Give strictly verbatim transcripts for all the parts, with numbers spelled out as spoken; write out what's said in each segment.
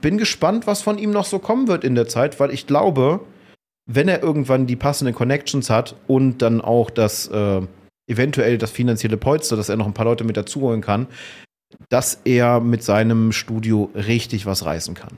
bin gespannt, was von ihm noch so kommen wird in der Zeit, weil ich glaube, wenn er irgendwann die passenden Connections hat und dann auch das äh, eventuell das finanzielle Polster, dass er noch ein paar Leute mit dazu holen kann, dass er mit seinem Studio richtig was reißen kann.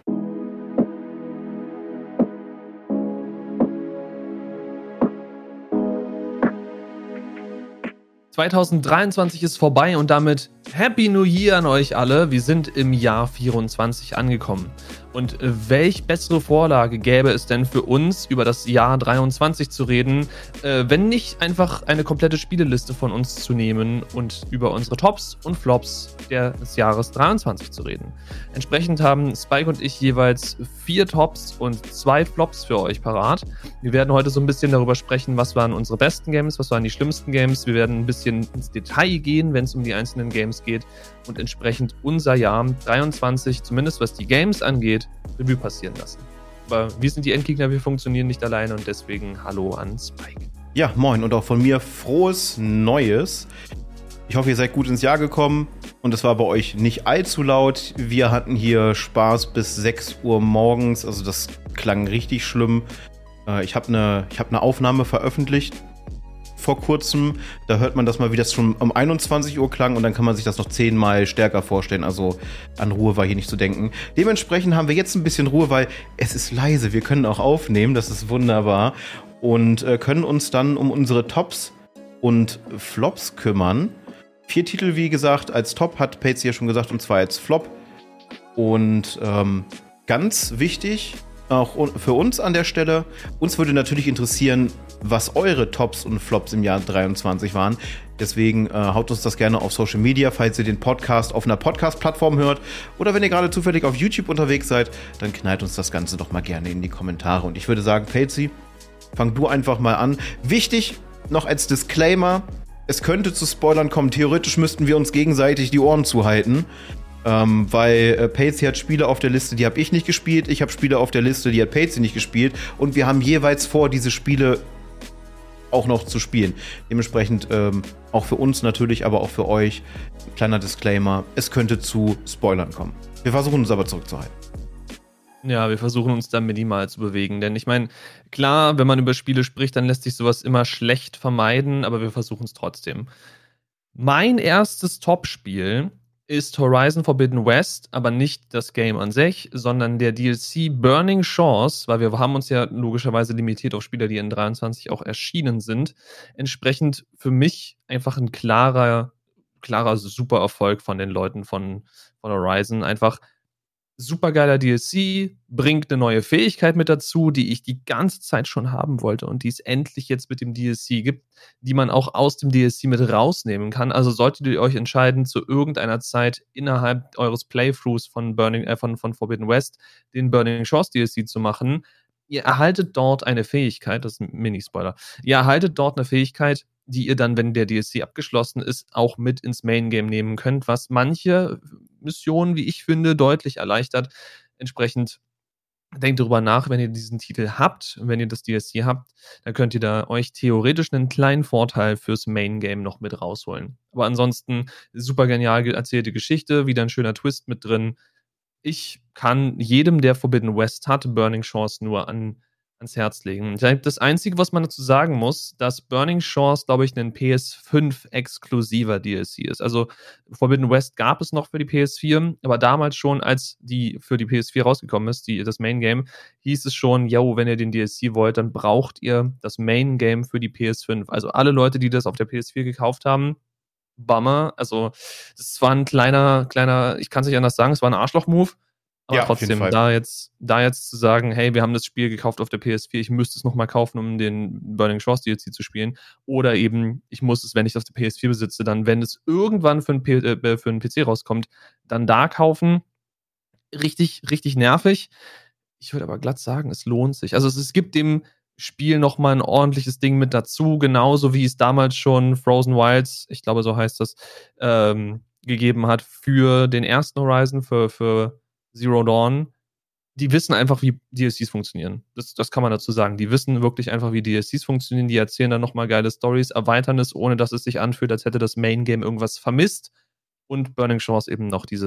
zwanzig dreiundzwanzig ist vorbei und damit Happy New Year an euch alle. Wir sind im Jahr vierundzwanzig angekommen. Und welch bessere Vorlage gäbe es denn für uns, über das Jahr dreiundzwanzig zu reden, äh, wenn nicht einfach eine komplette Spieleliste von uns zu nehmen und über unsere Tops und Flops des Jahres dreiundzwanzig zu reden. Entsprechend haben Spike und ich jeweils vier Tops und zwei Flops für euch parat. Wir werden heute so ein bisschen darüber sprechen, was waren unsere besten Games, was waren die schlimmsten Games. Wir werden ein bisschen ins Detail gehen, wenn es um die einzelnen Games geht und entsprechend unser Jahr dreiundzwanzig, zumindest was die Games angeht, Revue passieren lassen. Aber wir sind die Endgegner, wir funktionieren nicht alleine und deswegen Hallo an Spike. Ja, moin und auch von mir frohes Neues. Ich hoffe, ihr seid gut ins Jahr gekommen und es war bei euch nicht allzu laut. Wir hatten hier Spaß bis sechs Uhr morgens, also das klang richtig schlimm. Ich habe eine ich hab eine Aufnahme veröffentlicht vor kurzem. Da hört man das mal, wie das schon um einundzwanzig Uhr klang und dann kann man sich das noch zehnmal stärker vorstellen. Also an Ruhe war hier nicht zu denken. Dementsprechend haben wir jetzt ein bisschen Ruhe, weil es ist leise. Wir können auch aufnehmen, das ist wunderbar. Und äh, können uns dann um unsere Tops und Flops kümmern. Vier Titel, wie gesagt, als Top hat Patsy ja schon gesagt und zwei als Flop. Und ähm, ganz wichtig, auch für uns an der Stelle, uns würde natürlich interessieren, was eure Tops und Flops im Jahr dreiundzwanzig waren. Deswegen äh, haut uns das gerne auf Social Media, falls ihr den Podcast auf einer Podcast-Plattform hört. Oder wenn ihr gerade zufällig auf YouTube unterwegs seid, dann knallt uns das Ganze doch mal gerne in die Kommentare. Und ich würde sagen, Patsy, fang du einfach mal an. Wichtig, noch als Disclaimer, es könnte zu Spoilern kommen. Theoretisch müssten wir uns gegenseitig die Ohren zuhalten. Ähm, weil äh, Patsy hat Spiele auf der Liste, die habe ich nicht gespielt. Ich habe Spiele auf der Liste, die hat Patsy nicht gespielt. Und wir haben jeweils vor, diese Spiele auch noch zu spielen. Dementsprechend ähm, auch für uns natürlich, aber auch für euch. Kleiner Disclaimer, es könnte zu Spoilern kommen. Wir versuchen uns aber zurückzuhalten. Ja, wir versuchen uns da minimal zu bewegen, denn ich meine, klar, wenn man über Spiele spricht, dann lässt sich sowas immer schlecht vermeiden, aber wir versuchen es trotzdem. Mein erstes Top-Spiel ist Horizon Forbidden West, aber nicht das Game an sich, sondern der D L C Burning Shores, weil wir haben uns ja logischerweise limitiert auf Spiele, die in dreiundzwanzig auch erschienen sind. Entsprechend für mich einfach ein klarer, klarer Super-Erfolg von den Leuten von, von Horizon. Einfach supergeiler D L C, bringt eine neue Fähigkeit mit dazu, die ich die ganze Zeit schon haben wollte und die es endlich jetzt mit dem D L C gibt, die man auch aus dem D L C mit rausnehmen kann. Also solltet ihr euch entscheiden, zu irgendeiner Zeit innerhalb eures Playthroughs von Burning, äh, von, von Forbidden West den Burning Shores D L C zu machen, ihr erhaltet dort eine Fähigkeit, das ist ein Mini-Spoiler, ihr erhaltet dort eine Fähigkeit, die ihr dann, wenn der D L C abgeschlossen ist, auch mit ins Main-Game nehmen könnt, was manche Missionen, wie ich finde, deutlich erleichtert. Entsprechend denkt darüber nach, wenn ihr diesen Titel habt, wenn ihr das D L C habt, dann könnt ihr da euch theoretisch einen kleinen Vorteil fürs Main-Game noch mit rausholen. Aber ansonsten super genial erzählte Geschichte, wieder ein schöner Twist mit drin. Ich kann jedem, der Forbidden West hat, Burning Shores nur an ans Herz legen. Das Einzige, was man dazu sagen muss, dass Burning Shores, glaube ich, ein P S fünf exklusiver D L C ist. Also Forbidden West gab es noch für die P S vier, aber damals schon, als die für die P S vier rausgekommen ist, die, das Main Game, hieß es schon, yo, wenn ihr den D L C wollt, dann braucht ihr das Main Game für die P S fünf. Also alle Leute, die das auf der P S vier gekauft haben, Bummer. Also das war ein kleiner, kleiner, ich kann es nicht anders sagen, es war ein Arschloch-Move. Aber ja, trotzdem, da jetzt, da jetzt zu sagen, hey, wir haben das Spiel gekauft auf der P S vier, ich müsste es nochmal kaufen, um den Burning Shores D L C zu spielen. Oder eben, ich muss es, wenn ich es auf der P S vier besitze, dann, wenn es irgendwann für einen, P- äh, für einen P C rauskommt, dann da kaufen. Richtig, richtig nervig. Ich würde aber glatt sagen, es lohnt sich. Also es, es gibt dem Spiel nochmal ein ordentliches Ding mit dazu, genauso wie es damals schon Frozen Wilds, ich glaube, so heißt das, ähm, gegeben hat für den ersten Horizon, für, für Zero Dawn. Die wissen einfach, wie D L Cs funktionieren. Das, das kann man dazu sagen. Die wissen wirklich einfach, wie D L Cs funktionieren. Die erzählen dann nochmal geile Stories, erweitern es, ohne dass es sich anfühlt, als hätte das Main Game irgendwas vermisst. Und Burning Shores eben noch dieses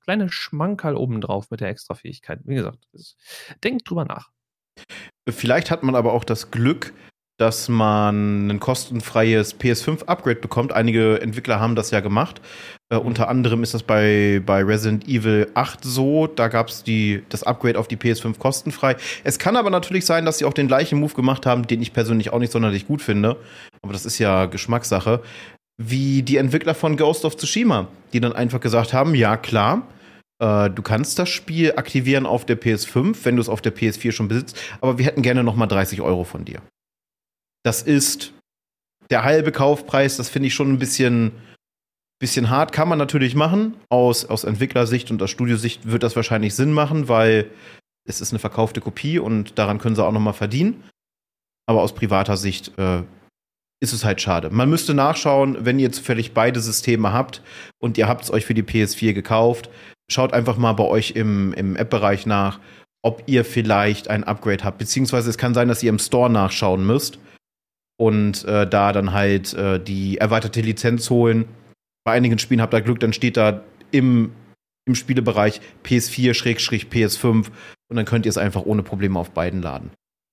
kleine Schmankerl obendrauf mit der Extrafähigkeit. Wie gesagt, denkt drüber nach. Vielleicht hat man aber auch das Glück, dass man ein kostenfreies P S fünf Upgrade bekommt. Einige Entwickler haben das ja gemacht. Äh, unter anderem ist das bei, bei Resident Evil acht so. Da gab es das Upgrade auf die P S fünf kostenfrei. Es kann aber natürlich sein, dass sie auch den gleichen Move gemacht haben, den ich persönlich auch nicht sonderlich gut finde. Aber das ist ja Geschmackssache. Wie die Entwickler von Ghost of Tsushima, die dann einfach gesagt haben, ja klar, äh, du kannst das Spiel aktivieren auf der P S fünf, wenn du es auf der P S vier schon besitzt, aber wir hätten gerne noch mal dreißig Euro von dir. Das ist der halbe Kaufpreis, das finde ich schon ein bisschen, bisschen hart. Kann man natürlich machen. Aus, aus Entwicklersicht und aus Studiosicht wird das wahrscheinlich Sinn machen, weil es ist eine verkaufte Kopie und daran können sie auch noch mal verdienen. Aber aus privater Sicht äh, ist es halt schade. Man müsste nachschauen, wenn ihr zufällig beide Systeme habt und ihr habt es euch für die P S vier gekauft, schaut einfach mal bei euch im, im App-Bereich nach, ob ihr vielleicht ein Upgrade habt. Beziehungsweise es kann sein, dass ihr im Store nachschauen müsst. Und äh, da dann halt äh, die erweiterte Lizenz holen. Bei einigen Spielen habt ihr Glück, dann steht da im, im Spielebereich P S vier P S fünf und dann könnt ihr es einfach ohne Probleme auf beiden laden.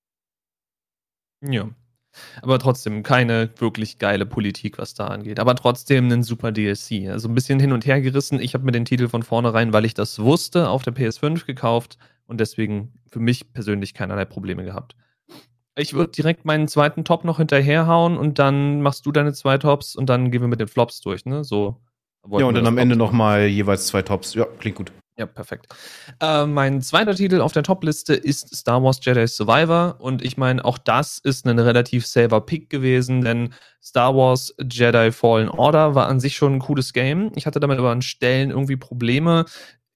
Ja. Aber trotzdem keine wirklich geile Politik, was da angeht. Aber trotzdem ein super D L C. Also ein bisschen hin und her gerissen. Ich habe mir den Titel von vornherein, weil ich das wusste, auf der P S fünf gekauft und deswegen für mich persönlich keinerlei Probleme gehabt. Ich würde direkt meinen zweiten Top noch hinterherhauen und dann machst du deine zwei Tops und dann gehen wir mit den Flops durch, ne? So. Ja, und dann am Ende nochmal jeweils zwei Tops. Ja, klingt gut. Ja, perfekt. Äh, mein zweiter Titel auf der Top-Liste ist Star Wars Jedi Survivor und ich meine, auch das ist ein relativ selber Pick gewesen, denn Star Wars Jedi Fallen Order war an sich schon ein cooles Game. Ich hatte damit aber an Stellen irgendwie Probleme.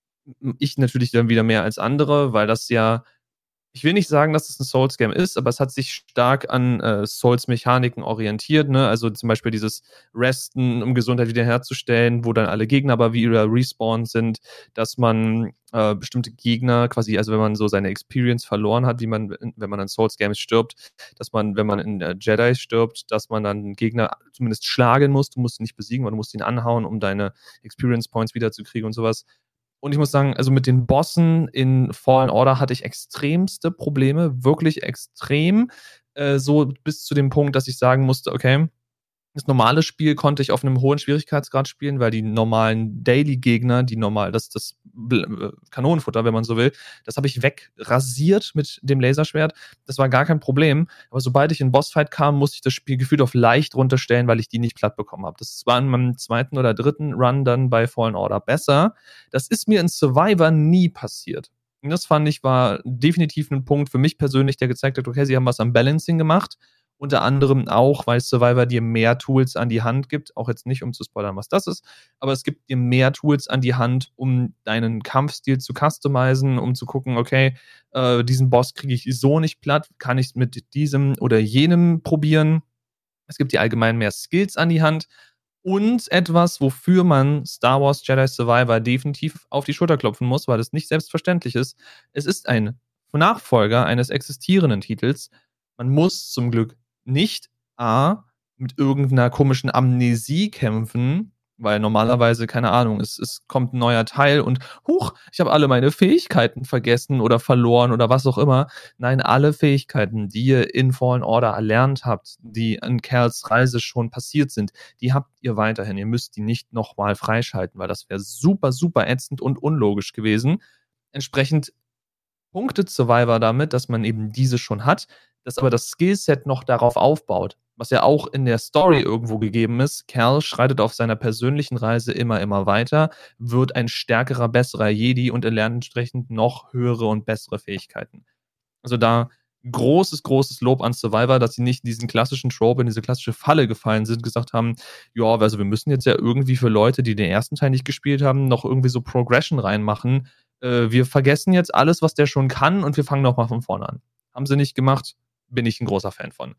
Ich natürlich dann wieder mehr als andere, weil das ja Ich will nicht sagen, dass es ein Souls-Game ist, aber es hat sich stark an äh, Souls-Mechaniken orientiert, ne? Also zum Beispiel dieses Resten, um Gesundheit wiederherzustellen, wo dann alle Gegner aber wieder respawned sind, dass man äh, bestimmte Gegner quasi, also wenn man so seine Experience verloren hat, wie man, wenn man in Souls-Games stirbt, dass man, wenn man in äh, Jedi stirbt, dass man dann einen Gegner zumindest schlagen muss, du musst ihn nicht besiegen, aber du musst ihn anhauen, um deine Experience Points wiederzukriegen und sowas. Und ich muss sagen, also mit den Bossen in Fallen Order hatte ich extremste Probleme, wirklich extrem, äh, so bis zu dem Punkt, dass ich sagen musste, okay, das normale Spiel konnte ich auf einem hohen Schwierigkeitsgrad spielen, weil die normalen Daily-Gegner, die normal, das, das Kanonenfutter, wenn man so will, das habe ich wegrasiert mit dem Laserschwert. Das war gar kein Problem. Aber sobald ich in Bossfight kam, musste ich das Spiel gefühlt auf leicht runterstellen, weil ich die nicht platt bekommen habe. Das war in meinem zweiten oder dritten Run dann bei Fallen Order besser. Das ist mir in Survivor nie passiert. Und das fand ich war definitiv ein Punkt für mich persönlich, der gezeigt hat, okay, sie haben was am Balancing gemacht. Unter anderem auch, weil Survivor dir mehr Tools an die Hand gibt, auch jetzt nicht, um zu spoilern, was das ist, aber es gibt dir mehr Tools an die Hand, um deinen Kampfstil zu customizen, um zu gucken, okay, äh, diesen Boss kriege ich so nicht platt, kann ich es mit diesem oder jenem probieren. Es gibt dir allgemein mehr Skills an die Hand und etwas, wofür man Star Wars Jedi Survivor definitiv auf die Schulter klopfen muss, weil es nicht selbstverständlich ist. Es ist ein Nachfolger eines existierenden Titels. Man muss zum Glück nicht A, mit irgendeiner komischen Amnesie kämpfen, weil normalerweise, keine Ahnung, es, es kommt ein neuer Teil und huch, ich habe alle meine Fähigkeiten vergessen oder verloren oder was auch immer. Nein, alle Fähigkeiten, die ihr in Fallen Order erlernt habt, die an Kerls Reise schon passiert sind, die habt ihr weiterhin. Ihr müsst die nicht nochmal freischalten, weil das wäre super, super ätzend und unlogisch gewesen. Entsprechend punktet Survivor damit, dass man eben diese schon hat, dass aber das Skillset noch darauf aufbaut, was ja auch in der Story irgendwo gegeben ist. Cal schreitet auf seiner persönlichen Reise immer, immer weiter, wird ein stärkerer, besserer Jedi und erlernt entsprechend noch höhere und bessere Fähigkeiten. Also da großes, großes Lob an Survivor, dass sie nicht in diesen klassischen Trope, in diese klassische Falle gefallen sind, gesagt haben, ja, also wir müssen jetzt ja irgendwie für Leute, die den ersten Teil nicht gespielt haben, noch irgendwie so Progression reinmachen. Äh, wir vergessen jetzt alles, was der schon kann und wir fangen nochmal von vorne an. Haben sie nicht gemacht, bin ich ein großer Fan von.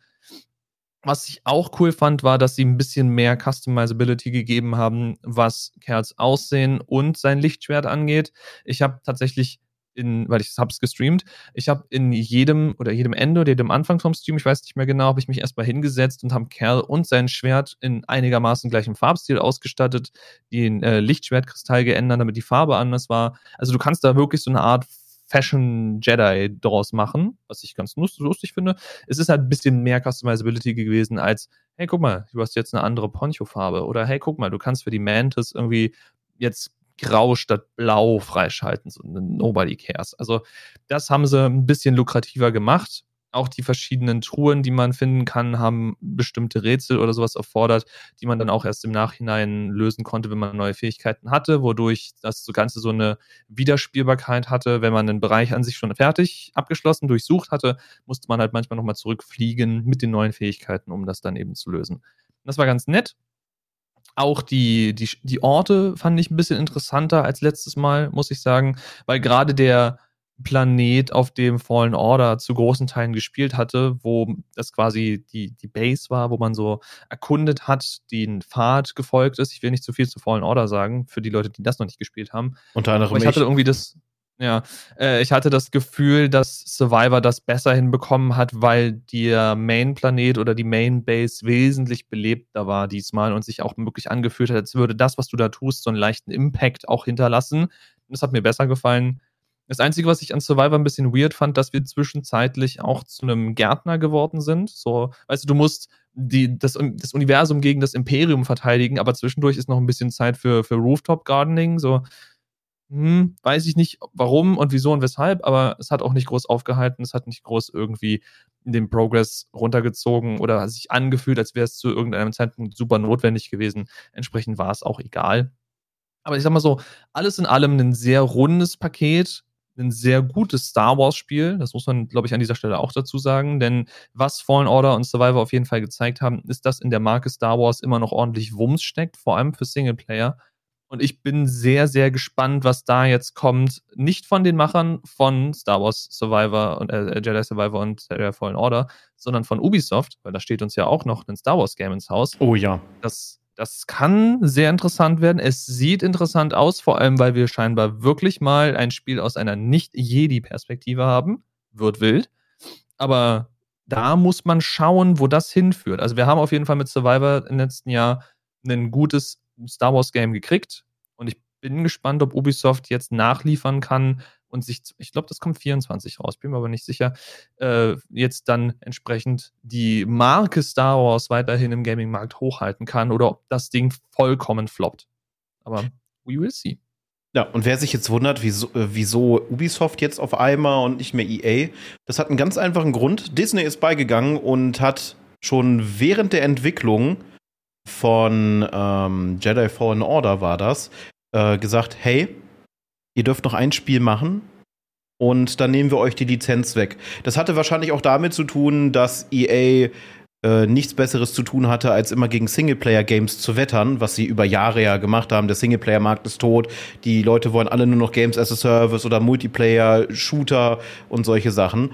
Was ich auch cool fand, war, dass sie ein bisschen mehr Customizability gegeben haben, was Kerls Aussehen und sein Lichtschwert angeht. Ich habe tatsächlich in, weil ich hab's gestreamt, ich habe in jedem oder jedem Ende oder jedem Anfang vom Stream, ich weiß nicht mehr genau, habe ich mich erstmal hingesetzt und habe Kerl und sein Schwert in einigermaßen gleichem Farbstil ausgestattet, den äh, Lichtschwertkristall geändert, damit die Farbe anders war. Also du kannst da wirklich so eine Art Fashion Jedi draus machen, was ich ganz lustig finde. Es ist halt ein bisschen mehr Customizability gewesen als, hey, guck mal, du hast jetzt eine andere Poncho-Farbe oder hey, guck mal, du kannst für die Mantis irgendwie jetzt grau statt blau freischalten, so nobody cares. Also das haben sie ein bisschen lukrativer gemacht. Auch die verschiedenen Truhen, die man finden kann, haben bestimmte Rätsel oder sowas erfordert, die man dann auch erst im Nachhinein lösen konnte, wenn man neue Fähigkeiten hatte, wodurch das Ganze so eine Wiederspielbarkeit hatte. Wenn man einen Bereich an sich schon fertig, abgeschlossen, durchsucht hatte, musste man halt manchmal nochmal zurückfliegen mit den neuen Fähigkeiten, um das dann eben zu lösen. Das war ganz nett. Auch die, die, die Orte fand ich ein bisschen interessanter als letztes Mal, muss ich sagen, weil gerade der Planet, auf dem Fallen Order zu großen Teilen gespielt hatte, wo das quasi die, die Base war, wo man so erkundet hat, den Pfad gefolgt ist. Ich will nicht zu viel zu Fallen Order sagen, für die Leute, die das noch nicht gespielt haben. Unter anderem Aber ich hatte irgendwie das, ja, äh, ich hatte das Gefühl, dass Survivor das besser hinbekommen hat, weil der Main-Planet oder die Main-Base wesentlich belebter war diesmal und sich auch wirklich angefühlt hat, als würde das, was du da tust, so einen leichten Impact auch hinterlassen. Das hat mir besser gefallen. Das Einzige, was ich an Survivor ein bisschen weird fand, dass wir zwischenzeitlich auch zu einem Gärtner geworden sind. So, weißt du, du musst die, das, das Universum gegen das Imperium verteidigen, aber zwischendurch ist noch ein bisschen Zeit für, für Rooftop-Gardening. So, hm, weiß ich nicht, warum und wieso und weshalb, aber es hat auch nicht groß aufgehalten. Es hat nicht groß irgendwie den Progress runtergezogen oder sich angefühlt, als wäre es zu irgendeinem Zeitpunkt super notwendig gewesen. Entsprechend war es auch egal. Aber ich sag mal so, alles in allem ein sehr rundes Paket, ein sehr gutes Star Wars-Spiel. Das muss man, glaube ich, an dieser Stelle auch dazu sagen. Denn was Fallen Order und Survivor auf jeden Fall gezeigt haben, ist, dass in der Marke Star Wars immer noch ordentlich Wumms steckt, vor allem für Singleplayer. Und ich bin sehr, sehr gespannt, was da jetzt kommt. Nicht von den Machern von Star Wars Survivor und äh, Jedi Survivor und Jedi Fallen Order, sondern von Ubisoft, weil da steht uns ja auch noch ein Star Wars Game ins Haus. Oh ja. Das Das kann sehr interessant werden. Es sieht interessant aus, vor allem, weil wir scheinbar wirklich mal ein Spiel aus einer Nicht-Jedi-Perspektive haben. Wird wild. Aber da muss man schauen, wo das hinführt. Also wir haben auf jeden Fall mit Survivor im letzten Jahr ein gutes Star Wars-Game gekriegt. Und ich bin gespannt, ob Ubisoft jetzt nachliefern kann und sich, ich glaube, das kommt vierundzwanzig raus, bin mir aber nicht sicher, äh, jetzt dann entsprechend die Marke Star Wars weiterhin im Gaming-Markt hochhalten kann oder ob das Ding vollkommen floppt. Aber we will see. Ja, und wer sich jetzt wundert, wieso, äh, wieso Ubisoft jetzt auf einmal und nicht mehr E A, das hat einen ganz einfachen Grund. Disney ist beigegangen und hat schon während der Entwicklung von ähm, Jedi Fallen Order war das, äh, gesagt, hey, ihr dürft noch ein Spiel machen und dann nehmen wir euch die Lizenz weg. Das hatte wahrscheinlich auch damit zu tun, dass E A äh, nichts Besseres zu tun hatte, als immer gegen Singleplayer-Games zu wettern, was sie über Jahre ja gemacht haben. Der Singleplayer-Markt ist tot. Die Leute wollen alle nur noch Games as a Service oder Multiplayer, Shooter und solche Sachen.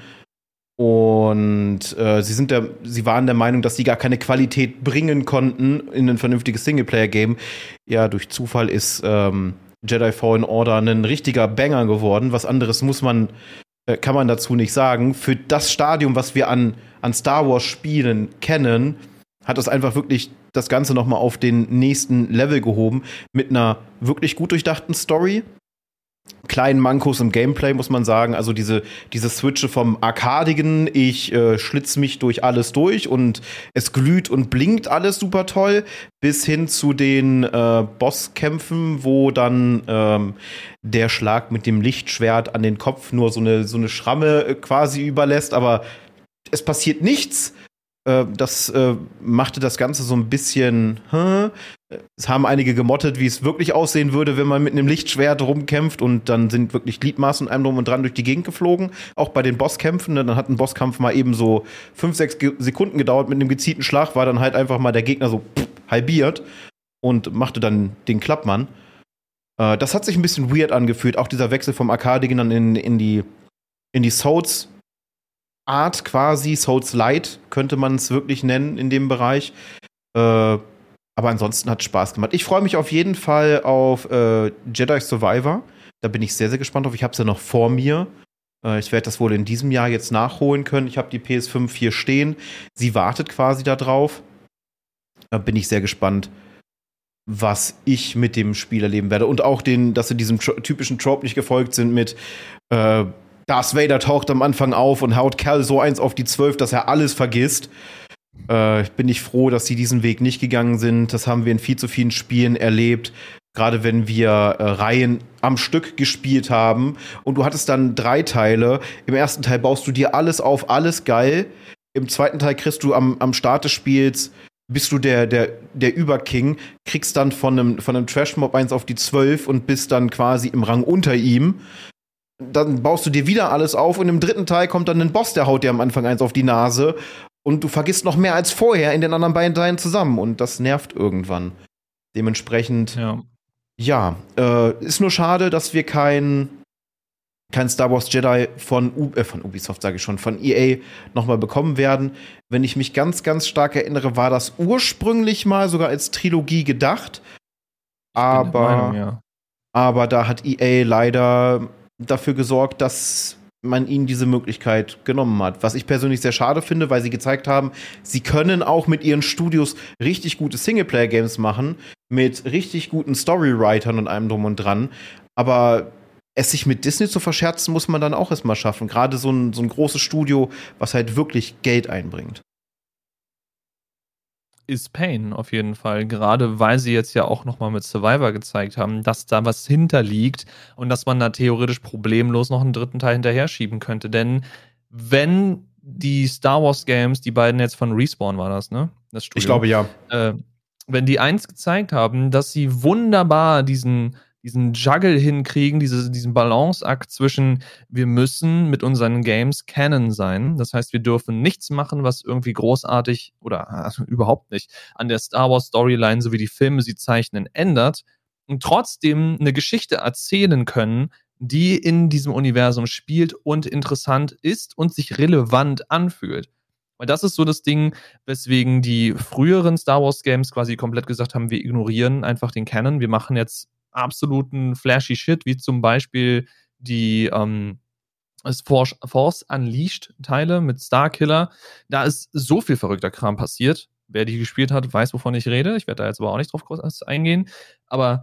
Und äh, sie sind der, sie waren der Meinung, dass sie gar keine Qualität bringen konnten in ein vernünftiges Singleplayer-Game. Ja, durch Zufall ist ähm, Jedi Fallen Order ein richtiger Banger geworden. Was anderes muss man, äh, kann man dazu nicht sagen. Für das Stadium, was wir an, an Star Wars Spielen kennen, hat es einfach wirklich das Ganze noch mal auf den nächsten Level gehoben. Mit einer wirklich gut durchdachten Story. Kleinen Mankos im Gameplay, muss man sagen. Also diese, diese Switche vom Arcadigen, ich äh, schlitz mich durch alles durch und es glüht und blinkt alles super toll, bis hin zu den äh, Bosskämpfen, wo dann ähm, der Schlag mit dem Lichtschwert an den Kopf nur so eine, so eine Schramme äh, quasi überlässt, aber es passiert nichts. Äh, das äh, machte das Ganze so ein bisschen, hm? Es haben einige gemottet, wie es wirklich aussehen würde, wenn man mit einem Lichtschwert rumkämpft und dann sind wirklich Gliedmaßen und einem drum und dran durch die Gegend geflogen. Auch bei den Bosskämpfen, ne? Dann hat ein Bosskampf mal eben so fünf, sechs Sekunden gedauert. Mit einem gezielten Schlag war dann halt einfach mal der Gegner so pff, halbiert und machte dann den Klappmann. Äh, das hat sich ein bisschen weird angefühlt. Auch dieser Wechsel vom Arcadigen dann in, in die, in die Souls Art quasi, Souls Light könnte man es wirklich nennen in dem Bereich. Äh, Aber ansonsten hat es Spaß gemacht. Ich freue mich auf jeden Fall auf äh, Jedi Survivor. Da bin ich sehr, sehr gespannt drauf. Ich habe es ja noch vor mir. Äh, ich werde das wohl in diesem Jahr jetzt nachholen können. Ich habe die P S fünf hier stehen. Sie wartet quasi da drauf. Da bin ich sehr gespannt, was ich mit dem Spiel erleben werde. Und auch den, dass sie diesem tro- typischen Trope nicht gefolgt sind mit äh, Darth Vader taucht am Anfang auf und haut Cal so eins auf die zwölf, dass er alles vergisst. Äh, bin ich froh, dass sie diesen Weg nicht gegangen sind. Das haben wir in viel zu vielen Spielen erlebt. Gerade wenn wir äh, Reihen am Stück gespielt haben. Und du hattest dann drei Teile. Im ersten Teil baust du dir alles auf, alles geil. Im zweiten Teil kriegst du am, am Start des Spiels bist du der, der, der Überking, kriegst dann von einem, von einem Trash-Mob eins auf die zwölf und bist dann quasi im Rang unter ihm. Dann baust du dir wieder alles auf und im dritten Teil kommt dann ein Boss, der haut dir am Anfang eins auf die Nase und du vergisst noch mehr als vorher in den anderen beiden Teilen zusammen und das nervt irgendwann. Dementsprechend, ja, ja äh, ist nur schade, dass wir kein kein Star Wars Jedi von, U- äh, von Ubisoft, sage ich schon, von E A nochmal bekommen werden. Wenn ich mich ganz, ganz stark erinnere, war das ursprünglich mal sogar als Trilogie gedacht. Aber, Meinung, ja. aber da hat E A leider dafür gesorgt, dass man ihnen diese Möglichkeit genommen hat. Was ich persönlich sehr schade finde, weil sie gezeigt haben, sie können auch mit ihren Studios richtig gute Singleplayer-Games machen, mit richtig guten Storywritern und allem drum und dran. Aber es sich mit Disney zu verscherzen, muss man dann auch erstmal schaffen. Gerade so ein, so ein großes Studio, was halt wirklich Geld einbringt. Ist Pain auf jeden Fall. Gerade weil sie jetzt ja auch noch mal mit Survivor gezeigt haben, dass da was hinterliegt und dass man da theoretisch problemlos noch einen dritten Teil hinterher schieben könnte. Denn wenn die Star Wars Games, die beiden jetzt von Respawn war das, ne? Das Studio. Ich glaube, ja. Äh, wenn die eins gezeigt haben, dass sie wunderbar diesen diesen Juggle hinkriegen, diese, diesen Balanceakt zwischen, wir müssen mit unseren Games Canon sein. Das heißt, wir dürfen nichts machen, was irgendwie großartig oder also überhaupt nicht an der Star Wars Storyline, so wie die Filme sie zeichnen, ändert und trotzdem eine Geschichte erzählen können, die in diesem Universum spielt und interessant ist und sich relevant anfühlt. Weil das ist so das Ding, weswegen die früheren Star Wars Games quasi komplett gesagt haben, wir ignorieren einfach den Canon, wir machen jetzt absoluten flashy Shit, wie zum Beispiel die ähm, Force, Force Unleashed Teile mit Starkiller. Da ist so viel verrückter Kram passiert. Wer die gespielt hat, weiß, wovon ich rede. Ich werde da jetzt aber auch nicht drauf groß eingehen. Aber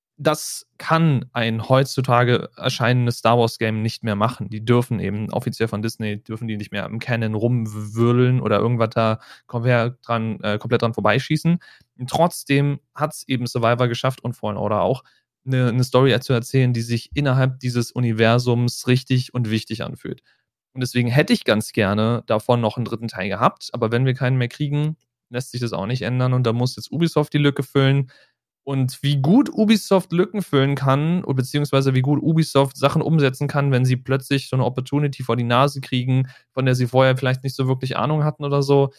das kann ein heutzutage erscheinendes Star Wars Game nicht mehr machen. Die dürfen eben offiziell von Disney, dürfen die nicht mehr im Canon rumwürdeln oder irgendwas da komplett dran, äh, komplett dran vorbeischießen. Und trotzdem hat es eben Survivor geschafft und Fallen Order auch, eine, eine Story zu erzählen, die sich innerhalb dieses Universums richtig und wichtig anfühlt. Und deswegen hätte ich ganz gerne davon noch einen dritten Teil gehabt, aber wenn wir keinen mehr kriegen, lässt sich das auch nicht ändern und da muss jetzt Ubisoft die Lücke füllen. Und wie gut Ubisoft Lücken füllen kann, beziehungsweise wie gut Ubisoft Sachen umsetzen kann, wenn sie plötzlich so eine Opportunity vor die Nase kriegen, von der sie vorher vielleicht nicht so wirklich Ahnung hatten oder so.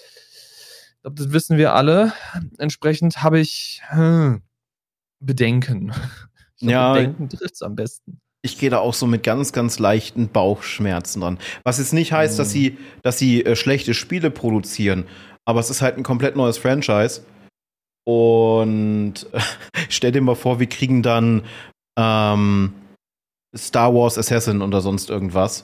Ich glaube, das wissen wir alle. Entsprechend habe ich hm, Bedenken. Ich glaub, ja, Bedenken trifft es am besten. Ich gehe da auch so mit ganz, ganz leichten Bauchschmerzen dran. Was jetzt nicht heißt, hm. dass sie, dass sie äh, schlechte Spiele produzieren, aber es ist halt ein komplett neues Franchise. Und äh, stell dir mal vor, wir kriegen dann ähm, Star Wars Assassin oder sonst irgendwas.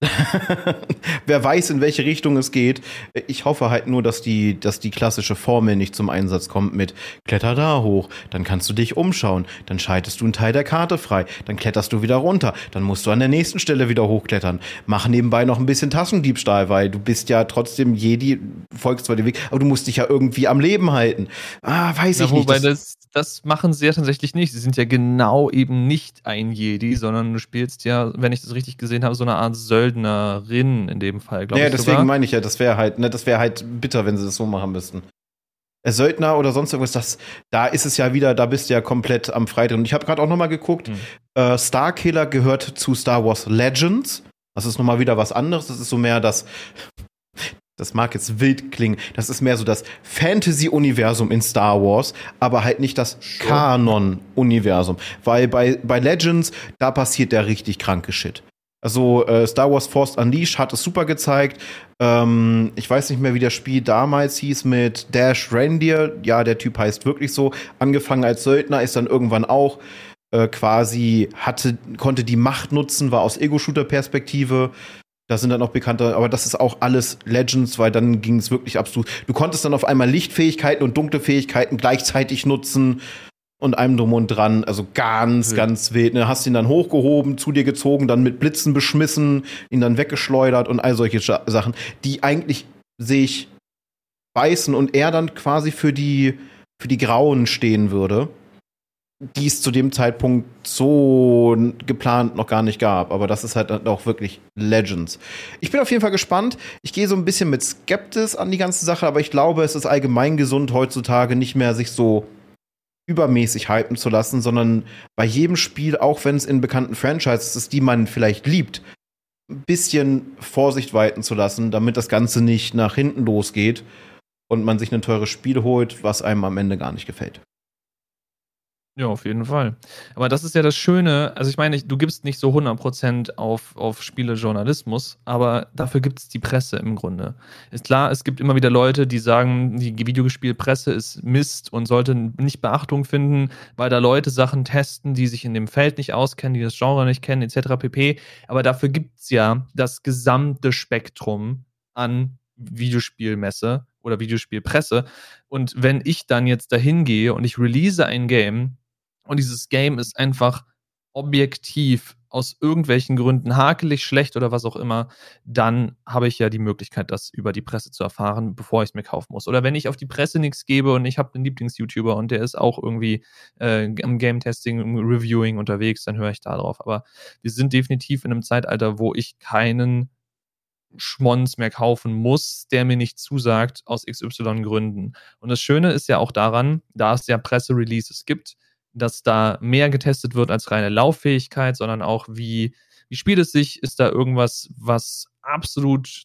Wer weiß, in welche Richtung es geht. Ich hoffe halt nur, dass die, dass die klassische Formel nicht zum Einsatz kommt mit Kletter da hoch, dann kannst du dich umschauen, dann schaltest du einen Teil der Karte frei, dann kletterst du wieder runter, dann musst du an der nächsten Stelle wieder hochklettern. Mach nebenbei noch ein bisschen Taschendiebstahl, weil du bist ja trotzdem Jedi, folgst zwar den Weg, aber du musst dich ja irgendwie am Leben halten. Ah, weiß ja, ich nicht. Wobei das, das machen sie ja tatsächlich nicht. Sie sind ja genau eben nicht ein Jedi, sondern du spielst ja, wenn ich das richtig gesehen habe, so eine Art Söldnerin in dem Fall, glaube ja, ich. Ja, deswegen meine ich ja, das wäre halt, ne, das wäre halt bitter, wenn sie das so machen müssten. Söldner oder sonst irgendwas, das, da ist es ja wieder, da bist du ja komplett am Freitag. Und ich habe gerade auch noch mal geguckt, hm. äh, Starkiller gehört zu Star Wars Legends. Das ist noch mal wieder was anderes. Das ist so mehr das, das mag jetzt wild klingen, das ist mehr so das Fantasy-Universum in Star Wars, aber halt nicht das sure. Kanon-Universum. Weil bei, bei Legends, da passiert der richtig kranke Shit. Also äh, Star Wars Force Unleashed hat es super gezeigt. Ähm, ich weiß nicht mehr, wie das Spiel damals hieß mit Dash Reindeer. Ja, der Typ heißt wirklich so. Angefangen als Söldner, ist dann irgendwann auch äh, quasi hatte, konnte die Macht nutzen, war aus Ego-Shooter-Perspektive. Da sind dann noch bekannte, aber das ist auch alles Legends, weil dann ging es wirklich absolut. Du konntest dann auf einmal Lichtfähigkeiten und dunkle Fähigkeiten gleichzeitig nutzen und einem drum und dran. Also ganz, wild. ganz wild. Ne? Hast ihn dann hochgehoben, zu dir gezogen, dann mit Blitzen beschmissen, ihn dann weggeschleudert und all solche Scha- Sachen, die eigentlich sich beißen und er dann quasi für die, für die Grauen stehen würde, die es zu dem Zeitpunkt so geplant noch gar nicht gab. Aber das ist halt auch wirklich Legends. Ich bin auf jeden Fall gespannt. Ich gehe so ein bisschen mit Skepsis an die ganze Sache, aber ich glaube, es ist allgemein gesund heutzutage nicht mehr sich so übermäßig hypen zu lassen, sondern bei jedem Spiel, auch wenn es in bekannten Franchises ist, die man vielleicht liebt, ein bisschen Vorsicht walten zu lassen, damit das Ganze nicht nach hinten losgeht und man sich ein teures Spiel holt, was einem am Ende gar nicht gefällt. Ja, auf jeden Fall. Aber das ist ja das Schöne, also ich meine, du gibst nicht so hundert Prozent auf, auf Spielejournalismus, aber dafür gibt es die Presse im Grunde. Ist klar, es gibt immer wieder Leute, die sagen, die Videospielpresse ist Mist und sollte nicht Beachtung finden, weil da Leute Sachen testen, die sich in dem Feld nicht auskennen, die das Genre nicht kennen, et cetera pp. Aber dafür gibt es ja das gesamte Spektrum an Videospielmesse oder Videospielpresse. Und wenn ich dann jetzt dahin gehe und ich release ein Game, und dieses Game ist einfach objektiv aus irgendwelchen Gründen hakelig, schlecht oder was auch immer, dann habe ich ja die Möglichkeit, das über die Presse zu erfahren, bevor ich es mir kaufen muss. Oder wenn ich auf die Presse nichts gebe und ich habe einen Lieblings-YouTuber und der ist auch irgendwie äh, am Game-Testing, im Reviewing unterwegs, dann höre ich da drauf. Aber wir sind definitiv in einem Zeitalter, wo ich keinen Schmonz mehr kaufen muss, der mir nicht zusagt, aus X Y Gründen. Und das Schöne ist ja auch daran, da es ja Pressereleases gibt, dass da mehr getestet wird als reine Lauffähigkeit, sondern auch wie, wie spielt es sich, ist da irgendwas, was absolut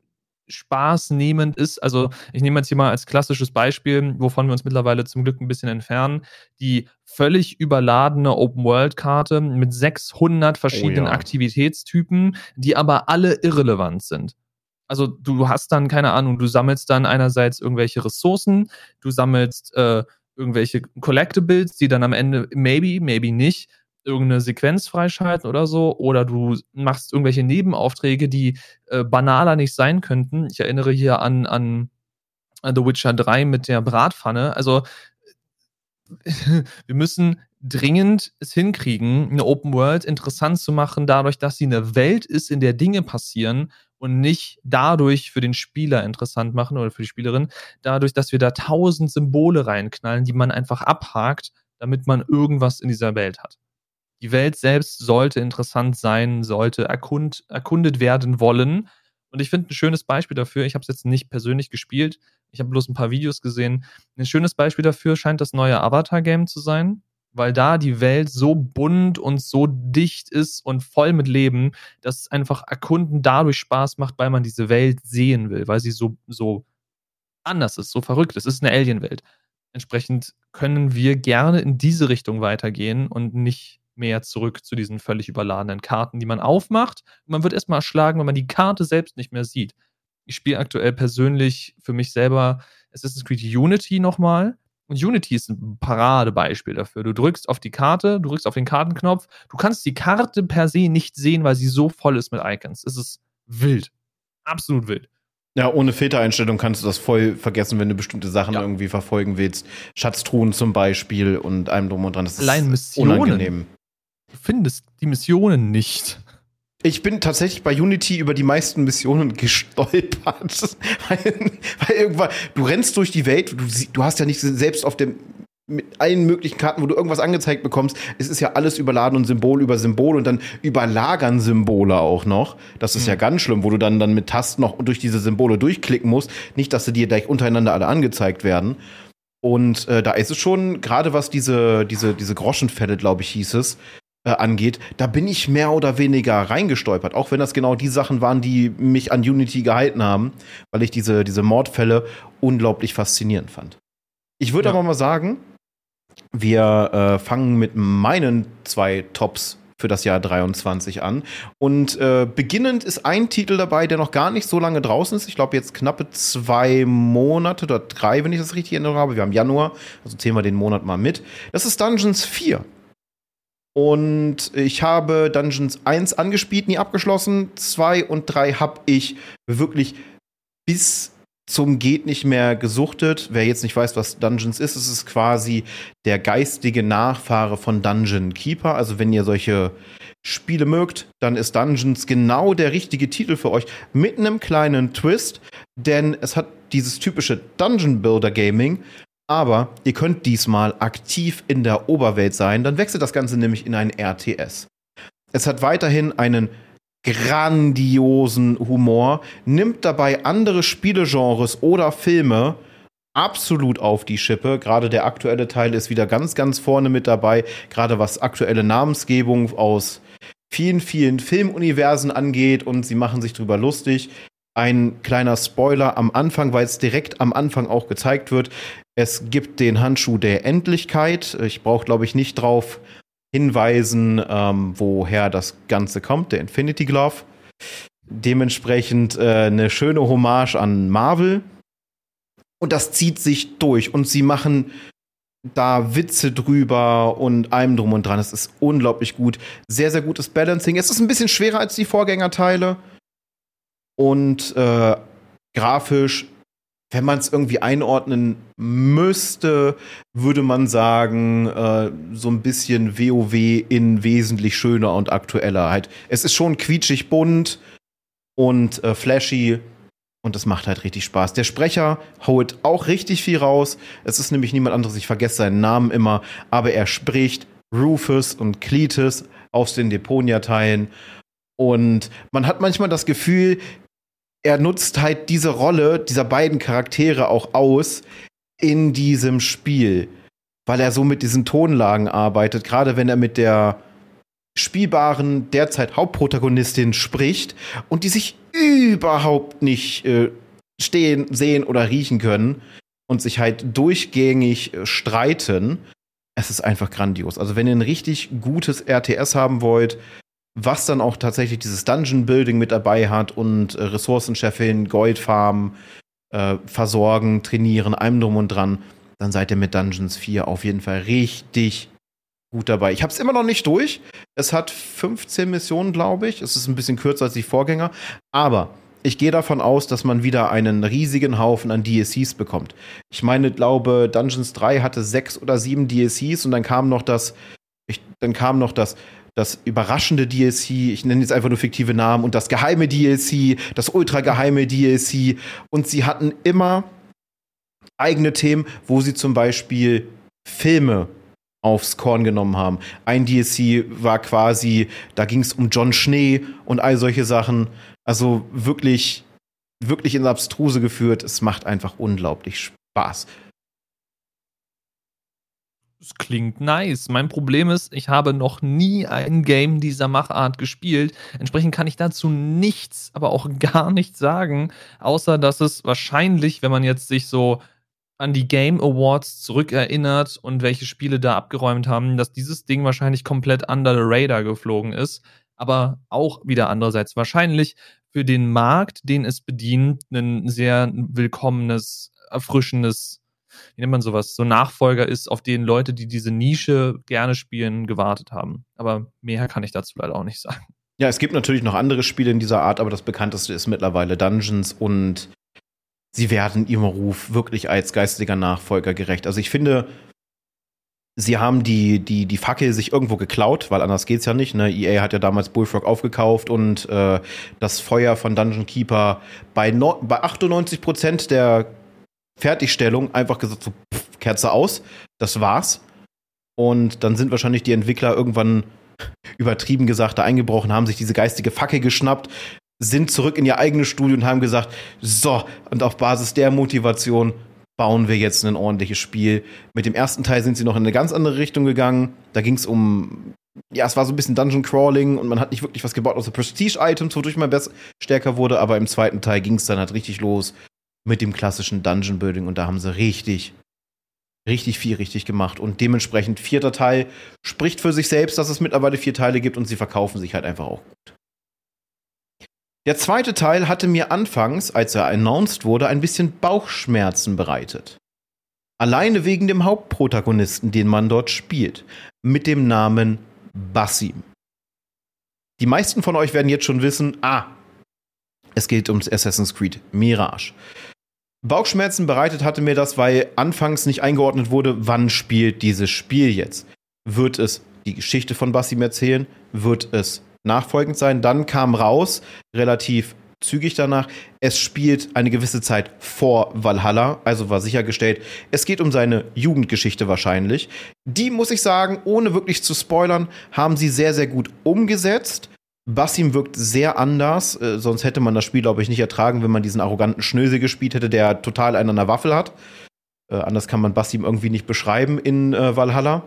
spaßnehmend ist. Also ich nehme jetzt hier mal als klassisches Beispiel, wovon wir uns mittlerweile zum Glück ein bisschen entfernen, die völlig überladene Open-World-Karte mit sechshundert verschiedenen Oh ja. Aktivitätstypen, die aber alle irrelevant sind. Also du hast dann, keine Ahnung, du sammelst dann einerseits irgendwelche Ressourcen, du sammelst äh, irgendwelche Collectibles, die dann am Ende maybe, maybe nicht irgendeine Sequenz freischalten oder so, oder du machst irgendwelche Nebenaufträge, die äh, banaler nicht sein könnten. Ich erinnere hier an, an, an The Witcher drei mit der Bratpfanne. Also wir müssen dringend es hinkriegen, eine Open World interessant zu machen, dadurch, dass sie eine Welt ist, in der Dinge passieren und nicht dadurch für den Spieler interessant machen oder für die Spielerin, dadurch, dass wir da tausend Symbole reinknallen, die man einfach abhakt, damit man irgendwas in dieser Welt hat. Die Welt selbst sollte interessant sein, sollte erkund, erkundet werden wollen. Und ich finde ein schönes Beispiel dafür, ich habe es jetzt nicht persönlich gespielt, ich habe bloß ein paar Videos gesehen. Ein schönes Beispiel dafür scheint das neue Avatar-Game zu sein, weil da die Welt so bunt und so dicht ist und voll mit Leben, dass es einfach Erkunden dadurch Spaß macht, weil man diese Welt sehen will, weil sie so, so anders ist, so verrückt ist. Es ist eine Alien-Welt. Entsprechend können wir gerne in diese Richtung weitergehen und nicht mehr zurück zu diesen völlig überladenen Karten, die man aufmacht. Man wird erstmal erschlagen, wenn man die Karte selbst nicht mehr sieht. Ich spiele aktuell persönlich für mich selber Assassin's Creed Unity nochmal. Und Unity ist ein Paradebeispiel dafür. Du drückst auf die Karte, du drückst auf den Kartenknopf. Du kannst die Karte per se nicht sehen, weil sie so voll ist mit Icons. Es ist wild. Absolut wild. Ja, ohne Filtereinstellung kannst du das voll vergessen, wenn du bestimmte Sachen ja. irgendwie verfolgen willst. Schatztruhen zum Beispiel und allem drum und dran. Das Allein ist Missionen. Unangenehm. Du findest die Missionen nicht. Ich bin tatsächlich bei Unity über die meisten Missionen gestolpert. weil, weil irgendwann, du rennst durch die Welt, du, du hast ja nicht selbst auf dem, mit allen möglichen Karten, wo du irgendwas angezeigt bekommst, es ist ja alles überladen und Symbol über Symbol und dann überlagern Symbole auch noch. Das ist mhm. ja ganz schlimm, wo du dann, dann mit Tasten noch durch diese Symbole durchklicken musst. Nicht, dass sie dir gleich untereinander alle angezeigt werden. Und äh, da ist es schon, gerade was diese, diese, diese Groschenfälle, glaube ich, hieß es, äh, angeht, da bin ich mehr oder weniger reingestolpert. Auch wenn das genau die Sachen waren, die mich an Unity gehalten haben, weil ich diese, diese Mordfälle unglaublich faszinierend fand. Ich würde ja. aber mal sagen, wir äh, fangen mit meinen zwei Tops für das Jahr dreiundzwanzig an. Und äh, beginnend ist ein Titel dabei, der noch gar nicht so lange draußen ist. Ich glaube, jetzt knappe zwei Monate oder drei, wenn ich das richtig erinnere habe. Wir haben Januar, also zählen wir den Monat mal mit. Das ist Dungeons vier. Und ich habe Dungeons eins angespielt, nie abgeschlossen. zwei und drei habe ich wirklich bis zum geht nicht mehr gesuchtet. Wer jetzt nicht weiß, was Dungeons ist, es ist quasi der geistige Nachfahre von Dungeon Keeper. Also wenn ihr solche Spiele mögt, dann ist Dungeons genau der richtige Titel für euch. Mit einem kleinen Twist, denn es hat dieses typische Dungeon Builder Gaming. Aber ihr könnt diesmal aktiv in der Oberwelt sein. Dann wechselt das Ganze nämlich in ein R T S. Es hat weiterhin einen grandiosen Humor, nimmt dabei andere Spielegenres oder Filme absolut auf die Schippe. Gerade der aktuelle Teil ist wieder ganz, ganz vorne mit dabei. Gerade was aktuelle Namensgebung aus vielen, vielen Filmuniversen angeht. Und sie machen sich drüber lustig. Ein kleiner Spoiler am Anfang, weil es direkt am Anfang auch gezeigt wird. Es gibt den Handschuh der Endlichkeit. Ich brauche, glaube ich, nicht drauf hinweisen, ähm, woher das Ganze kommt. Der Infinity Glove. Dementsprechend äh, eine schöne Hommage an Marvel. Und das zieht sich durch. Und sie machen da Witze drüber und allem drum und dran. Es ist unglaublich gut. Sehr, sehr gutes Balancing. Es ist ein bisschen schwerer als die Vorgängerteile. Und äh, grafisch, wenn man es irgendwie einordnen müsste, würde man sagen, äh, so ein bisschen WoW in wesentlich schöner und aktueller. Halt, es ist schon quietschig bunt und äh, flashy und das macht halt richtig Spaß. Der Sprecher holt auch richtig viel raus. Es ist nämlich niemand anderes, ich vergesse seinen Namen immer, aber er spricht Rufus und Cletus aus den Deponia-Teilen. Und man hat manchmal das Gefühl, er nutzt halt diese Rolle dieser beiden Charaktere auch aus in diesem Spiel, weil er so mit diesen Tonlagen arbeitet, gerade wenn er mit der spielbaren, derzeit Hauptprotagonistin spricht und die sich überhaupt nicht äh, stehen, sehen oder riechen können und sich halt durchgängig äh, streiten. Es ist einfach grandios. Also wenn ihr ein richtig gutes R T S haben wollt, was dann auch tatsächlich dieses Dungeon-Building mit dabei hat und äh, Ressourcen scheffeln, Gold farmen, äh, versorgen, trainieren, allem drum und dran, dann seid ihr mit Dungeons vier auf jeden Fall richtig gut dabei. Ich hab's immer noch nicht durch. Es hat fünfzehn Missionen, glaube ich. Es ist ein bisschen kürzer als die Vorgänger. Aber ich gehe davon aus, dass man wieder einen riesigen Haufen an D L Cs bekommt. Ich meine, glaube, Dungeons drei hatte sechs oder sieben D L Cs und dann kam noch das, ich, dann kam noch das das überraschende D L C, ich nenne jetzt einfach nur fiktive Namen, und das geheime D L C, das ultra geheime D L C. Und sie hatten immer eigene Themen, wo sie zum Beispiel Filme aufs Korn genommen haben. Ein D L C war quasi, da ging es um John Schnee und all solche Sachen. Also wirklich, wirklich ins Abstruse geführt. Es macht einfach unglaublich Spaß. Das klingt nice. Mein Problem ist, ich habe noch nie ein Game dieser Machart gespielt. Entsprechend kann ich dazu nichts, aber auch gar nichts sagen, außer dass es wahrscheinlich, wenn man jetzt sich so an die Game Awards zurückerinnert und welche Spiele da abgeräumt haben, dass dieses Ding wahrscheinlich komplett under the radar geflogen ist. Aber auch wieder andererseits wahrscheinlich für den Markt, den es bedient, ein sehr willkommenes, erfrischendes, wie nennt man sowas, so Nachfolger ist, auf den Leute, die diese Nische gerne spielen, gewartet haben. Aber mehr kann ich dazu leider auch nicht sagen. Ja, es gibt natürlich noch andere Spiele in dieser Art, aber das bekannteste ist mittlerweile Dungeons und sie werden ihrem Ruf wirklich als geistiger Nachfolger gerecht. Also ich finde, sie haben die, die, die Fackel sich irgendwo geklaut, weil anders geht's ja nicht. Ne? E A hat ja damals Bullfrog aufgekauft und äh, das Feuer von Dungeon Keeper bei, no- bei achtundneunzig Prozent der Fertigstellung einfach gesagt, so pff, Kerze aus, das war's. Und dann sind wahrscheinlich die Entwickler irgendwann übertrieben gesagt da eingebrochen, haben sich diese geistige Fackel geschnappt, sind zurück in ihr eigenes Studio und haben gesagt, so, und auf Basis der Motivation bauen wir jetzt ein ordentliches Spiel. Mit dem ersten Teil sind sie noch in eine ganz andere Richtung gegangen. Da ging es um, ja, es war so ein bisschen Dungeon Crawling und man hat nicht wirklich was gebaut, außer Prestige-Items, wodurch man besser, stärker wurde, aber im zweiten Teil ging es dann halt richtig los mit dem klassischen Dungeon Building und da haben sie richtig, richtig viel richtig gemacht und dementsprechend vierter Teil spricht für sich selbst, dass es mittlerweile vier Teile gibt und sie verkaufen sich halt einfach auch gut. Der zweite Teil hatte mir anfangs, als er announced wurde, ein bisschen Bauchschmerzen bereitet. Alleine wegen dem Hauptprotagonisten, den man dort spielt, mit dem Namen Basim. Die meisten von euch werden jetzt schon wissen, ah, es geht ums Assassin's Creed Mirage. Bauchschmerzen bereitet hatte mir das, weil anfangs nicht eingeordnet wurde, wann spielt dieses Spiel jetzt. Wird es die Geschichte von Basim erzählen? Wird es nachfolgend sein? Dann kam raus, relativ zügig danach, es spielt eine gewisse Zeit vor Valhalla, also war sichergestellt, es geht um seine Jugendgeschichte wahrscheinlich. Die, muss ich sagen, ohne wirklich zu spoilern, haben sie sehr, sehr gut umgesetzt. Basim wirkt sehr anders, äh, sonst hätte man das Spiel, glaube ich, nicht ertragen, wenn man diesen arroganten Schnösel gespielt hätte, der total einen an der Waffel hat. Äh, anders kann man Basim irgendwie nicht beschreiben in äh, Valhalla.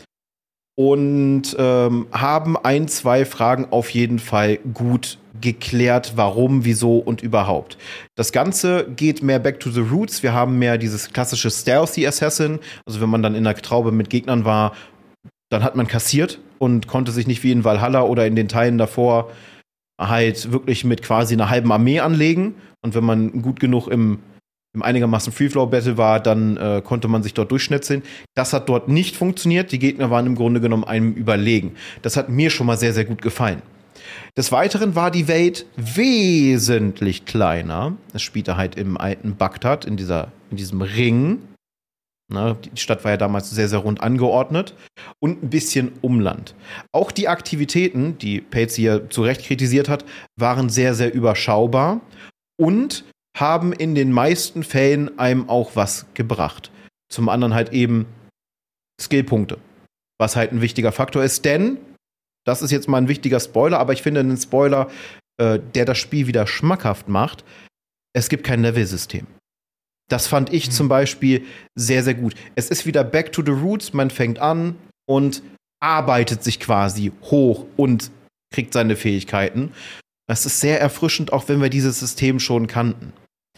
Und ähm, haben ein, zwei Fragen auf jeden Fall gut geklärt, warum, wieso und überhaupt. Das Ganze geht mehr back to the roots. Wir haben mehr dieses klassische Stealthy Assassin. Also wenn man dann in der Traube mit Gegnern war, dann hat man kassiert und konnte sich nicht wie in Valhalla oder in den Teilen davor halt wirklich mit quasi einer halben Armee anlegen. Und wenn man gut genug im im einigermaßen Free-Flow-Battle war, dann äh, konnte man sich dort durchschnetzeln. Das hat dort nicht funktioniert. Die Gegner waren im Grunde genommen einem überlegen. Das hat mir schon mal sehr, sehr gut gefallen. Des Weiteren war die Welt wesentlich kleiner. Es spielte halt im alten Bagdad, in, dieser, in diesem Ring. Na, die Stadt war ja damals sehr, sehr rund angeordnet. Und ein bisschen Umland. Auch die Aktivitäten, die Pates hier zu Recht kritisiert hat, waren sehr, sehr überschaubar. Und haben in den meisten Fällen einem auch was gebracht. Zum anderen halt eben Skillpunkte, was halt ein wichtiger Faktor ist, denn, das ist jetzt mal ein wichtiger Spoiler, aber ich finde einen Spoiler, äh, der das Spiel wieder schmackhaft macht, es gibt kein Level-System. Das fand ich mhm. zum Beispiel sehr, sehr gut. Es ist wieder back to the roots, man fängt an und arbeitet sich quasi hoch und kriegt seine Fähigkeiten. Das ist sehr erfrischend, auch wenn wir dieses System schon kannten.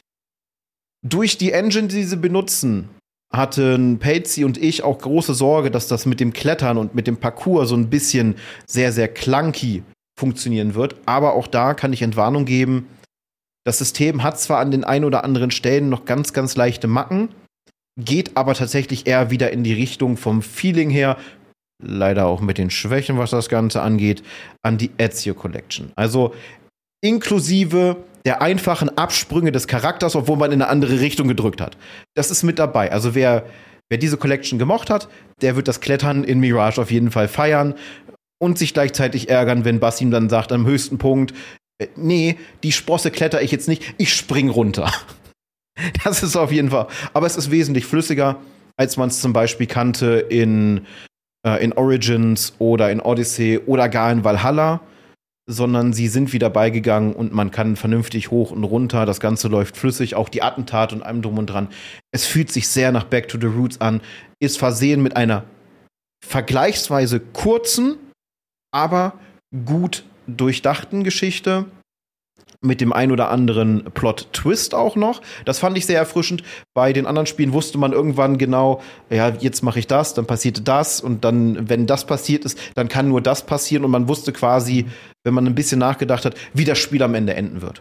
Durch die Engine, die sie benutzen, hatten Patsy und ich auch große Sorge, dass das mit dem Klettern und mit dem Parcours so ein bisschen sehr, sehr clunky funktionieren wird. Aber auch da kann ich Entwarnung geben. Das System hat zwar an den ein oder anderen Stellen noch ganz, ganz leichte Macken, geht aber tatsächlich eher wieder in die Richtung vom Feeling her, leider auch mit den Schwächen, was das Ganze angeht, an die Ezio Collection. Also inklusive der einfachen Absprünge des Charakters, obwohl man in eine andere Richtung gedrückt hat. Das ist mit dabei. Also wer, wer diese Collection gemocht hat, der wird das Klettern in Mirage auf jeden Fall feiern und sich gleichzeitig ärgern, wenn Basim dann sagt am höchsten Punkt, äh, nee, die Sprosse kletter ich jetzt nicht, ich spring runter. Das ist auf jeden Fall. Aber es ist wesentlich flüssiger, als man es zum Beispiel kannte in, äh, in Origins oder in Odyssey oder gar in Valhalla. Sondern sie sind wieder beigegangen und man kann vernünftig hoch und runter. Das Ganze läuft flüssig, auch die Attentate und allem drum und dran. Es fühlt sich sehr nach Back to the Roots an, ist versehen mit einer vergleichsweise kurzen, aber gut durchdachten Geschichte. Mit dem ein oder anderen Plot-Twist auch noch. Das fand ich sehr erfrischend. Bei den anderen Spielen wusste man irgendwann genau, ja, jetzt mache ich das, dann passierte das und dann, wenn das passiert ist, dann kann nur das passieren und man wusste quasi, wenn man ein bisschen nachgedacht hat, wie das Spiel am Ende enden wird.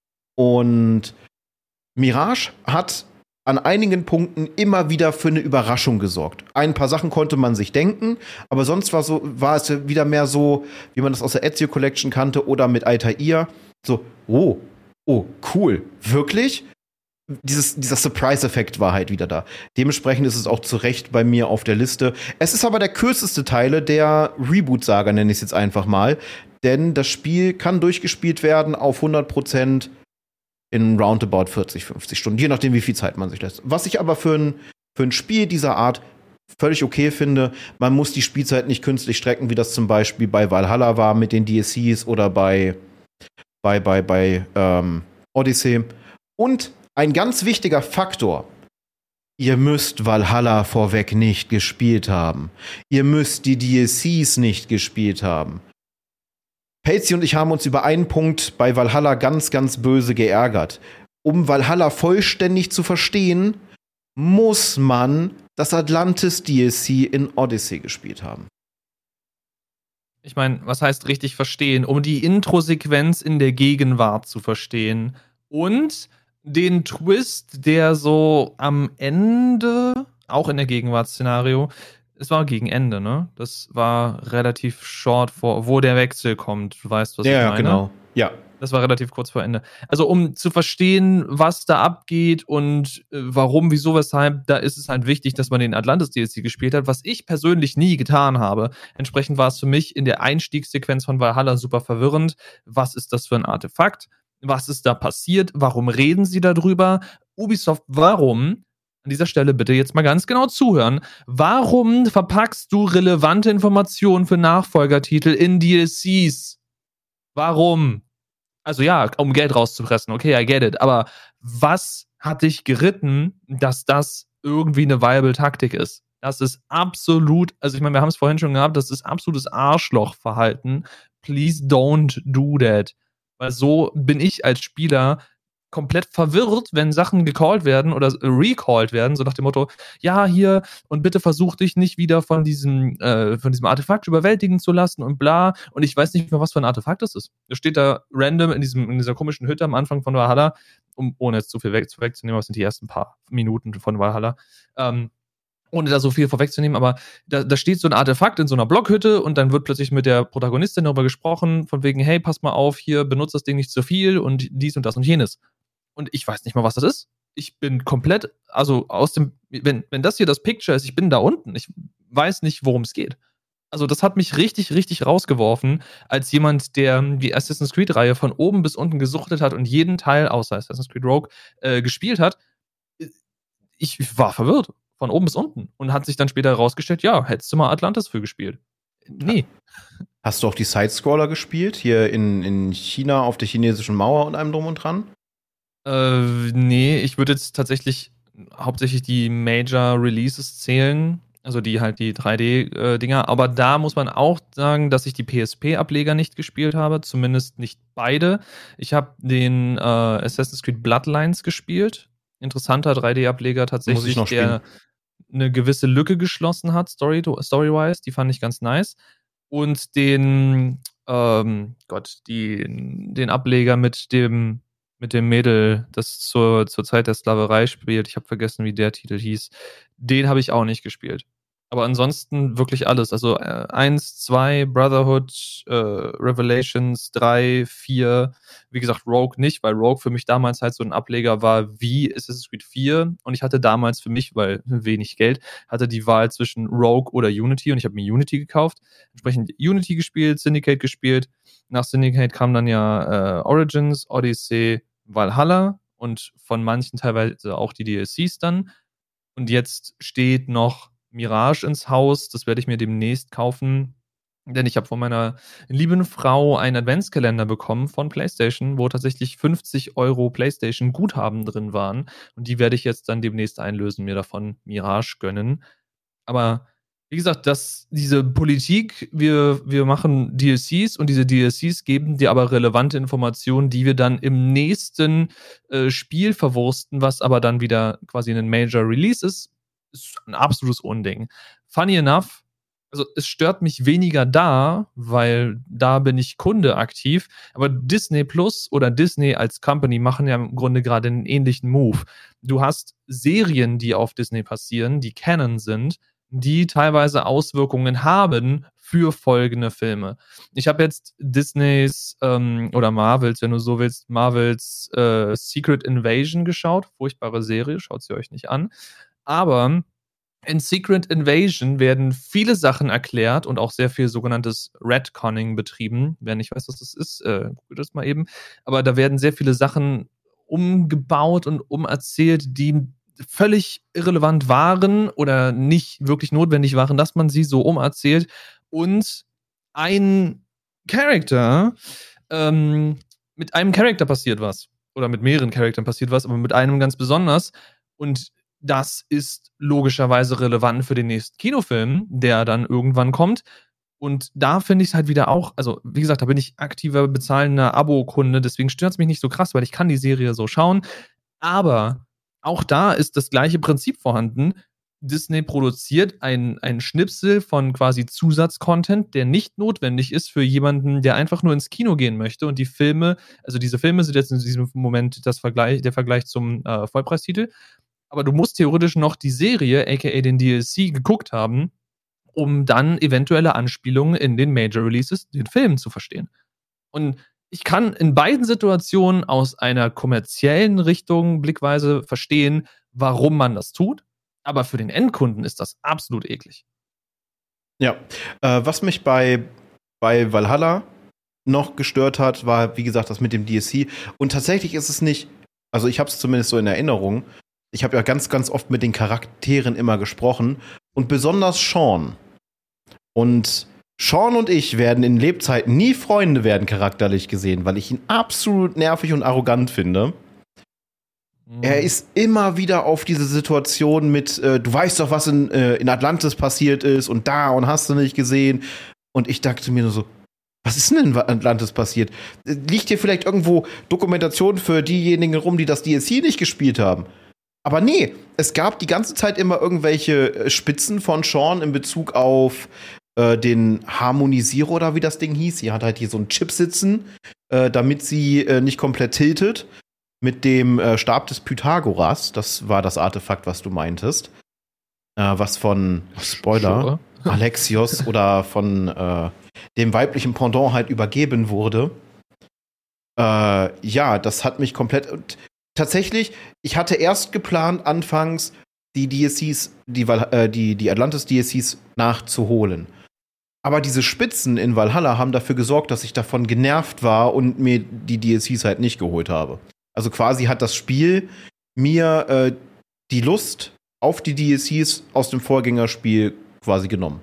Und Mirage hat an einigen Punkten immer wieder für eine Überraschung gesorgt. Ein paar Sachen konnte man sich denken, aber sonst war, so, war es wieder mehr so, wie man das aus der Ezio Collection kannte oder mit Altair. So, oh, oh, cool, wirklich? Dieses, dieser Surprise-Effekt war halt wieder da. Dementsprechend ist es auch zu Recht bei mir auf der Liste. Es ist aber der kürzeste Teil der Reboot-Saga, nenne ich es jetzt einfach mal. Denn das Spiel kann durchgespielt werden auf hundert Prozent in roundabout vierzig, fünfzig Stunden, je nachdem, wie viel Zeit man sich lässt. Was ich aber für ein, für ein Spiel dieser Art völlig okay finde, man muss die Spielzeit nicht künstlich strecken, wie das zum Beispiel bei Valhalla war mit den D L Cs oder bei bei, bei, bei ähm, Odyssey. Und ein ganz wichtiger Faktor, ihr müsst Valhalla vorweg nicht gespielt haben. Ihr müsst die D L Cs nicht gespielt haben. Patsy und ich haben uns über einen Punkt bei Valhalla ganz, ganz böse geärgert. Um Valhalla vollständig zu verstehen, muss man das Atlantis D L C in Odyssey gespielt haben. Ich meine, was heißt richtig verstehen? Um die Intro-Sequenz in der Gegenwart zu verstehen und den Twist, der so am Ende, auch in der Gegenwartsszenario, es war gegen Ende, ne? Das war relativ short vor, wo der Wechsel kommt. Du weißt, was Ja, ich meine? genau. Ja. Das war relativ kurz vor Ende. Also um zu verstehen, was da abgeht und äh, warum, wieso, weshalb, da ist es halt wichtig, dass man den Atlantis-D L C gespielt hat, was ich persönlich nie getan habe. Entsprechend war es für mich in der Einstiegssequenz von Valhalla super verwirrend. Was ist das für ein Artefakt? Was ist da passiert? Warum reden sie darüber? Ubisoft, warum? An dieser Stelle bitte jetzt mal ganz genau zuhören. Warum verpackst du relevante Informationen für Nachfolgertitel in D L Cs? Warum? Also ja, um Geld rauszupressen, okay, I get it. Aber was hat dich geritten, dass das irgendwie eine viable Taktik ist? Das ist absolut, also ich meine, wir haben es vorhin schon gehabt, das ist absolutes Arschlochverhalten. Please don't do that. Weil so bin ich als Spieler komplett verwirrt, wenn Sachen gecallt werden oder recalled werden, so nach dem Motto, ja, hier, und bitte versuch dich nicht wieder von diesem, äh, von diesem Artefakt überwältigen zu lassen und bla. Und ich weiß nicht mehr, was für ein Artefakt das ist. Das steht da random in diesem, in dieser komischen Hütte am Anfang von Valhalla, um, ohne jetzt zu viel weg, wegzunehmen, was sind die ersten paar Minuten von Valhalla. Ähm, ohne da so viel vorwegzunehmen, aber da, da steht so ein Artefakt in so einer Blockhütte und dann wird plötzlich mit der Protagonistin darüber gesprochen, von wegen, hey, pass mal auf, hier, benutzt das Ding nicht zu viel und dies und das und jenes. Und ich weiß nicht mal, was das ist. Ich bin komplett, also aus dem, wenn, wenn das hier das Picture ist, ich bin da unten. Ich weiß nicht, worum es geht. Also das hat mich richtig, richtig rausgeworfen, als jemand, der die Assassin's Creed-Reihe von oben bis unten gesuchtet hat und jeden Teil, außer Assassin's Creed Rogue, äh, gespielt hat. Ich, ich war verwirrt, von oben bis unten. Und hat sich dann später herausgestellt, ja, hättest du mal Atlantis für gespielt. Nee. Hast du auch die Sidescroller gespielt? Hier in, in China auf der chinesischen Mauer und allem drum und dran? Äh, nee, ich würde jetzt tatsächlich hauptsächlich die Major Releases zählen, also die halt die drei D-Dinger, aber da muss man auch sagen, dass ich die P S P-Ableger nicht gespielt habe, zumindest nicht beide. Ich habe den äh, Assassin's Creed Bloodlines gespielt, interessanter drei D-Ableger tatsächlich, Muss ich noch der eine gewisse Lücke geschlossen hat, story story-wise, die fand ich ganz nice. Und den, ähm, Gott, die, den Ableger mit dem mit dem Mädel, das zur, zur Zeit der Sklaverei spielt. Ich habe vergessen, wie der Titel hieß. Den habe ich auch nicht gespielt. Aber ansonsten wirklich alles. Also äh, eins, zwei, Brotherhood, äh, Revelations, drei, vier. Wie gesagt, Rogue nicht, weil Rogue für mich damals halt so ein Ableger war wie Assassin's Creed vier. Und ich hatte damals für mich, weil wenig Geld, hatte die Wahl zwischen Rogue oder Unity. Und ich habe mir Unity gekauft. Entsprechend Unity gespielt, Syndicate gespielt. Nach Syndicate kam dann ja äh, Origins, Odyssey, Valhalla und von manchen teilweise auch die D L Cs dann. Und jetzt steht noch Mirage ins Haus. Das werde ich mir demnächst kaufen. Denn ich habe von meiner lieben Frau einen Adventskalender bekommen von PlayStation, wo tatsächlich fünfzig Euro PlayStation-Guthaben drin waren. Und die werde ich jetzt dann demnächst einlösen, mir davon Mirage gönnen. Aber wie gesagt, dass diese Politik, wir, wir machen D L Cs und diese D L Cs geben dir aber relevante Informationen, die wir dann im nächsten äh, Spiel verwursten, was aber dann wieder quasi ein Major Release ist, ist ein absolutes Unding. Funny enough, also es stört mich weniger da, weil da bin ich Kunde aktiv, aber Disney Plus oder Disney als Company machen ja im Grunde gerade einen ähnlichen Move. Du hast Serien, die auf Disney passieren, die Canon sind, die teilweise Auswirkungen haben für folgende Filme. Ich habe jetzt Disneys ähm, oder Marvels, wenn du so willst, Marvels äh, Secret Invasion geschaut. Furchtbare Serie, schaut sie euch nicht an. Aber in Secret Invasion werden viele Sachen erklärt und auch sehr viel sogenanntes Retconning betrieben. Wer nicht weiß, was das ist, äh, googelt das mal eben. Aber da werden sehr viele Sachen umgebaut und umerzählt, die völlig irrelevant waren oder nicht wirklich notwendig waren, dass man sie so umerzählt. Und ein Charakter, ähm, mit einem Charakter passiert was. Oder mit mehreren Charakteren passiert was, aber mit einem ganz besonders. Und das ist logischerweise relevant für den nächsten Kinofilm, der dann irgendwann kommt. Und da finde ich es halt wieder auch, also wie gesagt, da bin ich aktiver bezahlender Abo-Kunde, deswegen stört es mich nicht so krass, weil ich kann die Serie so schauen. Aber auch da ist das gleiche Prinzip vorhanden. Disney produziert ein, ein Schnipsel von quasi Zusatzcontent, der nicht notwendig ist für jemanden, der einfach nur ins Kino gehen möchte. Und die Filme, also diese Filme sind jetzt in diesem Moment das Vergleich, der Vergleich zum äh, Vollpreistitel. Aber du musst theoretisch noch die Serie, aka den D L C, geguckt haben, um dann eventuelle Anspielungen in den Major Releases, den Filmen zu verstehen. Und ich kann in beiden Situationen aus einer kommerziellen Richtung, Blickweise verstehen, warum man das tut. Aber für den Endkunden ist das absolut eklig. Ja, äh, was mich bei, bei Valhalla noch gestört hat, war, wie gesagt, das mit dem D L C. Und tatsächlich ist es nicht, also ich habe es zumindest so in Erinnerung, ich habe ja ganz, ganz oft mit den Charakteren immer gesprochen und besonders Sean. Und Sean und ich werden in Lebzeiten nie Freunde werden, charakterlich gesehen, weil ich ihn absolut nervig und arrogant finde. Mhm. Er ist immer wieder auf diese Situation mit, äh, du weißt doch, was in, äh, in Atlantis passiert ist und da und hast du nicht gesehen. Und ich dachte mir nur so, was ist denn in Atlantis passiert? Liegt hier vielleicht irgendwo Dokumentation für diejenigen rum, die das D L C nicht gespielt haben? Aber nee, es gab die ganze Zeit immer irgendwelche Spitzen von Sean in Bezug auf äh, den Harmonisierer oder wie das Ding hieß. Sie hat halt hier so einen Chip sitzen, äh, damit sie äh, nicht komplett tiltet. Mit dem äh, Stab des Pythagoras. Das war das Artefakt, was du meintest. Äh, was von, Spoiler, sure. Alexios oder von äh, dem weiblichen Pendant halt übergeben wurde. Äh, ja, das hat mich komplett. Und tatsächlich, ich hatte erst geplant, anfangs die D L Cs, die, äh, die, die Atlantis-D L Cs nachzuholen. Aber diese Spitzen in Valhalla haben dafür gesorgt, dass ich davon genervt war und mir die D L Cs halt nicht geholt habe. Also quasi hat das Spiel mir äh, die Lust auf die D L Cs aus dem Vorgängerspiel quasi genommen.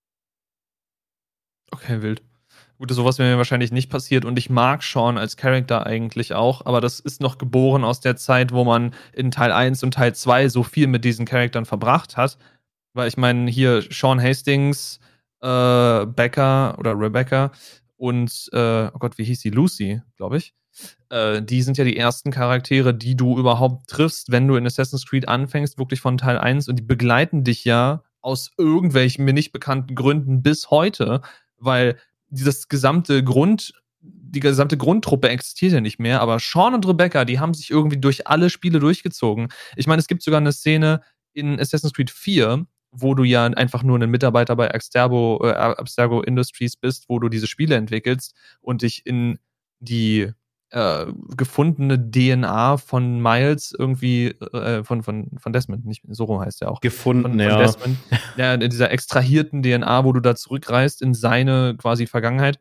Okay, wild. Gut, sowas wäre mir wahrscheinlich nicht passiert und ich mag Sean als Charakter eigentlich auch, aber das ist noch geboren aus der Zeit, wo man in Teil eins und Teil zwei so viel mit diesen Charaktern verbracht hat. Weil ich meine, hier Sean Hastings, äh, Becca oder Rebecca und, äh, oh Gott, wie hieß sie? Lucy, glaube ich. Äh, die sind ja die ersten Charaktere, die du überhaupt triffst, wenn du in Assassin's Creed anfängst, wirklich von Teil eins und die begleiten dich ja aus irgendwelchen mir nicht bekannten Gründen bis heute, weil dieses gesamte Grund, die gesamte Grundtruppe existiert ja nicht mehr, aber Sean und Rebecca, die haben sich irgendwie durch alle Spiele durchgezogen. Ich meine, es gibt sogar eine Szene in Assassin's Creed vier, wo du ja einfach nur ein Mitarbeiter bei Abstergo, äh, Abstergo Industries bist, wo du diese Spiele entwickelst und dich in die äh, gefundene D N A von Miles irgendwie, äh, von, von, von Desmond, nicht so rum heißt er auch. Gefunden, von, von ja. Desmond, ja, in dieser extrahierten D N A, wo du da zurückreist in seine quasi Vergangenheit,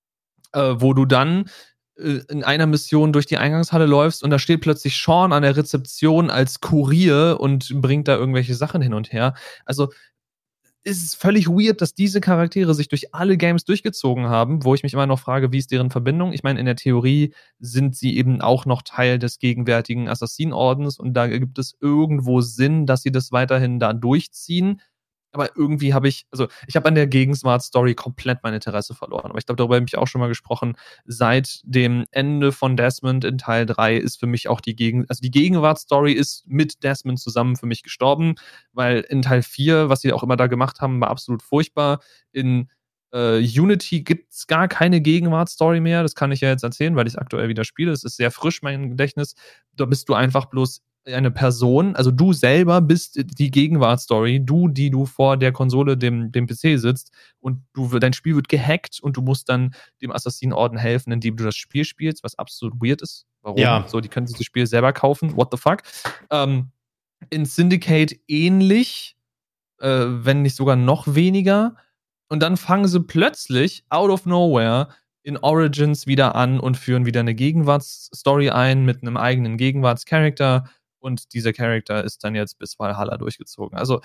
äh, wo du dann äh, in einer Mission durch die Eingangshalle läufst und da steht plötzlich Sean an der Rezeption als Kurier und bringt da irgendwelche Sachen hin und her. Also ist es völlig weird, dass diese Charaktere sich durch alle Games durchgezogen haben, wo ich mich immer noch frage, wie ist deren Verbindung? Ich meine, in der Theorie sind sie eben auch noch Teil des gegenwärtigen Assassinenordens und da gibt es irgendwo Sinn, dass sie das weiterhin da durchziehen. Aber irgendwie habe ich, also ich habe an der Gegenwart-Story komplett mein Interesse verloren. Aber ich glaube, darüber habe ich auch schon mal gesprochen. Seit dem Ende von Desmond in Teil drei ist für mich auch die Gegen, also die Gegenwart-Story ist mit Desmond zusammen für mich gestorben, weil in Teil vier, was sie auch immer da gemacht haben, war absolut furchtbar. In äh, Unity gibt es gar keine Gegenwart-Story mehr. Das kann ich ja jetzt erzählen, weil ich es aktuell wieder spiele. Es ist sehr frisch, mein Gedächtnis. Da bist du einfach bloß eine Person, also du selber bist die Gegenwartsstory, du, die du vor der Konsole, dem, dem P C sitzt und du, dein Spiel wird gehackt und du musst dann dem Assassinenorden helfen, indem du das Spiel spielst, was absolut weird ist. Warum? Ja. So, die können sich das Spiel selber kaufen. What the fuck? Ähm, in Syndicate ähnlich, äh, wenn nicht sogar noch weniger. Und dann fangen sie plötzlich out of nowhere in Origins wieder an und führen wieder eine Gegenwartsstory ein mit einem eigenen Gegenwartscharakter. Und dieser Charakter ist dann jetzt bis Valhalla durchgezogen. Also,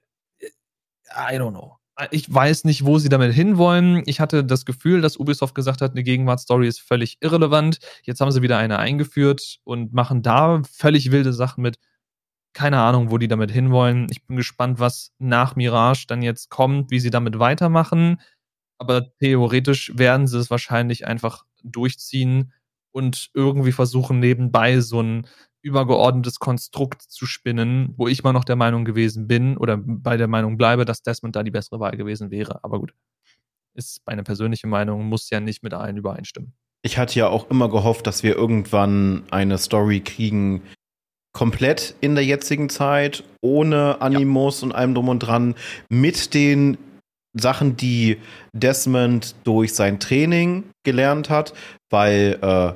I don't know. Ich weiß nicht, wo sie damit hinwollen. Ich hatte das Gefühl, dass Ubisoft gesagt hat, eine Gegenwartsstory ist völlig irrelevant. Jetzt haben sie wieder eine eingeführt und machen da völlig wilde Sachen mit. Keine Ahnung, wo die damit hinwollen. Ich bin gespannt, was nach Mirage dann jetzt kommt, wie sie damit weitermachen. Aber theoretisch werden sie es wahrscheinlich einfach durchziehen und irgendwie versuchen, nebenbei so ein übergeordnetes Konstrukt zu spinnen, wo ich mal noch der Meinung gewesen bin oder bei der Meinung bleibe, dass Desmond da die bessere Wahl gewesen wäre. Aber gut, ist meine persönliche Meinung, muss ja nicht mit allen übereinstimmen. Ich hatte ja auch immer gehofft, dass wir irgendwann eine Story kriegen, komplett in der jetzigen Zeit, ohne Animus ja. und allem drum und dran, mit den Sachen, die Desmond durch sein Training gelernt hat, weil äh,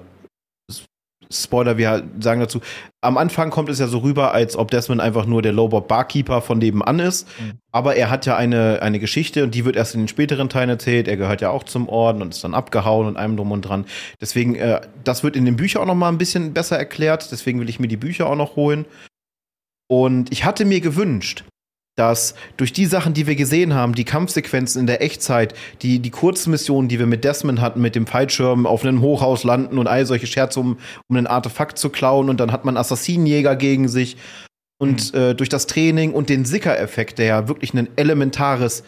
Spoiler, wir sagen dazu, am Anfang kommt es ja so rüber, als ob Desmond einfach nur der Lowboard-Barkeeper von nebenan ist. Mhm. Aber er hat ja eine, eine Geschichte und die wird erst in den späteren Teilen erzählt. Er gehört ja auch zum Orden und ist dann abgehauen und allem drum und dran. Deswegen, äh, das wird in den Büchern auch noch mal ein bisschen besser erklärt. Deswegen will ich mir die Bücher auch noch holen. Und ich hatte mir gewünscht, dass durch die Sachen, die wir gesehen haben, die Kampfsequenzen in der Echtzeit, die, die Kurzmissionen, die wir mit Desmond hatten, mit dem Fallschirm auf einem Hochhaus landen und all solche Scherze, um, um ein Artefakt zu klauen und dann hat man Assassinenjäger gegen sich und mhm. äh, durch das Training und den Sicker-Effekt, der ja wirklich ein elementares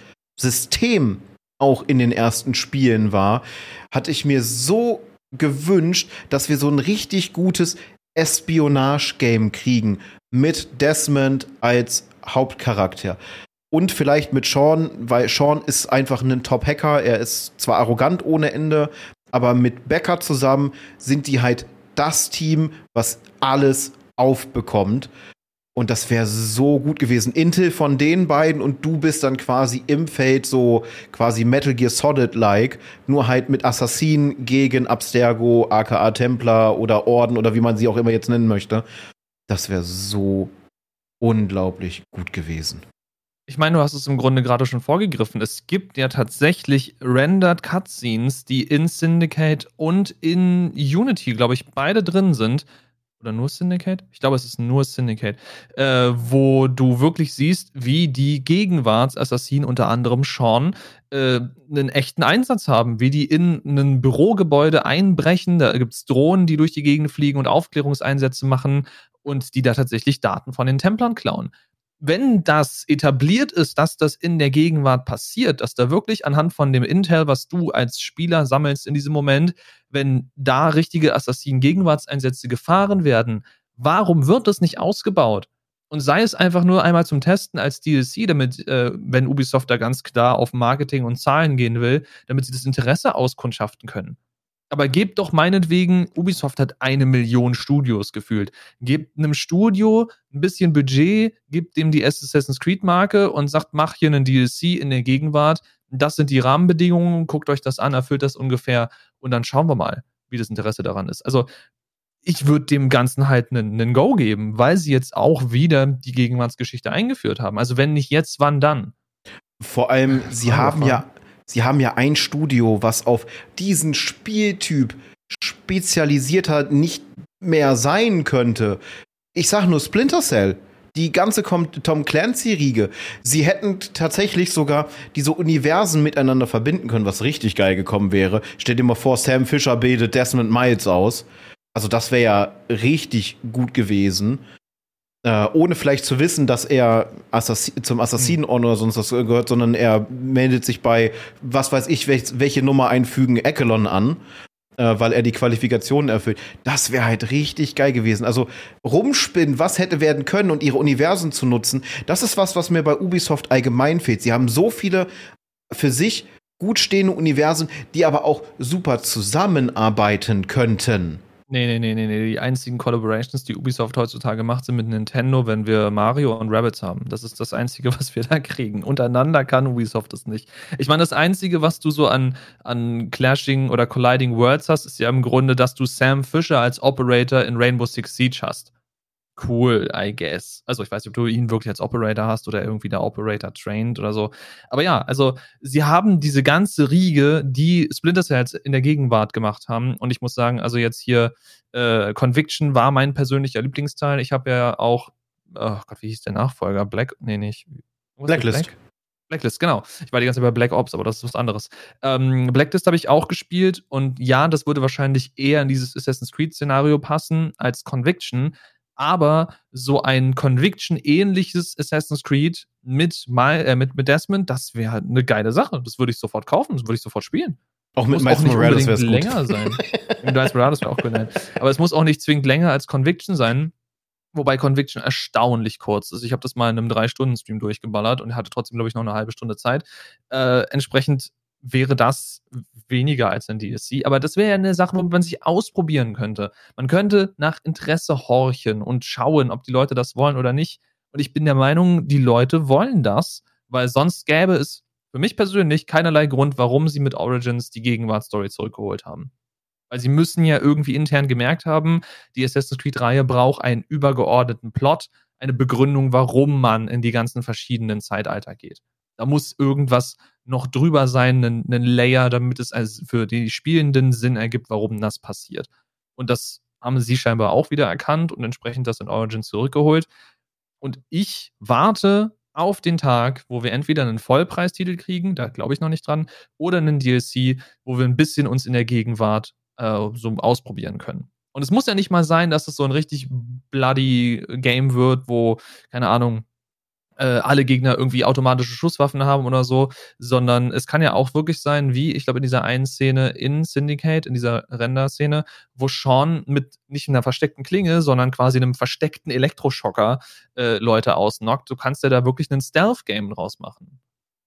System auch in den ersten Spielen war, hatte ich mir so gewünscht, dass wir so ein richtig gutes Espionage-Game kriegen mit Desmond als Hauptcharakter. Und vielleicht mit Sean, weil Sean ist einfach ein Top-Hacker. Er ist zwar arrogant ohne Ende, aber mit Becker zusammen sind die halt das Team, was alles aufbekommt. Und das wäre so gut gewesen. Intel von den beiden und du bist dann quasi im Feld so quasi Metal Gear Solid-like, nur halt mit Assassinen gegen Abstergo, aka Templar oder Orden oder wie man sie auch immer jetzt nennen möchte. Das wäre so unglaublich gut gewesen. Ich meine, du hast es im Grunde gerade schon vorgegriffen. Es gibt ja tatsächlich Rendered Cutscenes, die in Syndicate und in Unity, glaube ich, beide drin sind. Oder nur Syndicate? Ich glaube, es ist nur Syndicate. Äh, wo du wirklich siehst, wie die Gegenwartsassassinen, unter anderem Sean, äh, einen echten Einsatz haben. Wie die in ein Bürogebäude einbrechen. Da gibt es Drohnen, die durch die Gegend fliegen und Aufklärungseinsätze machen. Und die da tatsächlich Daten von den Templern klauen. Wenn das etabliert ist, dass das in der Gegenwart passiert, dass da wirklich anhand von dem Intel, was du als Spieler sammelst in diesem Moment, wenn da richtige Assassinen-Gegenwartseinsätze gefahren werden, warum wird das nicht ausgebaut? Und sei es einfach nur einmal zum Testen als D L C, damit, äh, wenn Ubisoft da ganz klar auf Marketing und Zahlen gehen will, damit sie das Interesse auskundschaften können. Aber gebt doch meinetwegen, Ubisoft hat eine Million Studios gefühlt. Gebt einem Studio ein bisschen Budget, gebt dem die Assassin's Creed-Marke und sagt, mach hier einen D L C in der Gegenwart. Das sind die Rahmenbedingungen, guckt euch das an, erfüllt das ungefähr und dann schauen wir mal, wie das Interesse daran ist. Also ich würde dem Ganzen halt einen, einen Go geben, weil sie jetzt auch wieder die Gegenwartsgeschichte eingeführt haben. Also wenn nicht jetzt, wann dann? Vor allem, sie haben ja Sie haben ja ein Studio, was auf diesen Spieltyp spezialisierter nicht mehr sein könnte. Ich sag nur Splinter Cell. Die ganze Tom Clancy-Riege. Sie hätten tatsächlich sogar diese Universen miteinander verbinden können, was richtig geil gekommen wäre. Stell dir mal vor, Sam Fisher bildet Desmond Miles aus. Also das wäre ja richtig gut gewesen. Äh, ohne vielleicht zu wissen, dass er Assassi- zum Assassinenorden oder sonst was gehört, sondern er meldet sich bei, was weiß ich, welch, welche Nummer einfügen, Echelon an, äh, weil er die Qualifikationen erfüllt. Das wäre halt richtig geil gewesen. Also rumspinnen, was hätte werden können und ihre Universen zu nutzen, das ist was, was mir bei Ubisoft allgemein fehlt. Sie haben so viele für sich gut stehende Universen, die aber auch super zusammenarbeiten könnten. Nee, nee, nee, nee, nee. Die einzigen Collaborations, die Ubisoft heutzutage macht, sind mit Nintendo, wenn wir Mario und Rabbids haben. Das ist das Einzige, was wir da kriegen. Untereinander kann Ubisoft das nicht. Ich meine, das Einzige, was du so an, an Clashing oder Colliding Worlds hast, ist ja im Grunde, dass du Sam Fisher als Operator in Rainbow Six Siege hast. Cool, I guess. Also ich weiß nicht, ob du ihn wirklich als Operator hast oder irgendwie der Operator trained oder so. Aber ja, also sie haben diese ganze Riege, die Splinter Cell in der Gegenwart gemacht haben. Und ich muss sagen, also jetzt hier äh, Conviction war mein persönlicher Lieblingsteil. Ich habe ja auch, oh Gott, wie hieß der Nachfolger? Black, nee, nicht. Blacklist. Black? Blacklist, genau. Ich war die ganze Zeit bei Black Ops, aber das ist was anderes. Ähm, Blacklist habe ich auch gespielt und ja, das würde wahrscheinlich eher in dieses Assassin's Creed-Szenario passen als Conviction. Aber so ein Conviction-ähnliches Assassin's Creed mit, My, äh, mit, mit Desmond, das wäre halt eine geile Sache. Das würde ich sofort kaufen, das würde ich sofort spielen. Auch mit Miles Morales wäre es gut. Länger sein. Miles Morales wäre auch gut. Aber es muss auch nicht zwingend länger als Conviction sein. Wobei Conviction erstaunlich kurz ist. Ich habe das mal in einem drei Stunden Stream durchgeballert und hatte trotzdem, glaube ich, noch eine halbe Stunde Zeit. Äh, entsprechend wäre das weniger als ein D L C. Aber das wäre ja eine Sache, wo man sich ausprobieren könnte. Man könnte nach Interesse horchen und schauen, ob die Leute das wollen oder nicht. Und ich bin der Meinung, die Leute wollen das, weil sonst gäbe es für mich persönlich keinerlei Grund, warum sie mit Origins die Gegenwartsstory zurückgeholt haben. Weil sie müssen ja irgendwie intern gemerkt haben, die Assassin's Creed-Reihe braucht einen übergeordneten Plot, eine Begründung, warum man in die ganzen verschiedenen Zeitalter geht. Da muss irgendwas noch drüber sein, ein, ein Layer, damit es also für die Spielenden Sinn ergibt, warum das passiert. Und das haben sie scheinbar auch wieder erkannt und entsprechend das in Origins zurückgeholt. Und ich warte auf den Tag, wo wir entweder einen Vollpreistitel kriegen, da glaube ich noch nicht dran, oder einen D L C, wo wir ein bisschen uns in der Gegenwart äh, so ausprobieren können. Und es muss ja nicht mal sein, dass es so ein richtig bloody Game wird, wo, keine Ahnung, äh, alle Gegner irgendwie automatische Schusswaffen haben oder so, sondern es kann ja auch wirklich sein, wie, ich glaube, in dieser einen Szene in Syndicate, in dieser Render-Szene, wo Sean mit nicht einer versteckten Klinge, sondern quasi einem versteckten Elektroschocker äh, Leute ausnockt. Du kannst ja da wirklich einen Stealth-Game draus machen.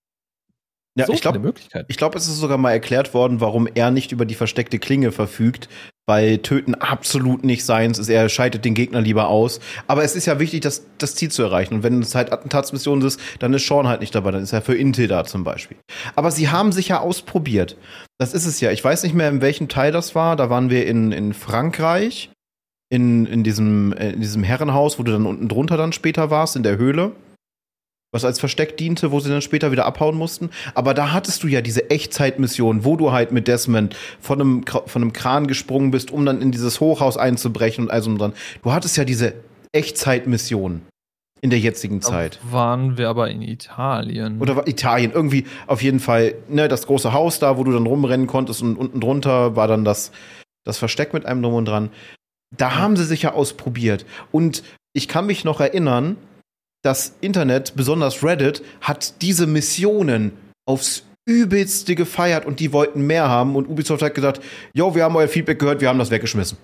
Ja, so ich glaube, ich glaube, es ist sogar mal erklärt worden, warum er nicht über die versteckte Klinge verfügt, weil Töten absolut nicht seins ist. Er schaltet den Gegner lieber aus. Aber es ist ja wichtig, das, das Ziel zu erreichen. Und wenn es halt Attentatsmissionen ist, dann ist Sean halt nicht dabei. Dann ist er für Intel da zum Beispiel. Aber sie haben sich ja ausprobiert. Das ist es ja. Ich weiß nicht mehr, in welchem Teil das war. Da waren wir in, in Frankreich, in, in, diesem, in diesem Herrenhaus, wo du dann unten drunter dann später warst, in der Höhle. Was als Versteck diente, wo sie dann später wieder abhauen mussten. Aber da hattest du ja diese Echtzeitmission, wo du halt mit Desmond von einem, von einem Kran gesprungen bist, um dann in dieses Hochhaus einzubrechen und also dran. Du hattest ja diese Echtzeitmission in der jetzigen Da Zeit. waren wir aber in Italien. Oder war Italien, irgendwie auf jeden Fall, ne, das große Haus da, wo du dann rumrennen konntest und unten drunter war dann das, das Versteck mit einem drum und dran. Da ja. haben sie sich ja ausprobiert. Und ich kann mich noch erinnern, das Internet, besonders Reddit, hat diese Missionen aufs Übelste gefeiert und die wollten mehr haben. Und Ubisoft hat gesagt, jo, wir haben euer Feedback gehört, wir haben das weggeschmissen.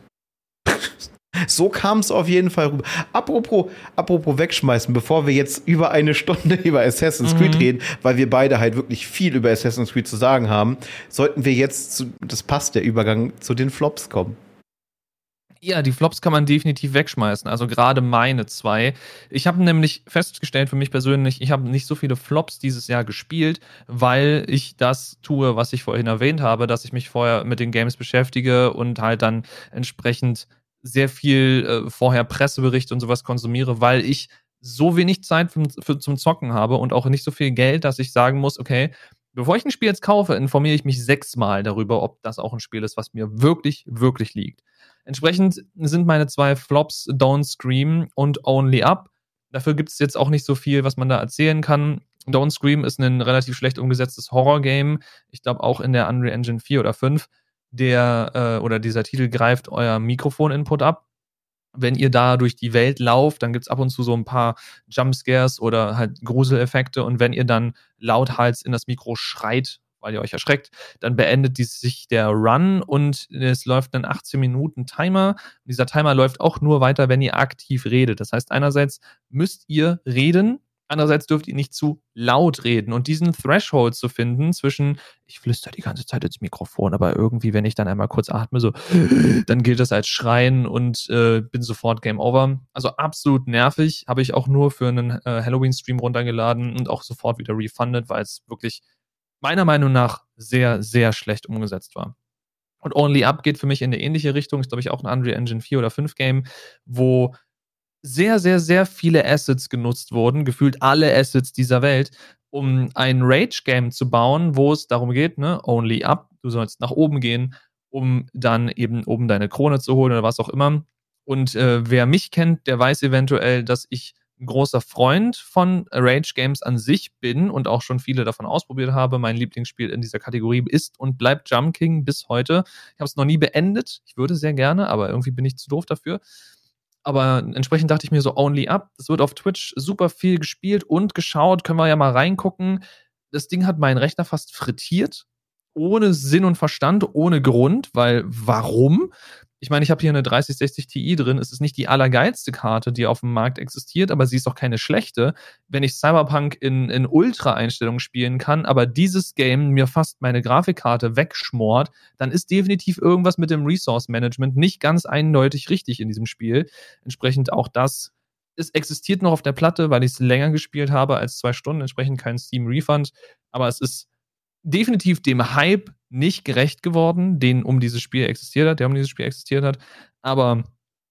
So kam es auf jeden Fall rüber. Apropos, apropos wegschmeißen, bevor wir jetzt über eine Stunde über Assassin's Creed Mhm. reden, weil wir beide halt wirklich viel über Assassin's Creed zu sagen haben, sollten wir jetzt, zu, das passt der Übergang, zu den Flops kommen. Ja, die Flops kann man definitiv wegschmeißen. Also gerade meine zwei. Ich habe nämlich festgestellt für mich persönlich, ich habe nicht so viele Flops dieses Jahr gespielt, weil ich das tue, was ich vorhin erwähnt habe, dass ich mich vorher mit den Games beschäftige und halt dann entsprechend sehr viel äh, vorher Presseberichte und sowas konsumiere, weil ich so wenig Zeit für, für, zum Zocken habe und auch nicht so viel Geld, dass ich sagen muss, okay, bevor ich ein Spiel jetzt kaufe, informiere ich mich sechsmal darüber, ob das auch ein Spiel ist, was mir wirklich, wirklich liegt. Entsprechend sind meine zwei Flops Don't Scream und Only Up. Dafür gibt es jetzt auch nicht so viel, was man da erzählen kann. Don't Scream ist ein relativ schlecht umgesetztes Horror-Game. Ich glaube auch in der Unreal Engine vier oder fünf. Der, äh, oder dieser Titel greift euer Mikrofon-Input ab. Wenn ihr da durch die Welt lauft, dann gibt es ab und zu so ein paar Jumpscares oder halt Gruseleffekte. Und wenn ihr dann lauthals in das Mikro schreit, weil ihr euch erschreckt, dann beendet die, sich der Run und es läuft ein achtzehn Minuten Timer. Und dieser Timer läuft auch nur weiter, wenn ihr aktiv redet. Das heißt, einerseits müsst ihr reden, andererseits dürft ihr nicht zu laut reden. Und diesen Threshold zu finden zwischen, ich flüster die ganze Zeit ins Mikrofon, aber irgendwie, wenn ich dann einmal kurz atme, so, dann gilt das als Schreien und äh, bin sofort Game Over. Also absolut nervig. Habe ich auch nur für einen äh, Halloween-Stream runtergeladen und auch sofort wieder refunded, weil es wirklich meiner Meinung nach sehr, sehr schlecht umgesetzt war. Und Only Up geht für mich in eine ähnliche Richtung. Ist, glaube ich, auch ein Unreal Engine vier oder fünf Game, wo sehr, sehr, sehr viele Assets genutzt wurden, gefühlt alle Assets dieser Welt, um ein Rage-Game zu bauen, wo es darum geht, ne, Only Up, du sollst nach oben gehen, um dann eben oben deine Krone zu holen oder was auch immer. Und äh, wer mich kennt, der weiß eventuell, dass ich ein großer Freund von Rage-Games an sich bin und auch schon viele davon ausprobiert habe. Mein Lieblingsspiel in dieser Kategorie ist und bleibt Jump King bis heute. Ich habe es noch nie beendet. Ich würde sehr gerne, aber irgendwie bin ich zu doof dafür. Aber entsprechend dachte ich mir so, Only Up. Das wird auf Twitch super viel gespielt und geschaut. Können wir ja mal reingucken. Das Ding hat meinen Rechner fast frittiert. Ohne Sinn und Verstand, ohne Grund, weil warum? Ich meine, ich habe hier eine dreißig sechzig Ti drin. Es ist nicht die allergeilste Karte, die auf dem Markt existiert, aber sie ist auch keine schlechte. Wenn ich Cyberpunk in, in Ultra-Einstellungen spielen kann, aber dieses Game mir fast meine Grafikkarte wegschmort, dann ist definitiv irgendwas mit dem Resource-Management nicht ganz eindeutig richtig in diesem Spiel. Entsprechend auch das es existiert noch auf der Platte, weil ich es länger gespielt habe als zwei Stunden, entsprechend kein Steam-Refund. Aber es ist definitiv dem Hype nicht gerecht geworden, den um dieses Spiel existiert hat, der um dieses Spiel existiert hat. Aber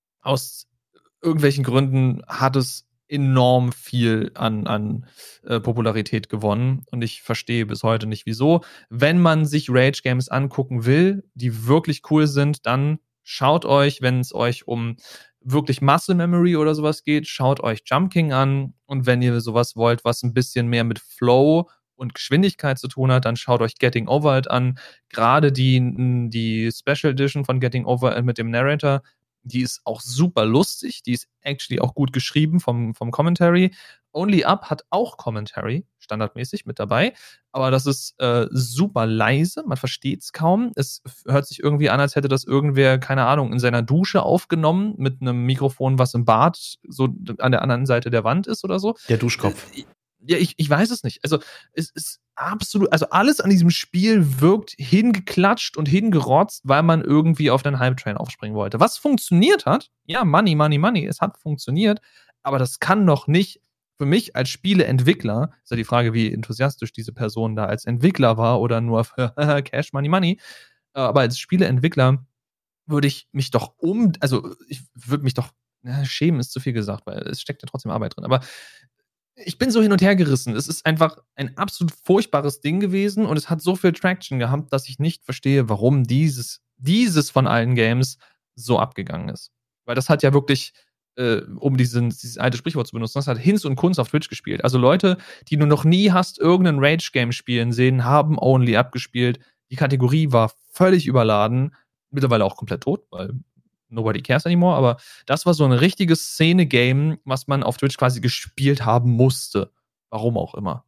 aus irgendwelchen Gründen hat es enorm viel an, an äh, Popularität gewonnen. Und ich verstehe bis heute nicht, wieso. Wenn man sich Rage-Games angucken will, die wirklich cool sind, dann schaut euch, wenn es euch um wirklich Muscle Memory oder sowas geht, schaut euch Jump King an. Und wenn ihr sowas wollt, was ein bisschen mehr mit Flow und Geschwindigkeit zu tun hat, dann schaut euch Getting Over It an. Gerade die, die Special Edition von Getting Over It mit dem Narrator, die ist auch super lustig, die ist actually auch gut geschrieben vom, vom Commentary. Only Up hat auch Commentary, standardmäßig mit dabei, aber das ist äh, super leise, man versteht es kaum. Es hört sich irgendwie an, als hätte das irgendwer, keine Ahnung, in seiner Dusche aufgenommen mit einem Mikrofon, was im Bad so an der anderen Seite der Wand ist oder so. Der Duschkopf. Äh, Ja, ich, ich weiß es nicht. Also, es ist absolut, also alles an diesem Spiel wirkt hingeklatscht und hingerotzt, weil man irgendwie auf den Hype-Train aufspringen wollte. Was funktioniert hat, ja, Money, Money, Money, es hat funktioniert, aber das kann doch nicht für mich als Spieleentwickler, ist ja die Frage, wie enthusiastisch diese Person da als Entwickler war oder nur für Cash, Money, Money, aber als Spieleentwickler würde ich mich doch um, also ich würde mich doch, na, schämen ist zu viel gesagt, weil es steckt ja trotzdem Arbeit drin, aber ich bin so hin und her gerissen. Es ist einfach ein absolut furchtbares Ding gewesen und es hat so viel Traction gehabt, dass ich nicht verstehe, warum dieses, dieses von allen Games so abgegangen ist. Weil das hat ja wirklich, äh, um diesen, dieses alte Sprichwort zu benutzen, das hat Hinz und Kunz auf Twitch gespielt. Also Leute, die du noch nie hast irgendein Rage-Game spielen sehen, haben Only abgespielt. Die Kategorie war völlig überladen. Mittlerweile auch komplett tot, weil nobody cares anymore, aber das war so ein richtiges Szene-Game, was man auf Twitch quasi gespielt haben musste. Warum auch immer.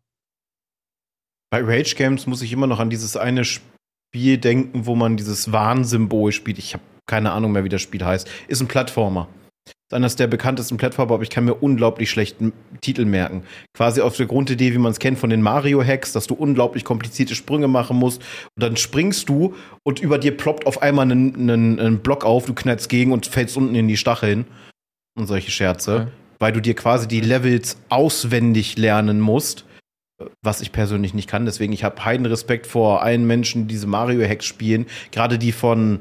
Bei Rage Games muss ich immer noch an dieses eine Spiel denken, wo man dieses Warnsymbol spielt. Ich habe keine Ahnung mehr, wie das Spiel heißt. Ist ein Plattformer. Ist eines der bekanntesten Plattformer, aber ich kann mir unglaublich schlechten Titel merken. Quasi auf der Grundidee, wie man es kennt von den Mario-Hacks, dass du unglaublich komplizierte Sprünge machen musst. Und dann springst du und über dir ploppt auf einmal ein Block auf, du knallst gegen und fällst unten in die Stacheln. Und solche Scherze. Okay. Weil du dir quasi die Levels auswendig lernen musst. Was ich persönlich nicht kann. Deswegen, ich habe heiden Respekt vor allen Menschen, die diese Mario-Hacks spielen. Gerade die von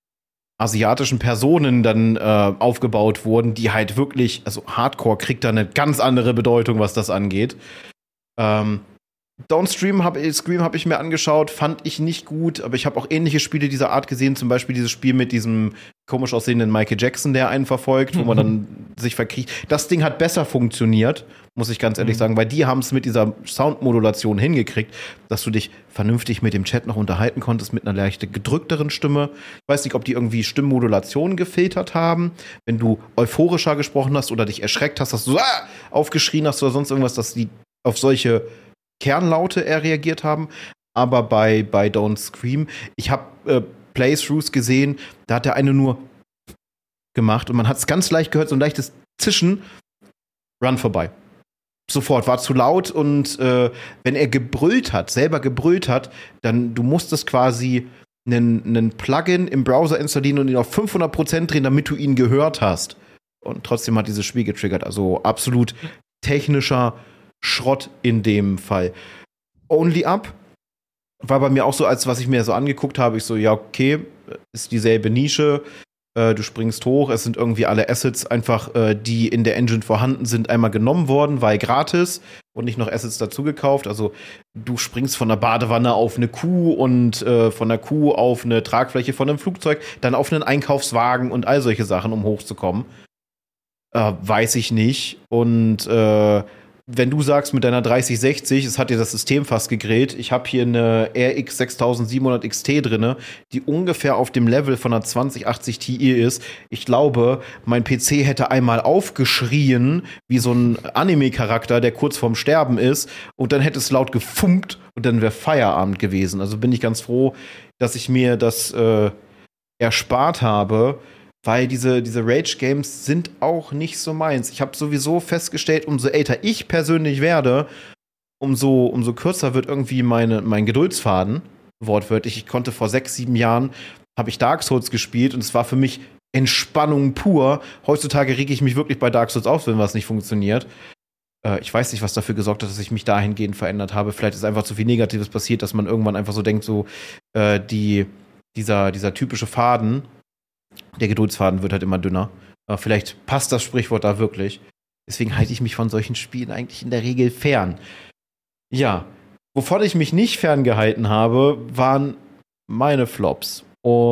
asiatischen Personen dann äh, aufgebaut wurden, die halt wirklich, also Hardcore kriegt da eine ganz andere Bedeutung, was das angeht. Ähm, Don't Stream hab, Scream habe ich mir angeschaut, fand ich nicht gut, aber ich habe auch ähnliche Spiele dieser Art gesehen, zum Beispiel dieses Spiel mit diesem komisch aussehenden Michael Jackson, der einen verfolgt, mhm. wo man dann sich verkriecht. Das Ding hat besser funktioniert, muss ich ganz ehrlich mhm. sagen, weil die haben es mit dieser Soundmodulation hingekriegt, dass du dich vernünftig mit dem Chat noch unterhalten konntest, mit einer leicht gedrückteren Stimme. Ich weiß nicht, ob die irgendwie Stimmmodulationen gefiltert haben. Wenn du euphorischer gesprochen hast oder dich erschreckt hast, dass du ah! aufgeschrien hast oder sonst irgendwas, dass die auf solche Kernlaute eher reagiert haben, aber bei, bei Don't Scream, ich habe äh, Playthroughs gesehen, da hat der eine nur gemacht und man hat es ganz leicht gehört, so ein leichtes Zischen, Run vorbei. Sofort, war zu laut und äh, wenn er gebrüllt hat, selber gebrüllt hat, dann du musstest quasi einen Plugin im Browser installieren und ihn auf fünfhundert Prozent drehen, damit du ihn gehört hast. Und trotzdem hat dieses Spiel getriggert, also absolut technischer Schrott in dem Fall. Only Up war bei mir auch so, als was ich mir so angeguckt habe, ich so, ja, okay, ist dieselbe Nische, äh, du springst hoch, es sind irgendwie alle Assets einfach, äh, die in der Engine vorhanden sind, einmal genommen worden, weil gratis und nicht noch Assets dazu gekauft, also du springst von der Badewanne auf eine Kuh und äh, von der Kuh auf eine Tragfläche von einem Flugzeug, dann auf einen Einkaufswagen und all solche Sachen, um hochzukommen. Äh, weiß ich nicht und äh, wenn du sagst, mit deiner dreißig sechzig, es hat dir das System fast gegrillt, ich habe hier eine R X sechstausendsiebenhundert X T drinne, die ungefähr auf dem Level von einer zwanzig achtzig Ti ist. Ich glaube, mein P C hätte einmal aufgeschrien, wie so ein Anime-Charakter, der kurz vorm Sterben ist, und dann hätte es laut gefunkt und dann wäre Feierabend gewesen. Also bin ich ganz froh, dass ich mir das äh, erspart habe, weil diese, diese Rage-Games sind auch nicht so meins. Ich habe sowieso festgestellt, umso älter ich persönlich werde, umso, umso kürzer wird irgendwie meine, mein Geduldsfaden, wortwörtlich. Ich konnte vor sechs, sieben Jahren, habe ich Dark Souls gespielt und es war für mich Entspannung pur. Heutzutage rege ich mich wirklich bei Dark Souls auf, wenn was nicht funktioniert. Äh, ich weiß nicht, was dafür gesorgt hat, dass ich mich dahingehend verändert habe. Vielleicht ist einfach zu viel Negatives passiert, dass man irgendwann einfach so denkt, so äh, die, dieser, dieser typische Faden, der Geduldsfaden wird halt immer dünner. Äh, vielleicht passt das Sprichwort da wirklich. Deswegen halte ich mich von solchen Spielen eigentlich in der Regel fern. Ja, wovon ich mich nicht ferngehalten habe, waren meine Flops.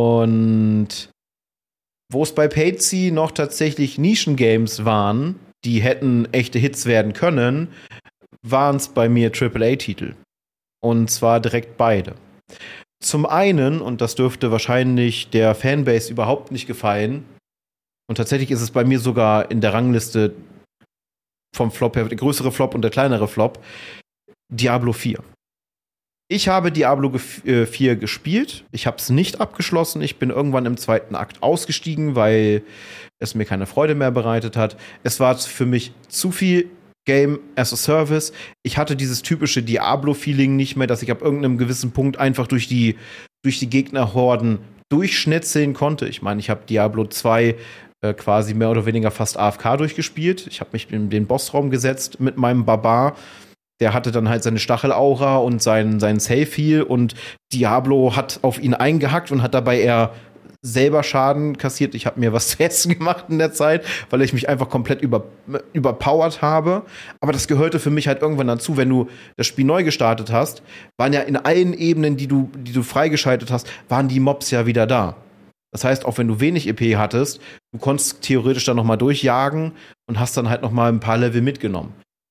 Und wo es bei Patsy noch tatsächlich Nischengames waren, die hätten echte Hits werden können, waren es bei mir Triple A-Titel. Und zwar direkt beide. Zum einen, und das dürfte wahrscheinlich der Fanbase überhaupt nicht gefallen, und tatsächlich ist es bei mir sogar in der Rangliste vom Flop her, der größere Flop und der kleinere Flop, Diablo vier. Ich habe Diablo vier gespielt. Ich habe es nicht abgeschlossen. Ich bin irgendwann im zweiten Akt ausgestiegen, weil es mir keine Freude mehr bereitet hat. Es war für mich zu viel Game as a Service. Ich hatte dieses typische Diablo-Feeling nicht mehr, dass ich ab irgendeinem gewissen Punkt einfach durch die, durch die Gegnerhorden durchschnetzeln konnte. Ich meine, ich habe Diablo zwei äh, quasi mehr oder weniger fast A F K durchgespielt. Ich habe mich in den Bossraum gesetzt mit meinem Barbar. Der hatte dann halt seine Stachelaura und sein, sein Safe-Heal und Diablo hat auf ihn eingehackt und hat dabei eher selber Schaden kassiert. Ich habe mir was zu essen gemacht in der Zeit, weil ich mich einfach komplett über, überpowert habe. Aber das gehörte für mich halt irgendwann dazu, wenn du das Spiel neu gestartet hast, waren ja in allen Ebenen, die du, die du freigeschaltet hast, waren die Mobs ja wieder da. Das heißt, auch wenn du wenig E P hattest, du konntest theoretisch dann noch mal durchjagen und hast dann halt noch mal ein paar Level mitgenommen.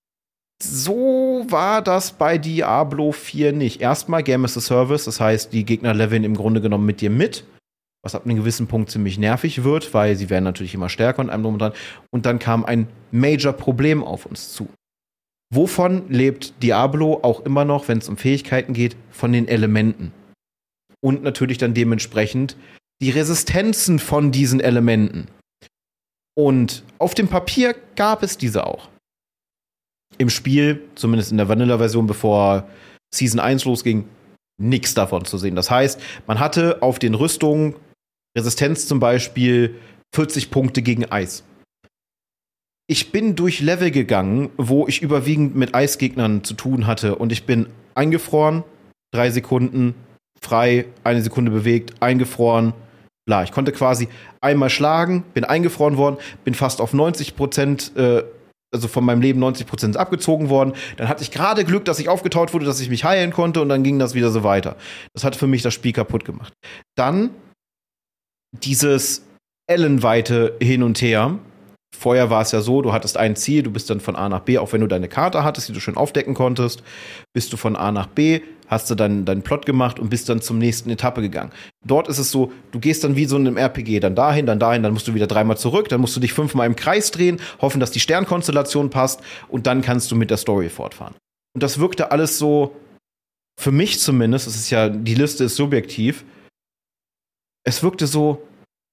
So war das bei Diablo vier nicht. Erstmal Game as a Service, das heißt, die Gegner leveln im Grunde genommen mit dir mit, was ab einem gewissen Punkt ziemlich nervig wird, weil sie werden natürlich immer stärker und einem drum und dran. Und dann kam ein Major-Problem auf uns zu. Wovon lebt Diablo auch immer noch, wenn es um Fähigkeiten geht? Von den Elementen. Und natürlich dann dementsprechend die Resistenzen von diesen Elementen. Und auf dem Papier gab es diese auch. Im Spiel, zumindest in der Vanilla-Version, bevor Season eins losging, nichts davon zu sehen. Das heißt, man hatte auf den Rüstungen Resistenz zum Beispiel vierzig Punkte gegen Eis. Ich bin durch Level gegangen, wo ich überwiegend mit Eisgegnern zu tun hatte und ich bin eingefroren, drei Sekunden, frei, eine Sekunde bewegt, eingefroren, bla. Ich konnte quasi einmal schlagen, bin eingefroren worden, bin fast auf neunzig Prozent äh, also von meinem Leben neunzig Prozent abgezogen worden. Dann hatte ich gerade Glück, dass ich aufgetaut wurde, dass ich mich heilen konnte und dann ging das wieder so weiter. Das hat für mich das Spiel kaputt gemacht. Dann dieses ellenweite Hin und Her. Vorher war es ja so, du hattest ein Ziel, du bist dann von A nach B, auch wenn du deine Karte hattest, die du schön aufdecken konntest, bist du von A nach B, hast du dann deinen Plot gemacht und bist dann zum nächsten Etappe gegangen. Dort ist es so, du gehst dann wie so in einem R P G, dann dahin, dann dahin, dann musst du wieder dreimal zurück, dann musst du dich fünfmal im Kreis drehen, hoffen, dass die Sternkonstellation passt und dann kannst du mit der Story fortfahren. Und das wirkte alles so, für mich zumindest, es ist ja, die Liste ist subjektiv, es wirkte so,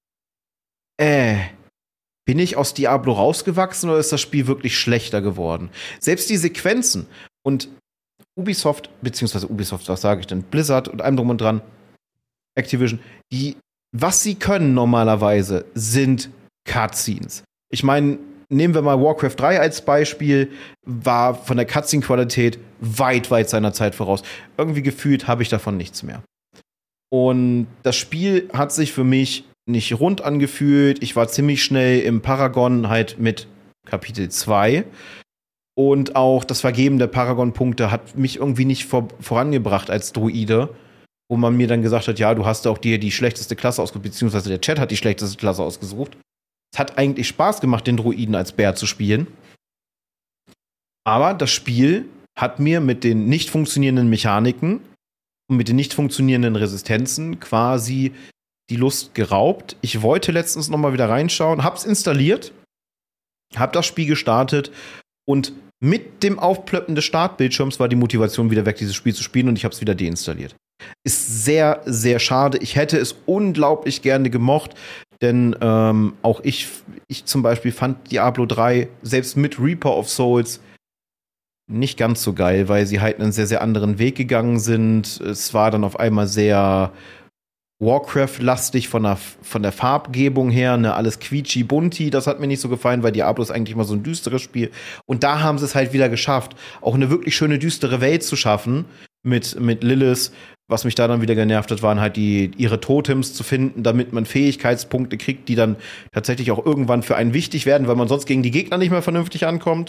äh, bin ich aus Diablo rausgewachsen oder ist das Spiel wirklich schlechter geworden? Selbst die Sequenzen und Ubisoft, beziehungsweise Ubisoft, was sage ich denn? Blizzard und allem drum und dran, Activision, die, was sie können normalerweise, sind Cutscenes. Ich meine, nehmen wir mal Warcraft drei als Beispiel, war von der Cutscene-Qualität weit, weit seiner Zeit voraus. Irgendwie gefühlt habe ich davon nichts mehr. Und das Spiel hat sich für mich nicht rund angefühlt. Ich war ziemlich schnell im Paragon halt mit Kapitel zwei. Und auch das Vergeben der Paragon-Punkte hat mich irgendwie nicht vor, vorangebracht als Druide, wo man mir dann gesagt hat, ja, du hast auch dir die schlechteste Klasse ausgesucht, beziehungsweise der Chat hat die schlechteste Klasse ausgesucht. Es hat eigentlich Spaß gemacht, den Druiden als Bär zu spielen. Aber das Spiel hat mir mit den nicht funktionierenden Mechaniken und mit den nicht funktionierenden Resistenzen quasi die Lust geraubt. Ich wollte letztens noch mal wieder reinschauen, hab's installiert, hab das Spiel gestartet und mit dem Aufplöppen des Startbildschirms war die Motivation wieder weg, dieses Spiel zu spielen und ich hab's wieder deinstalliert. Ist sehr, sehr schade. Ich hätte es unglaublich gerne gemocht, denn ähm, auch ich, ich zum Beispiel fand Diablo drei selbst mit Reaper of Souls nicht ganz so geil, weil sie halt einen sehr, sehr anderen Weg gegangen sind. Es war dann auf einmal sehr Warcraft-lastig von der, von der Farbgebung her, ne, alles quietschi-bunti, das hat mir nicht so gefallen, weil Diablo ist eigentlich mal so ein düsteres Spiel. Und da haben sie es halt wieder geschafft, auch eine wirklich schöne, düstere Welt zu schaffen mit, mit Lilith. Was mich da dann wieder genervt hat, waren halt die, ihre Totems zu finden, damit man Fähigkeitspunkte kriegt, die dann tatsächlich auch irgendwann für einen wichtig werden, weil man sonst gegen die Gegner nicht mehr vernünftig ankommt.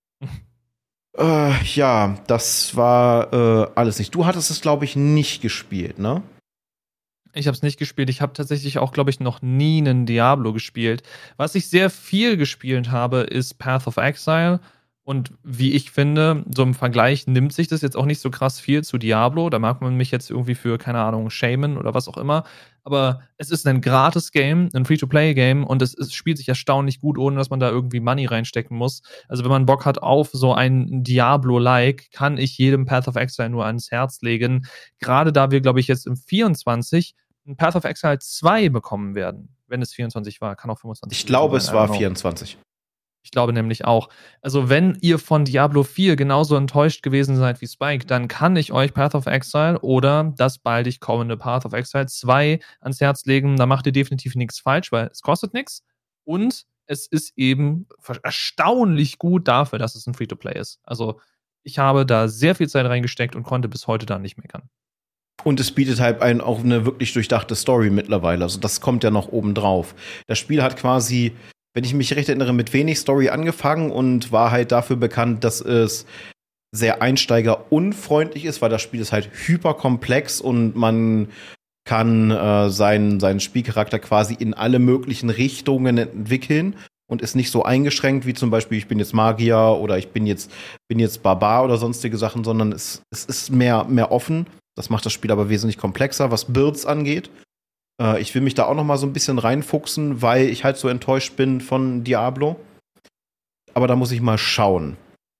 äh, ja, das war äh, alles nicht. Du hattest es, glaube ich, nicht gespielt, ne? Ich habe es nicht gespielt. Ich habe tatsächlich auch, glaube ich, noch nie einen Diablo gespielt. Was ich sehr viel gespielt habe, ist Path of Exile. Und wie ich finde, so im Vergleich nimmt sich das jetzt auch nicht so krass viel zu Diablo. Da mag man mich jetzt irgendwie für, keine Ahnung, shamen oder was auch immer. Aber es ist ein gratis Game, ein Free-to-Play-Game und es, es spielt sich erstaunlich gut, ohne dass man da irgendwie Money reinstecken muss. Also wenn man Bock hat auf so ein Diablo-like, kann ich jedem Path of Exile nur ans Herz legen. Gerade da wir, glaube ich, jetzt im vierundzwanzig ein Path of Exile zwei bekommen werden. Wenn es vierundzwanzig war, kann auch fünfundzwanzig. Ich glaube, es war vierundzwanzig. Ich glaube nämlich auch. Also wenn ihr von Diablo vier genauso enttäuscht gewesen seid wie Spike, dann kann ich euch Path of Exile oder das baldig kommende Path of Exile zwei ans Herz legen. Da macht ihr definitiv nichts falsch, weil es kostet nichts und es ist eben erstaunlich gut dafür, dass es ein Free-to-Play ist. Also ich habe da sehr viel Zeit reingesteckt und konnte bis heute da nicht meckern. Und es bietet halt einen auch eine wirklich durchdachte Story mittlerweile. Also das kommt ja noch oben drauf. Das Spiel hat quasi, wenn ich mich recht erinnere, mit wenig Story angefangen und war halt dafür bekannt, dass es sehr einsteigerunfreundlich ist, weil das Spiel ist halt hyperkomplex und man kann äh, seinen, seinen Spielcharakter quasi in alle möglichen Richtungen entwickeln und ist nicht so eingeschränkt wie zum Beispiel, ich bin jetzt Magier oder ich bin jetzt, bin jetzt Barbar oder sonstige Sachen, sondern es, es ist mehr, mehr offen. Das macht das Spiel aber wesentlich komplexer, was Builds angeht. Äh, ich will mich da auch noch mal so ein bisschen reinfuchsen, weil ich halt so enttäuscht bin von Diablo. Aber da muss ich mal schauen.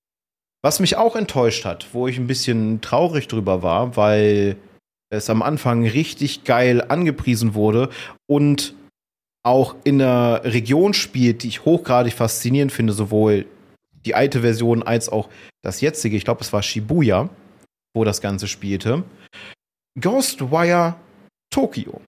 Was mich auch enttäuscht hat, wo ich ein bisschen traurig drüber war, weil es am Anfang richtig geil angepriesen wurde und auch in einer Region spielt, die ich hochgradig faszinierend finde, sowohl die alte Version als auch das jetzige. Ich glaube, es war Shibuya, wo das Ganze spielte. Ghostwire Tokyo.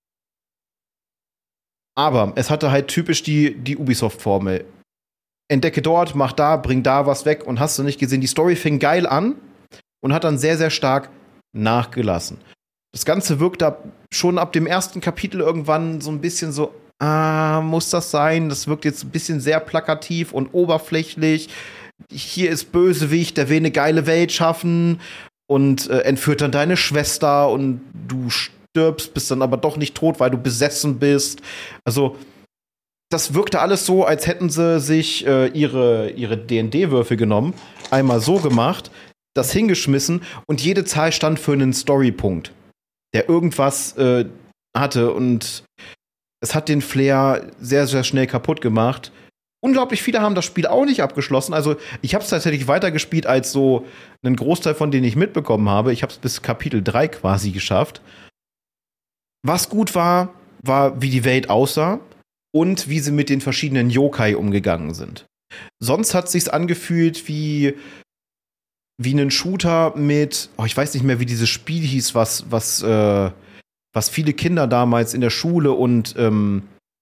Aber es hatte halt typisch die, die Ubisoft-Formel. Entdecke dort, mach da, bring da was weg und hast du nicht gesehen. Die Story fing geil an und hat dann sehr, sehr stark nachgelassen. Das Ganze wirkt ab, schon ab dem ersten Kapitel irgendwann so ein bisschen so, ah, muss das sein? Das wirkt jetzt ein bisschen sehr plakativ und oberflächlich. Hier ist Bösewicht, der will eine geile Welt schaffen und äh, entführt dann deine Schwester und du stirbst, bist dann aber doch nicht tot, weil du besessen bist. Also das wirkte alles so, als hätten sie sich äh, ihre, ihre D und D-Würfel genommen, einmal so gemacht, das hingeschmissen und jede Zahl stand für einen Storypunkt, der irgendwas äh, hatte und es hat den Flair sehr, sehr schnell kaputt gemacht. Unglaublich viele haben das Spiel auch nicht abgeschlossen. Also ich habe es tatsächlich weitergespielt als so einen Großteil von denen ich mitbekommen habe. Ich habe es bis Kapitel drei quasi geschafft. Was gut war, war, wie die Welt aussah und wie sie mit den verschiedenen Yokai umgegangen sind. Sonst hat es sich angefühlt wie wie einen Shooter mit, oh, ich weiß nicht mehr, wie dieses Spiel hieß, was was äh, was viele Kinder damals in der Schule und ähm,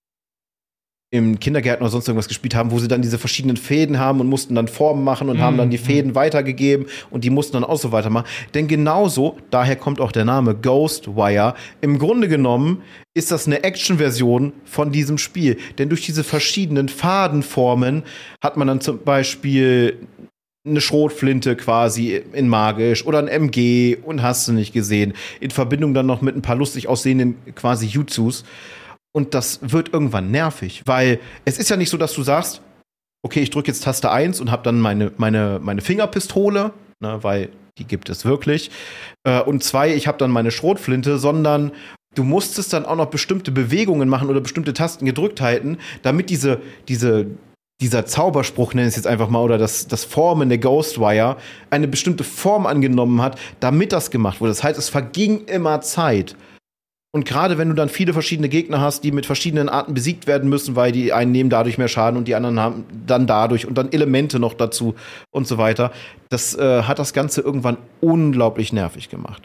im Kindergarten oder sonst irgendwas gespielt haben, wo sie dann diese verschiedenen Fäden haben und mussten dann Formen machen und mm, haben dann die Fäden mm. weitergegeben und die mussten dann auch so weitermachen. Denn genauso, daher kommt auch der Name Ghostwire, im Grunde genommen ist das eine Action-Version von diesem Spiel. Denn durch diese verschiedenen Fadenformen hat man dann zum Beispiel eine Schrotflinte quasi in magisch oder ein M G und hast du nicht gesehen. In Verbindung dann noch mit ein paar lustig aussehenden quasi Jutsus. Und das wird irgendwann nervig, weil es ist ja nicht so, dass du sagst, okay, ich drücke jetzt Taste eins und habe dann meine, meine, meine Fingerpistole, ne, weil die gibt es wirklich. Äh, und zwei, ich habe dann meine Schrotflinte, sondern du musstest dann auch noch bestimmte Bewegungen machen oder bestimmte Tasten gedrückt halten, damit diese, diese, dieser Zauberspruch, nenne ich es jetzt einfach mal, oder das, das Formen der Ghostwire eine bestimmte Form angenommen hat, damit das gemacht wurde. Das heißt, es verging immer Zeit. Und gerade wenn du dann viele verschiedene Gegner hast, die mit verschiedenen Arten besiegt werden müssen, weil die einen nehmen dadurch mehr Schaden und die anderen haben dann dadurch und dann Elemente noch dazu und so weiter, das äh, hat das Ganze irgendwann unglaublich nervig gemacht.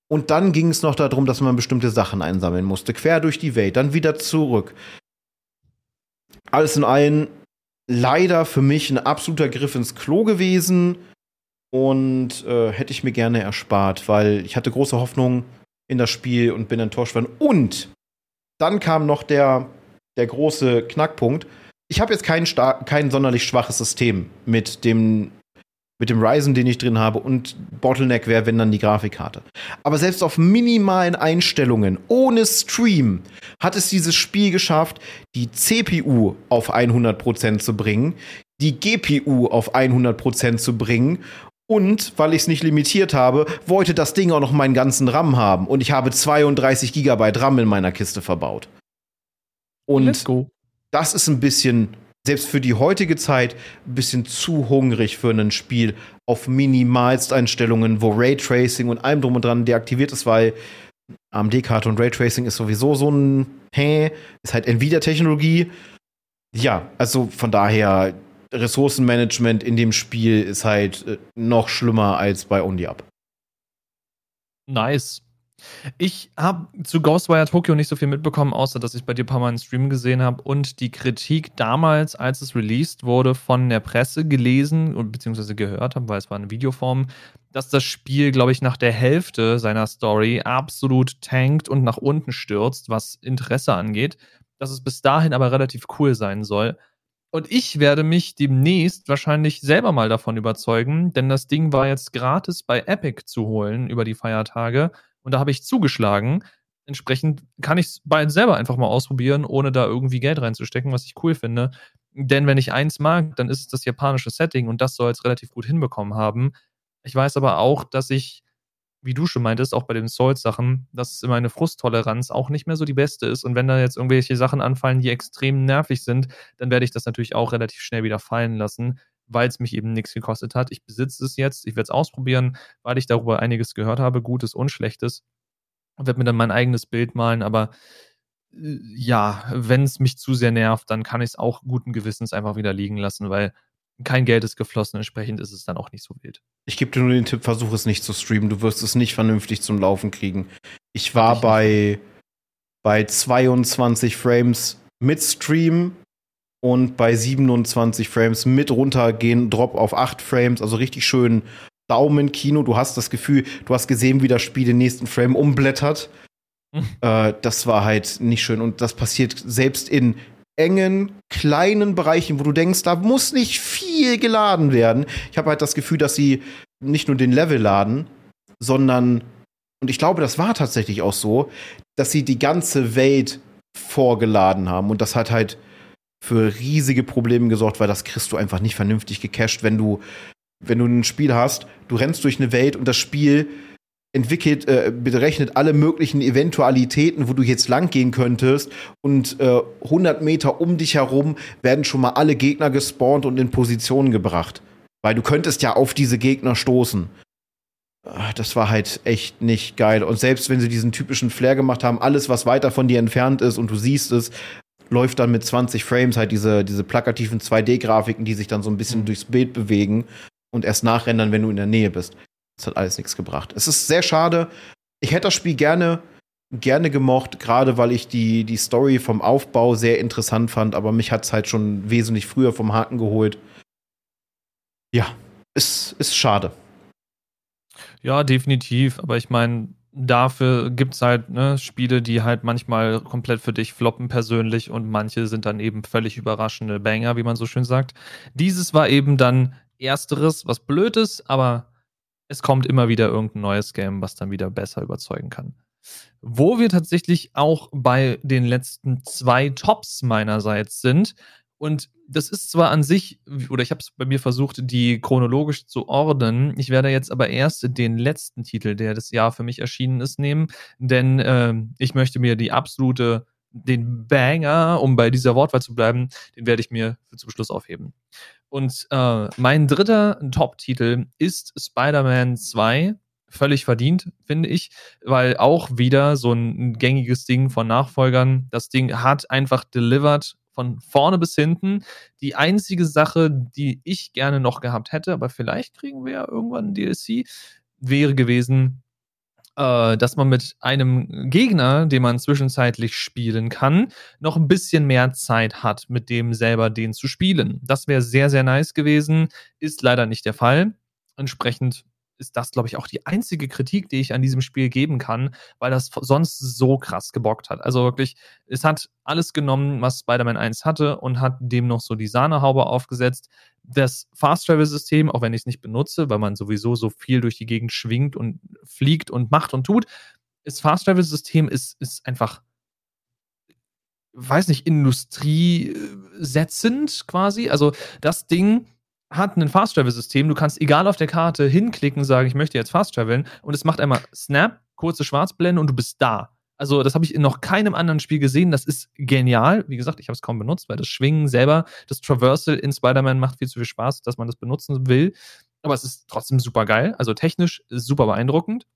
Und dann ging es noch darum, dass man bestimmte Sachen einsammeln musste. Quer durch die Welt, dann wieder zurück. Alles in allem leider für mich ein absoluter Griff ins Klo gewesen. Und äh, hätte ich mir gerne erspart, weil ich hatte große Hoffnung in das Spiel und bin enttäuscht worden. Und dann kam noch der, der große Knackpunkt. Ich habe jetzt kein, star- kein sonderlich schwaches System mit dem mit dem Ryzen, den ich drin habe, und Bottleneck wäre, wenn dann die Grafikkarte. Aber selbst auf minimalen Einstellungen, ohne Stream, hat es dieses Spiel geschafft, die C P U auf hundert Prozent zu bringen, die G P U auf hundert Prozent zu bringen, und, weil ich es nicht limitiert habe, wollte das Ding auch noch meinen ganzen RAM haben. Und ich habe zweiunddreißig Gigabyte RAM in meiner Kiste verbaut. Und das ist ein bisschen, selbst für die heutige Zeit, ein bisschen zu hungrig für ein Spiel auf Minimalsteinstellungen, wo Raytracing und allem drum und dran deaktiviert ist, weil A M D-Karte und Raytracing ist sowieso so ein Hä, ist halt Nvidia-Technologie. Ja, also von daher, Ressourcenmanagement in dem Spiel ist halt äh, noch schlimmer als bei OnlyUp. Nice. Ich habe zu Ghostwire Tokyo nicht so viel mitbekommen, außer dass ich bei dir ein paar Mal einen Stream gesehen habe und die Kritik damals, als es released wurde, von der Presse gelesen und beziehungsweise gehört habe, weil es war eine Videoform, dass das Spiel, glaube ich, nach der Hälfte seiner Story absolut tankt und nach unten stürzt, was Interesse angeht, dass es bis dahin aber relativ cool sein soll. Und ich werde mich demnächst wahrscheinlich selber mal davon überzeugen, denn das Ding war jetzt gratis bei Epic zu holen über die Feiertage. Und da habe ich zugeschlagen. Entsprechend kann ich es bald selber einfach mal ausprobieren, ohne da irgendwie Geld reinzustecken, was ich cool finde. Denn wenn ich eins mag, dann ist es das japanische Setting und das soll es relativ gut hinbekommen haben. Ich weiß aber auch, dass ich, wie du schon meintest, auch bei den Souls-Sachen, dass meine Frusttoleranz auch nicht mehr so die beste ist. Und wenn da jetzt irgendwelche Sachen anfallen, die extrem nervig sind, dann werde ich das natürlich auch relativ schnell wieder fallen lassen, weil es mich eben nichts gekostet hat. Ich besitze es jetzt, ich werde es ausprobieren, weil ich darüber einiges gehört habe, Gutes und Schlechtes. Und werde mir dann mein eigenes Bild malen, aber äh, ja, wenn es mich zu sehr nervt, dann kann ich es auch guten Gewissens einfach wieder liegen lassen, weil kein Geld ist geflossen, entsprechend ist es dann auch nicht so wild. Ich gebe dir nur den Tipp, versuch es nicht zu streamen, du wirst es nicht vernünftig zum Laufen kriegen. Ich war ich bei, bei zweiundzwanzig Frames mit Stream und bei siebenundzwanzig Frames mit runtergehen, Drop auf acht Frames, also richtig schön Daumenkino. Du hast das Gefühl, du hast gesehen, wie das Spiel den nächsten Frame umblättert. Hm. Äh, das war halt nicht schön und das passiert selbst in engen, kleinen Bereichen, wo du denkst, da muss nicht viel geladen werden. Ich habe halt das Gefühl, dass sie nicht nur den Level laden, sondern, und ich glaube, das war tatsächlich auch so, dass sie die ganze Welt vorgeladen haben. Und das hat halt für riesige Probleme gesorgt, weil das kriegst du einfach nicht vernünftig gecached, wenn du, wenn du ein Spiel hast, du rennst durch eine Welt und das Spiel entwickelt, äh, berechnet alle möglichen Eventualitäten, wo du jetzt lang gehen könntest und äh, hundert Meter um dich herum werden schon mal alle Gegner gespawnt und in Positionen gebracht. Weil du könntest ja auf diese Gegner stoßen. Das war halt echt nicht geil. Und selbst wenn sie diesen typischen Flair gemacht haben, alles, was weiter von dir entfernt ist und du siehst es, läuft dann mit zwanzig Frames halt diese, diese plakativen zwei D-Grafiken, die sich dann so ein bisschen mhm. durchs Bild bewegen und erst nachrendern, wenn du in der Nähe bist. Das hat alles nichts gebracht. Es ist sehr schade. Ich hätte das Spiel gerne, gerne gemocht, gerade weil ich die, die Story vom Aufbau sehr interessant fand, aber mich hat es halt schon wesentlich früher vom Haken geholt. Ja, ist, ist schade. Ja, definitiv. Aber ich meine, dafür gibt es halt ne, Spiele, die halt manchmal komplett für dich floppen persönlich und manche sind dann eben völlig überraschende Banger, wie man so schön sagt. Dieses war eben dann ersteres, was blöd ist, aber es kommt immer wieder irgendein neues Game, was dann wieder besser überzeugen kann. Wo wir tatsächlich auch bei den letzten zwei Tops meinerseits sind. Und das ist zwar an sich, oder ich habe es bei mir versucht, die chronologisch zu ordnen. Ich werde jetzt aber erst den letzten Titel, der das Jahr für mich erschienen ist, nehmen. Denn äh, ich möchte mir die absolute, den Banger, um bei dieser Wortwahl zu bleiben, den werde ich mir für zum Schluss aufheben. Und äh, mein dritter Top-Titel ist Spider-Man zwei. Völlig verdient, finde ich, weil auch wieder so ein gängiges Ding von Nachfolgern. Das Ding hat einfach delivered von vorne bis hinten. Die einzige Sache, die ich gerne noch gehabt hätte, aber vielleicht kriegen wir ja irgendwann ein D L C, wäre gewesen, äh, dass man mit einem Gegner, den man zwischenzeitlich spielen kann, noch ein bisschen mehr Zeit hat, mit dem selber den zu spielen. Das wäre sehr, sehr nice gewesen. Ist leider nicht der Fall. Entsprechend ist das, glaube ich, auch die einzige Kritik, die ich an diesem Spiel geben kann, weil das sonst so krass gebockt hat. Also wirklich, es hat alles genommen, was Spider-Man eins hatte und hat dem noch so die Sahnehaube aufgesetzt. Das Fast-Travel-System, auch wenn ich es nicht benutze, weil man sowieso so viel durch die Gegend schwingt und fliegt und macht und tut, das Fast-Travel-System ist, ist einfach, weiß nicht, industriesetzend quasi. Also das Ding hat ein Fast-Travel-System. Du kannst egal auf der Karte hinklicken, sagen, ich möchte jetzt Fast-Traveln und es macht einmal Snap, kurze Schwarzblende und du bist da. Also das habe ich in noch keinem anderen Spiel gesehen. Das ist genial. Wie gesagt, ich habe es kaum benutzt, weil das Schwingen selber, das Traversal in Spider-Man macht viel zu viel Spaß, dass man das benutzen will. Aber es ist trotzdem super geil. Also technisch super beeindruckend.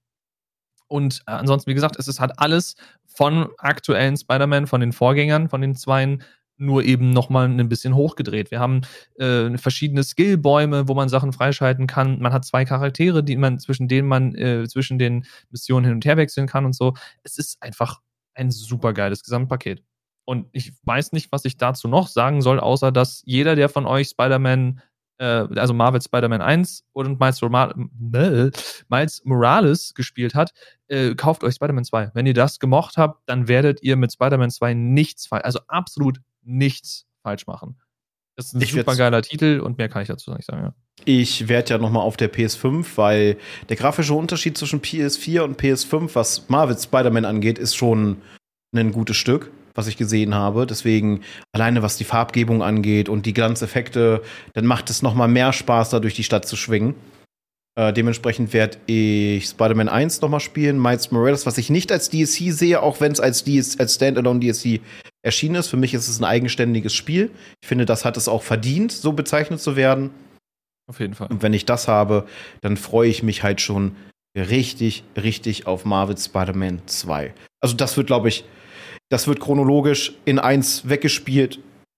Und äh, ansonsten, wie gesagt, es ist halt alles von aktuellen Spider-Man, von den Vorgängern, von den Zweien, nur eben nochmal ein bisschen hochgedreht. Wir haben äh, verschiedene Skillbäume, wo man Sachen freischalten kann. Man hat zwei Charaktere, die man, zwischen denen man äh, zwischen den Missionen hin und her wechseln kann und so. Es ist einfach ein super geiles Gesamtpaket. Und ich weiß nicht, was ich dazu noch sagen soll, außer dass jeder, der von euch Spider-Man, äh, also Marvel Spider-Man eins und Miles, Roma- äh, Miles Morales gespielt hat, äh, kauft euch Spider-Man zwei. Wenn ihr das gemocht habt, dann werdet ihr mit Spider-Man zwei nichts falsch, also absolut nichts falsch machen. Das ist ein ich super geiler Titel und mehr kann ich dazu nicht sagen, ja. Ich werde ja nochmal auf der P S fünf, weil der grafische Unterschied zwischen P S vier und P S fünf, was Marvel Spider-Man angeht, ist schon ein gutes Stück, was ich gesehen habe. Deswegen, alleine was die Farbgebung angeht und die Glanzeffekte, dann macht es nochmal mehr Spaß, da durch die Stadt zu schwingen. Äh, dementsprechend werde ich Spider-Man eins nochmal spielen, Miles Morales, was ich nicht als D L C sehe, auch wenn es als, als Standalone D L C erschienen ist. Für mich ist es ein eigenständiges Spiel. Ich finde, das hat es auch verdient, so bezeichnet zu werden. Auf jeden Fall. Und wenn ich das habe, dann freue ich mich halt schon richtig, richtig auf Marvel Spider-Man zwei. Also das wird, glaube ich, das wird chronologisch in eins weggespielt.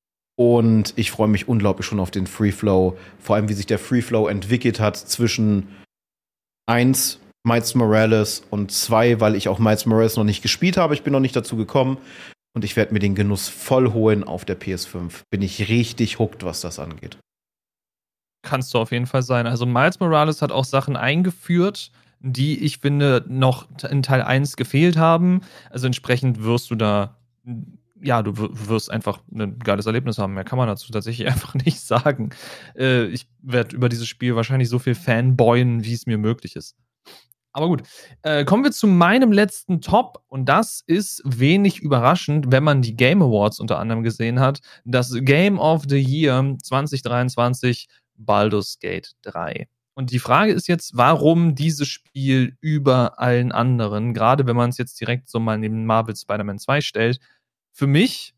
Und ich freue mich unglaublich schon auf den Free Flow. Vor allem, wie sich der Free Flow entwickelt hat zwischen eins, Miles Morales, und zwei, weil ich auch Miles Morales noch nicht gespielt habe. Ich bin noch nicht dazu gekommen. Und ich werde mir den Genuss voll holen auf der P S fünf. Bin ich richtig hooked, was das angeht. Kannst du auf jeden Fall sein. Also Miles Morales hat auch Sachen eingeführt, die ich finde noch in Teil eins gefehlt haben. Also entsprechend wirst du da, ja, du wirst einfach ein geiles Erlebnis haben. Mehr kann man dazu tatsächlich einfach nicht sagen. Äh, ich werde über dieses Spiel wahrscheinlich so viel fanboyen, wie es mir möglich ist. Aber gut, äh, kommen wir zu meinem letzten Top und das ist wenig überraschend, wenn man die Game Awards unter anderem gesehen hat. Das Game of the Year zwanzig dreiundzwanzig, Baldur's Gate drei. Und die Frage ist jetzt, warum dieses Spiel über allen anderen, gerade wenn man es jetzt direkt so mal neben Marvel Spider-Man zwei stellt. Für mich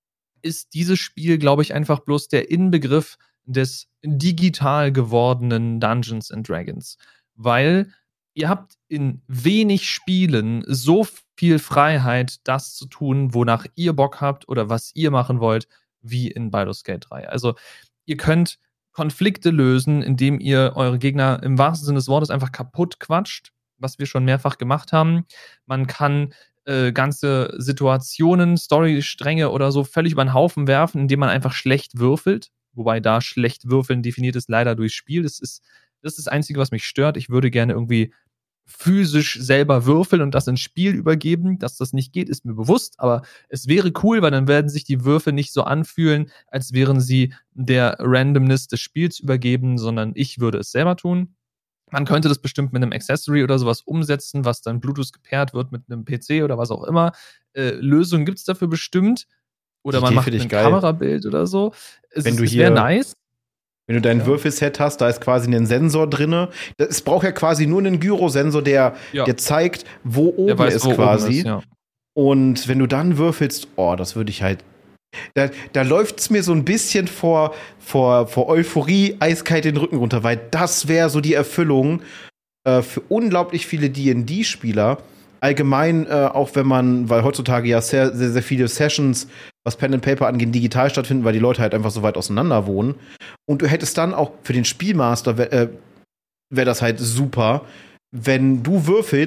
ist dieses Spiel, glaube ich, einfach bloß der Inbegriff des digital gewordenen Dungeons and Dragons. Weil ihr habt in wenig Spielen so viel Freiheit, das zu tun, wonach ihr Bock habt oder was ihr machen wollt, wie in Baldur's Gate drei. Also ihr könnt Konflikte lösen, indem ihr eure Gegner im wahrsten Sinne des Wortes einfach kaputt quatscht, was wir schon mehrfach gemacht haben. Man kann äh, ganze Situationen, Storystränge oder so völlig über den Haufen werfen, indem man einfach schlecht würfelt. Wobei da schlecht würfeln definiert ist leider durchs Spiel. Das ist das, ist das Einzige, was mich stört. Ich würde gerne irgendwie physisch selber würfeln und das ins Spiel übergeben. Dass das nicht geht, ist mir bewusst, aber es wäre cool, weil dann werden sich die Würfe nicht so anfühlen, als wären sie der Randomness des Spiels übergeben, sondern ich würde es selber tun. Man könnte das bestimmt mit einem Accessory oder sowas umsetzen, was dann Bluetooth gepaart wird mit einem P C oder was auch immer. Äh, Lösungen gibt es dafür bestimmt. Oder man macht ein Kamerabild oder so. Es, Wenn du es hier wäre nice. Wenn du dein Ja. Würfelset hast, da ist quasi ein Sensor drin. Es braucht ja quasi nur einen Gyrosensor, der, Ja. der zeigt, wo oben Der weiß, ist wo oben quasi. ist, ja. Und wenn du dann würfelst, oh, das würde ich halt. Da, da läuft es mir so ein bisschen vor, vor, vor Euphorie eiskalt den Rücken runter, weil das wäre so die Erfüllung äh, für unglaublich viele D und D-Spieler. Allgemein, äh, auch wenn man, weil heutzutage ja sehr, sehr, sehr viele Sessions, was Pen and Paper angeht, digital stattfinden, weil die Leute halt einfach so weit auseinander wohnen. Und du hättest dann auch für den Spielmaster, äh, wäre das halt super, wenn du würfelst,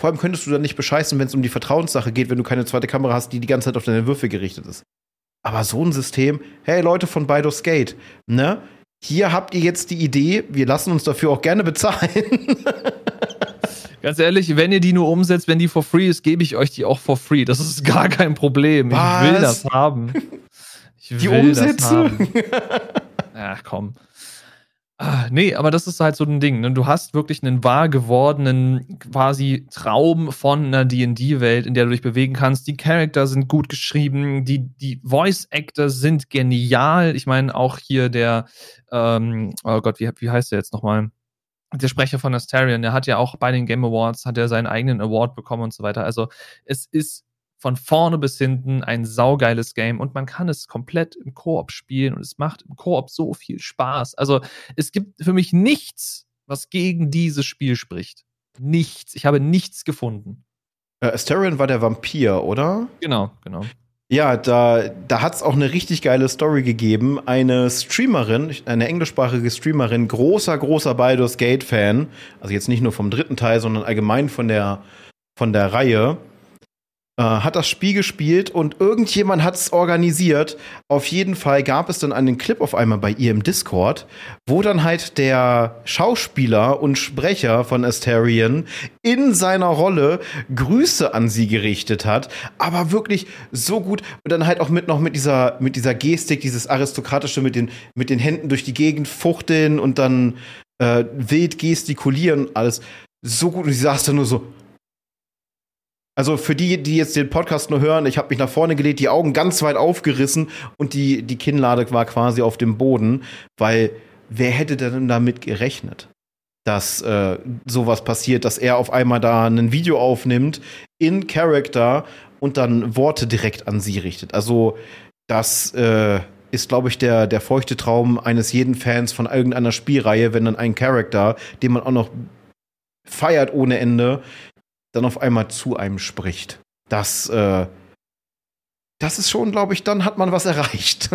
Vor allem könntest du dann nicht bescheißen, wenn es um die Vertrauenssache geht, wenn du keine zweite Kamera hast, die die ganze Zeit auf deine Würfel gerichtet ist. Aber so ein System, hey Leute von Baldur's Gate, ne? Hier habt ihr jetzt die Idee, wir lassen uns dafür auch gerne bezahlen. Ganz ehrlich, wenn ihr die nur umsetzt, wenn die for free ist, gebe ich euch die auch for free. Das ist gar kein Problem. Was? Ich will das haben. Ich die will Umsätze? Das haben. Ach komm. Ah, nee, aber das ist halt so ein Ding. Ne? Du hast wirklich einen wahr gewordenen quasi Traum von einer D und D-Welt, in der du dich bewegen kannst. Die Charakter sind gut geschrieben, die, die Voice-Actor sind genial. Ich meine, auch hier der, ähm, oh Gott, wie, wie heißt der jetzt nochmal? Der Sprecher von Astarion, der hat ja auch bei den Game Awards, hat er seinen eigenen Award bekommen und so weiter. Also es ist von vorne bis hinten ein saugeiles Game und man kann es komplett im Koop spielen und es macht im Koop so viel Spaß. Also es gibt für mich nichts, was gegen dieses Spiel spricht. Nichts. Ich habe nichts gefunden. Äh, Astarion war der Vampir, oder? Genau, genau. Ja, da, da hat es auch eine richtig geile Story gegeben. Eine Streamerin, eine englischsprachige Streamerin, großer, großer Baldur's Gate-Fan, also jetzt nicht nur vom dritten Teil, sondern allgemein von der, von der Reihe, äh, hat das Spiel gespielt und irgendjemand hat es organisiert. Auf jeden Fall gab es dann einen Clip auf einmal bei ihr im Discord, wo dann halt der Schauspieler und Sprecher von Astarion in seiner Rolle Grüße an sie gerichtet hat, aber wirklich so gut und dann halt auch mit noch mit dieser mit dieser Gestik, dieses aristokratische mit den mit den Händen durch die Gegend fuchteln und dann äh, wild gestikulieren, alles so gut und sie saß da nur so. Also für die, die jetzt den Podcast nur hören, ich habe mich nach vorne gelegt, die Augen ganz weit aufgerissen und die, die Kinnlade war quasi auf dem Boden, weil wer hätte denn damit gerechnet, dass äh, sowas passiert, dass er auf einmal da ein Video aufnimmt, in Character und dann Worte direkt an sie richtet. Also das äh, ist, glaube ich, der, der feuchte Traum eines jeden Fans von irgendeiner Spielreihe, wenn dann ein Charakter, den man auch noch feiert ohne Ende, dann auf einmal zu einem spricht. Das, äh, das ist schon, glaube ich, dann hat man was erreicht.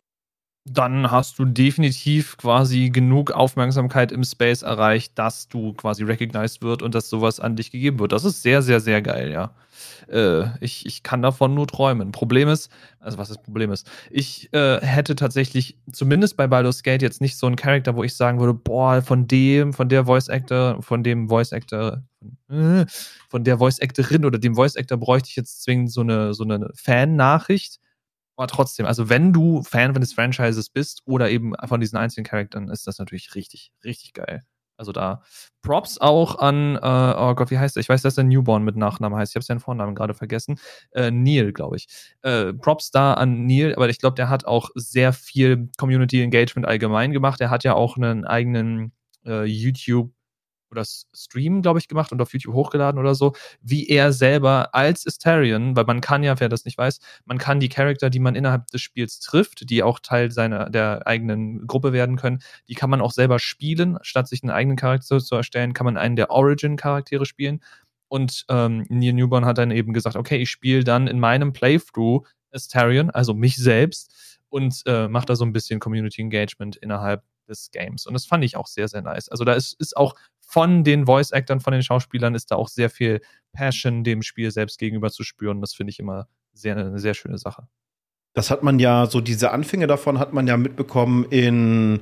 Dann hast du definitiv quasi genug Aufmerksamkeit im Space erreicht, dass du quasi recognized wird und dass sowas an dich gegeben wird. Das ist sehr, sehr, sehr geil, ja. Äh, ich, ich kann davon nur träumen. Problem ist, also was das Problem ist, ich äh, hätte tatsächlich, zumindest bei Baldur's Gate, jetzt nicht so einen Charakter, wo ich sagen würde, boah, von dem, von der Voice Actor, von dem Voice Actor, äh, von der Voice Actorin oder dem Voice Actor bräuchte ich jetzt zwingend so eine, so eine Fan-Nachricht. Aber trotzdem, also wenn du Fan des Franchises bist oder eben von diesen einzelnen Charakteren, ist das natürlich richtig, richtig geil. Also da Props auch an, äh, oh Gott, wie heißt der? Ich weiß, dass der Newborn mit Nachnamen heißt. Ich habe seinen Vornamen gerade vergessen. Äh, Neil, glaube ich. Äh, Props da an Neil, aber ich glaube, der hat auch sehr viel Community Engagement allgemein gemacht. Er hat ja auch einen eigenen äh, YouTube oder Stream, glaube ich, gemacht und auf YouTube hochgeladen oder so, wie er selber als Astarion, weil man kann ja, wer das nicht weiß, man kann die Charakter, die man innerhalb des Spiels trifft, die auch Teil seiner der eigenen Gruppe werden können, die kann man auch selber spielen. Statt sich einen eigenen Charakter zu erstellen, kann man einen der Origin-Charaktere spielen. Und ähm, Neil Newborn hat dann eben gesagt, okay, ich spiele dann in meinem Playthrough Astarion, also mich selbst, und äh, mache da so ein bisschen Community Engagement innerhalb des Games. Und das fand ich auch sehr, sehr nice. Also da ist, ist auch von den Voice-Actern, von den Schauspielern ist da auch sehr viel Passion dem Spiel selbst gegenüber zu spüren. Das finde ich immer sehr, eine sehr schöne Sache. Das hat man ja, so diese Anfänge davon hat man ja mitbekommen in,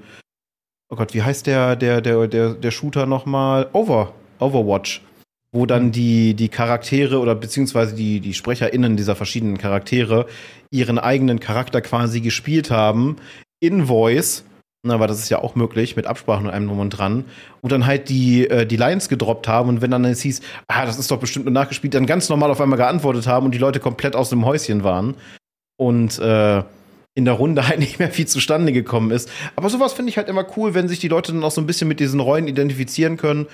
oh Gott, wie heißt der, der, der, der, der Shooter nochmal? Over, Overwatch. Wo dann die, die Charaktere oder beziehungsweise die, die SprecherInnen dieser verschiedenen Charaktere ihren eigenen Charakter quasi gespielt haben in Voice. Na, aber das ist ja auch möglich, mit Absprachen und einem drum und dran. Und dann halt die, äh, die Lines gedroppt haben und wenn dann es hieß, ah, das ist doch bestimmt nur nachgespielt, dann ganz normal auf einmal geantwortet haben und die Leute komplett aus dem Häuschen waren. Und äh, in der Runde halt nicht mehr viel zustande gekommen ist. Aber sowas finde ich halt immer cool, wenn sich die Leute dann auch so ein bisschen mit diesen Rollen identifizieren können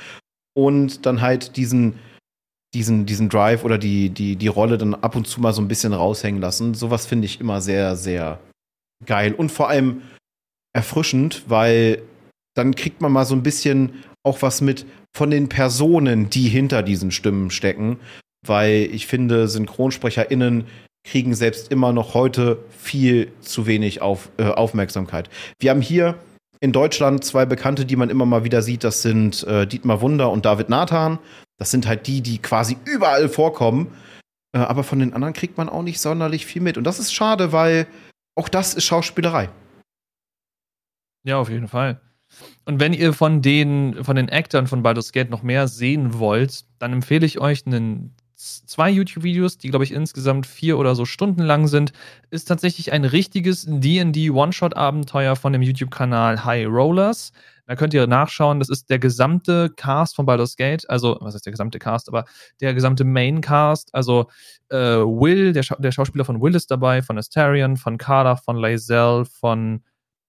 und dann halt diesen, diesen, diesen Drive oder die, die, die Rolle dann ab und zu mal so ein bisschen raushängen lassen. Sowas finde ich immer sehr, sehr geil. Und vor allem erfrischend, weil dann kriegt man mal so ein bisschen auch was mit von den Personen, die hinter diesen Stimmen stecken. Weil ich finde, SynchronsprecherInnen kriegen selbst immer noch heute viel zu wenig auf, äh, Aufmerksamkeit. Wir haben hier in Deutschland zwei Bekannte, die man immer mal wieder sieht. Das sind äh, Dietmar Wunder und David Nathan. Das sind halt die, die quasi überall vorkommen. Äh, aber von den anderen kriegt man auch nicht sonderlich viel mit. Und das ist schade, weil auch das ist Schauspielerei. Ja, auf jeden Fall. Und wenn ihr von den, von den Actern von Baldur's Gate noch mehr sehen wollt, dann empfehle ich euch einen, zwei YouTube-Videos, die, glaube ich, insgesamt vier oder so Stunden lang sind. Ist tatsächlich ein richtiges D und D One-Shot-Abenteuer von dem YouTube-Kanal High Rollers. Da könnt ihr nachschauen, das ist der gesamte Cast von Baldur's Gate, also, was ist der gesamte Cast, aber der gesamte Main-Cast, also äh, Will, der, Scha der Schauspieler von Will ist dabei, von Astarion, von Carla, von Lae'zel, von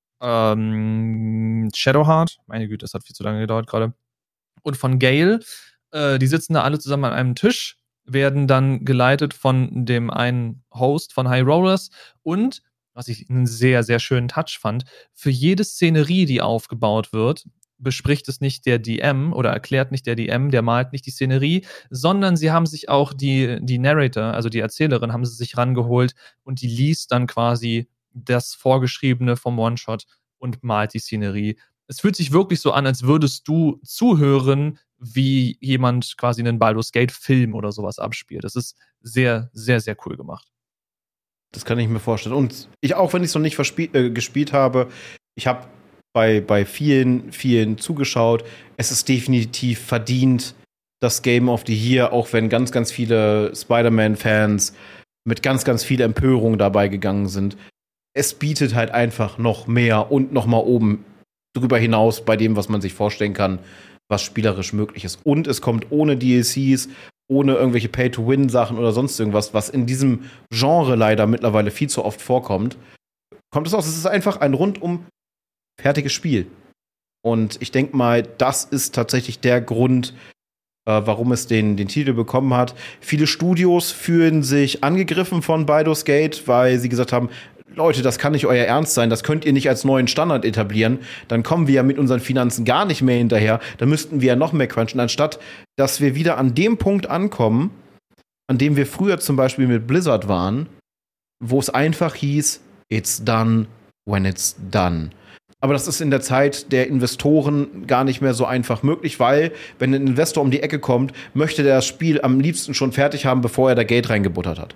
ähm, Shadowheart, meine Güte, das hat viel zu lange gedauert gerade, und von Gale. Äh, die sitzen da alle zusammen an einem Tisch, werden dann geleitet von dem einen Host von High Rollers und, was ich einen sehr, sehr schönen Touch fand, für jede Szenerie, die aufgebaut wird, bespricht es nicht der D M oder erklärt nicht der D M, der malt nicht die Szenerie, sondern sie haben sich auch die, die Narrator, also die Erzählerin, haben sie sich rangeholt und die liest dann quasi das Vorgeschriebene vom One-Shot und malt die Szenerie. Es fühlt sich wirklich so an, als würdest du zuhören, wie jemand quasi einen Baldur's Gate-Film oder sowas abspielt. Das ist sehr, sehr, sehr cool gemacht. Das kann ich mir vorstellen. Und ich, auch wenn ich es noch nicht äh, gespielt habe, ich habe bei, bei vielen, vielen zugeschaut. Es ist definitiv verdient, das Game of the Year, auch wenn ganz, ganz viele Spider-Man-Fans mit ganz, ganz viel Empörung dabei gegangen sind. Es bietet halt einfach noch mehr und noch mal oben drüber hinaus bei dem, was man sich vorstellen kann, was spielerisch möglich ist. Und es kommt ohne D L Cs, ohne irgendwelche Pay-to-Win-Sachen oder sonst irgendwas, was in diesem Genre leider mittlerweile viel zu oft vorkommt. Kommt es aus, es ist einfach ein rundum fertiges Spiel. Und ich denke mal, das ist tatsächlich der Grund, äh, warum es den, den Titel bekommen hat. Viele Studios fühlen sich angegriffen von Baldur's Gate, weil sie gesagt haben, Leute, das kann nicht euer Ernst sein, das könnt ihr nicht als neuen Standard etablieren, dann kommen wir ja mit unseren Finanzen gar nicht mehr hinterher, dann müssten wir ja noch mehr crunchen, anstatt dass wir wieder an dem Punkt ankommen, an dem wir früher zum Beispiel mit Blizzard waren, wo es einfach hieß, it's done when it's done. Aber das ist in der Zeit der Investoren gar nicht mehr so einfach möglich, weil, wenn ein Investor um die Ecke kommt, möchte der das Spiel am liebsten schon fertig haben, bevor er da Geld reingebuttert hat.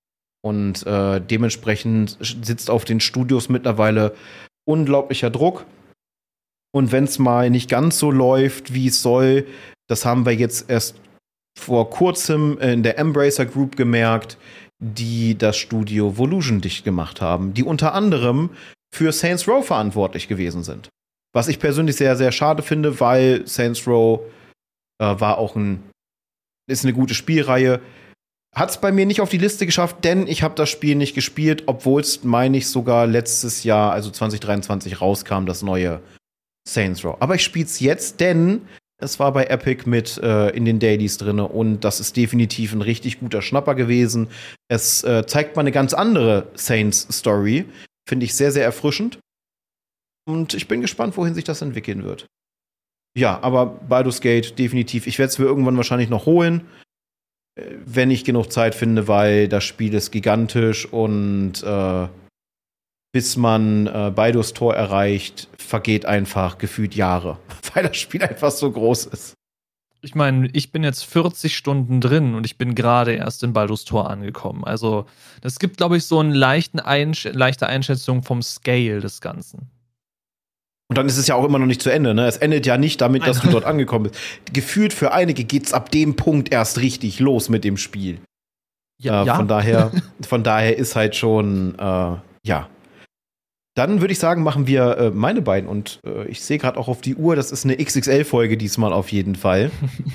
Und äh, dementsprechend sitzt auf den Studios mittlerweile unglaublicher Druck. Und wenn es mal nicht ganz so läuft, wie es soll, das haben wir jetzt erst vor kurzem in der Embracer Group gemerkt, die das Studio Volusion dicht gemacht haben, die unter anderem für Saints Row verantwortlich gewesen sind. Was ich persönlich sehr, sehr schade finde, weil Saints Row äh, war auch ein, ist eine gute Spielreihe. Hat es bei mir nicht auf die Liste geschafft, denn ich habe das Spiel nicht gespielt, obwohl es, meine ich, sogar letztes Jahr, also zwanzig dreiundzwanzig, rauskam, das neue Saints Row. Aber ich spiele es jetzt, denn es war bei Epic mit äh, in den Dailies drin und das ist definitiv ein richtig guter Schnapper gewesen. Es äh, zeigt mal eine ganz andere Saints-Story. Finde ich sehr, sehr erfrischend. Und ich bin gespannt, wohin sich das entwickeln wird. Ja, aber Baldur's Gate definitiv. Ich werde es mir irgendwann wahrscheinlich noch holen, wenn ich genug Zeit finde, weil das Spiel ist gigantisch und äh, bis man äh, Baldur's Tor erreicht, vergeht einfach gefühlt Jahre, weil das Spiel einfach so groß ist. Ich meine, ich bin jetzt vierzig Stunden drin und ich bin gerade erst in Baldur's Tor angekommen. Also, das gibt, glaube ich, so eine leichten Einsch- leichte Einschätzung vom Scale des Ganzen. Und dann ist es ja auch immer noch nicht zu Ende, ne? Es endet ja nicht damit, dass du dort angekommen bist. Gefühlt für einige geht's ab dem Punkt erst richtig los mit dem Spiel. Ja, äh, ja. Von daher, von daher ist halt schon, äh, ja. Dann würde ich sagen, machen wir äh, meine beiden. Und äh, ich sehe gerade auch auf die Uhr, das ist eine X X L-Folge diesmal auf jeden Fall.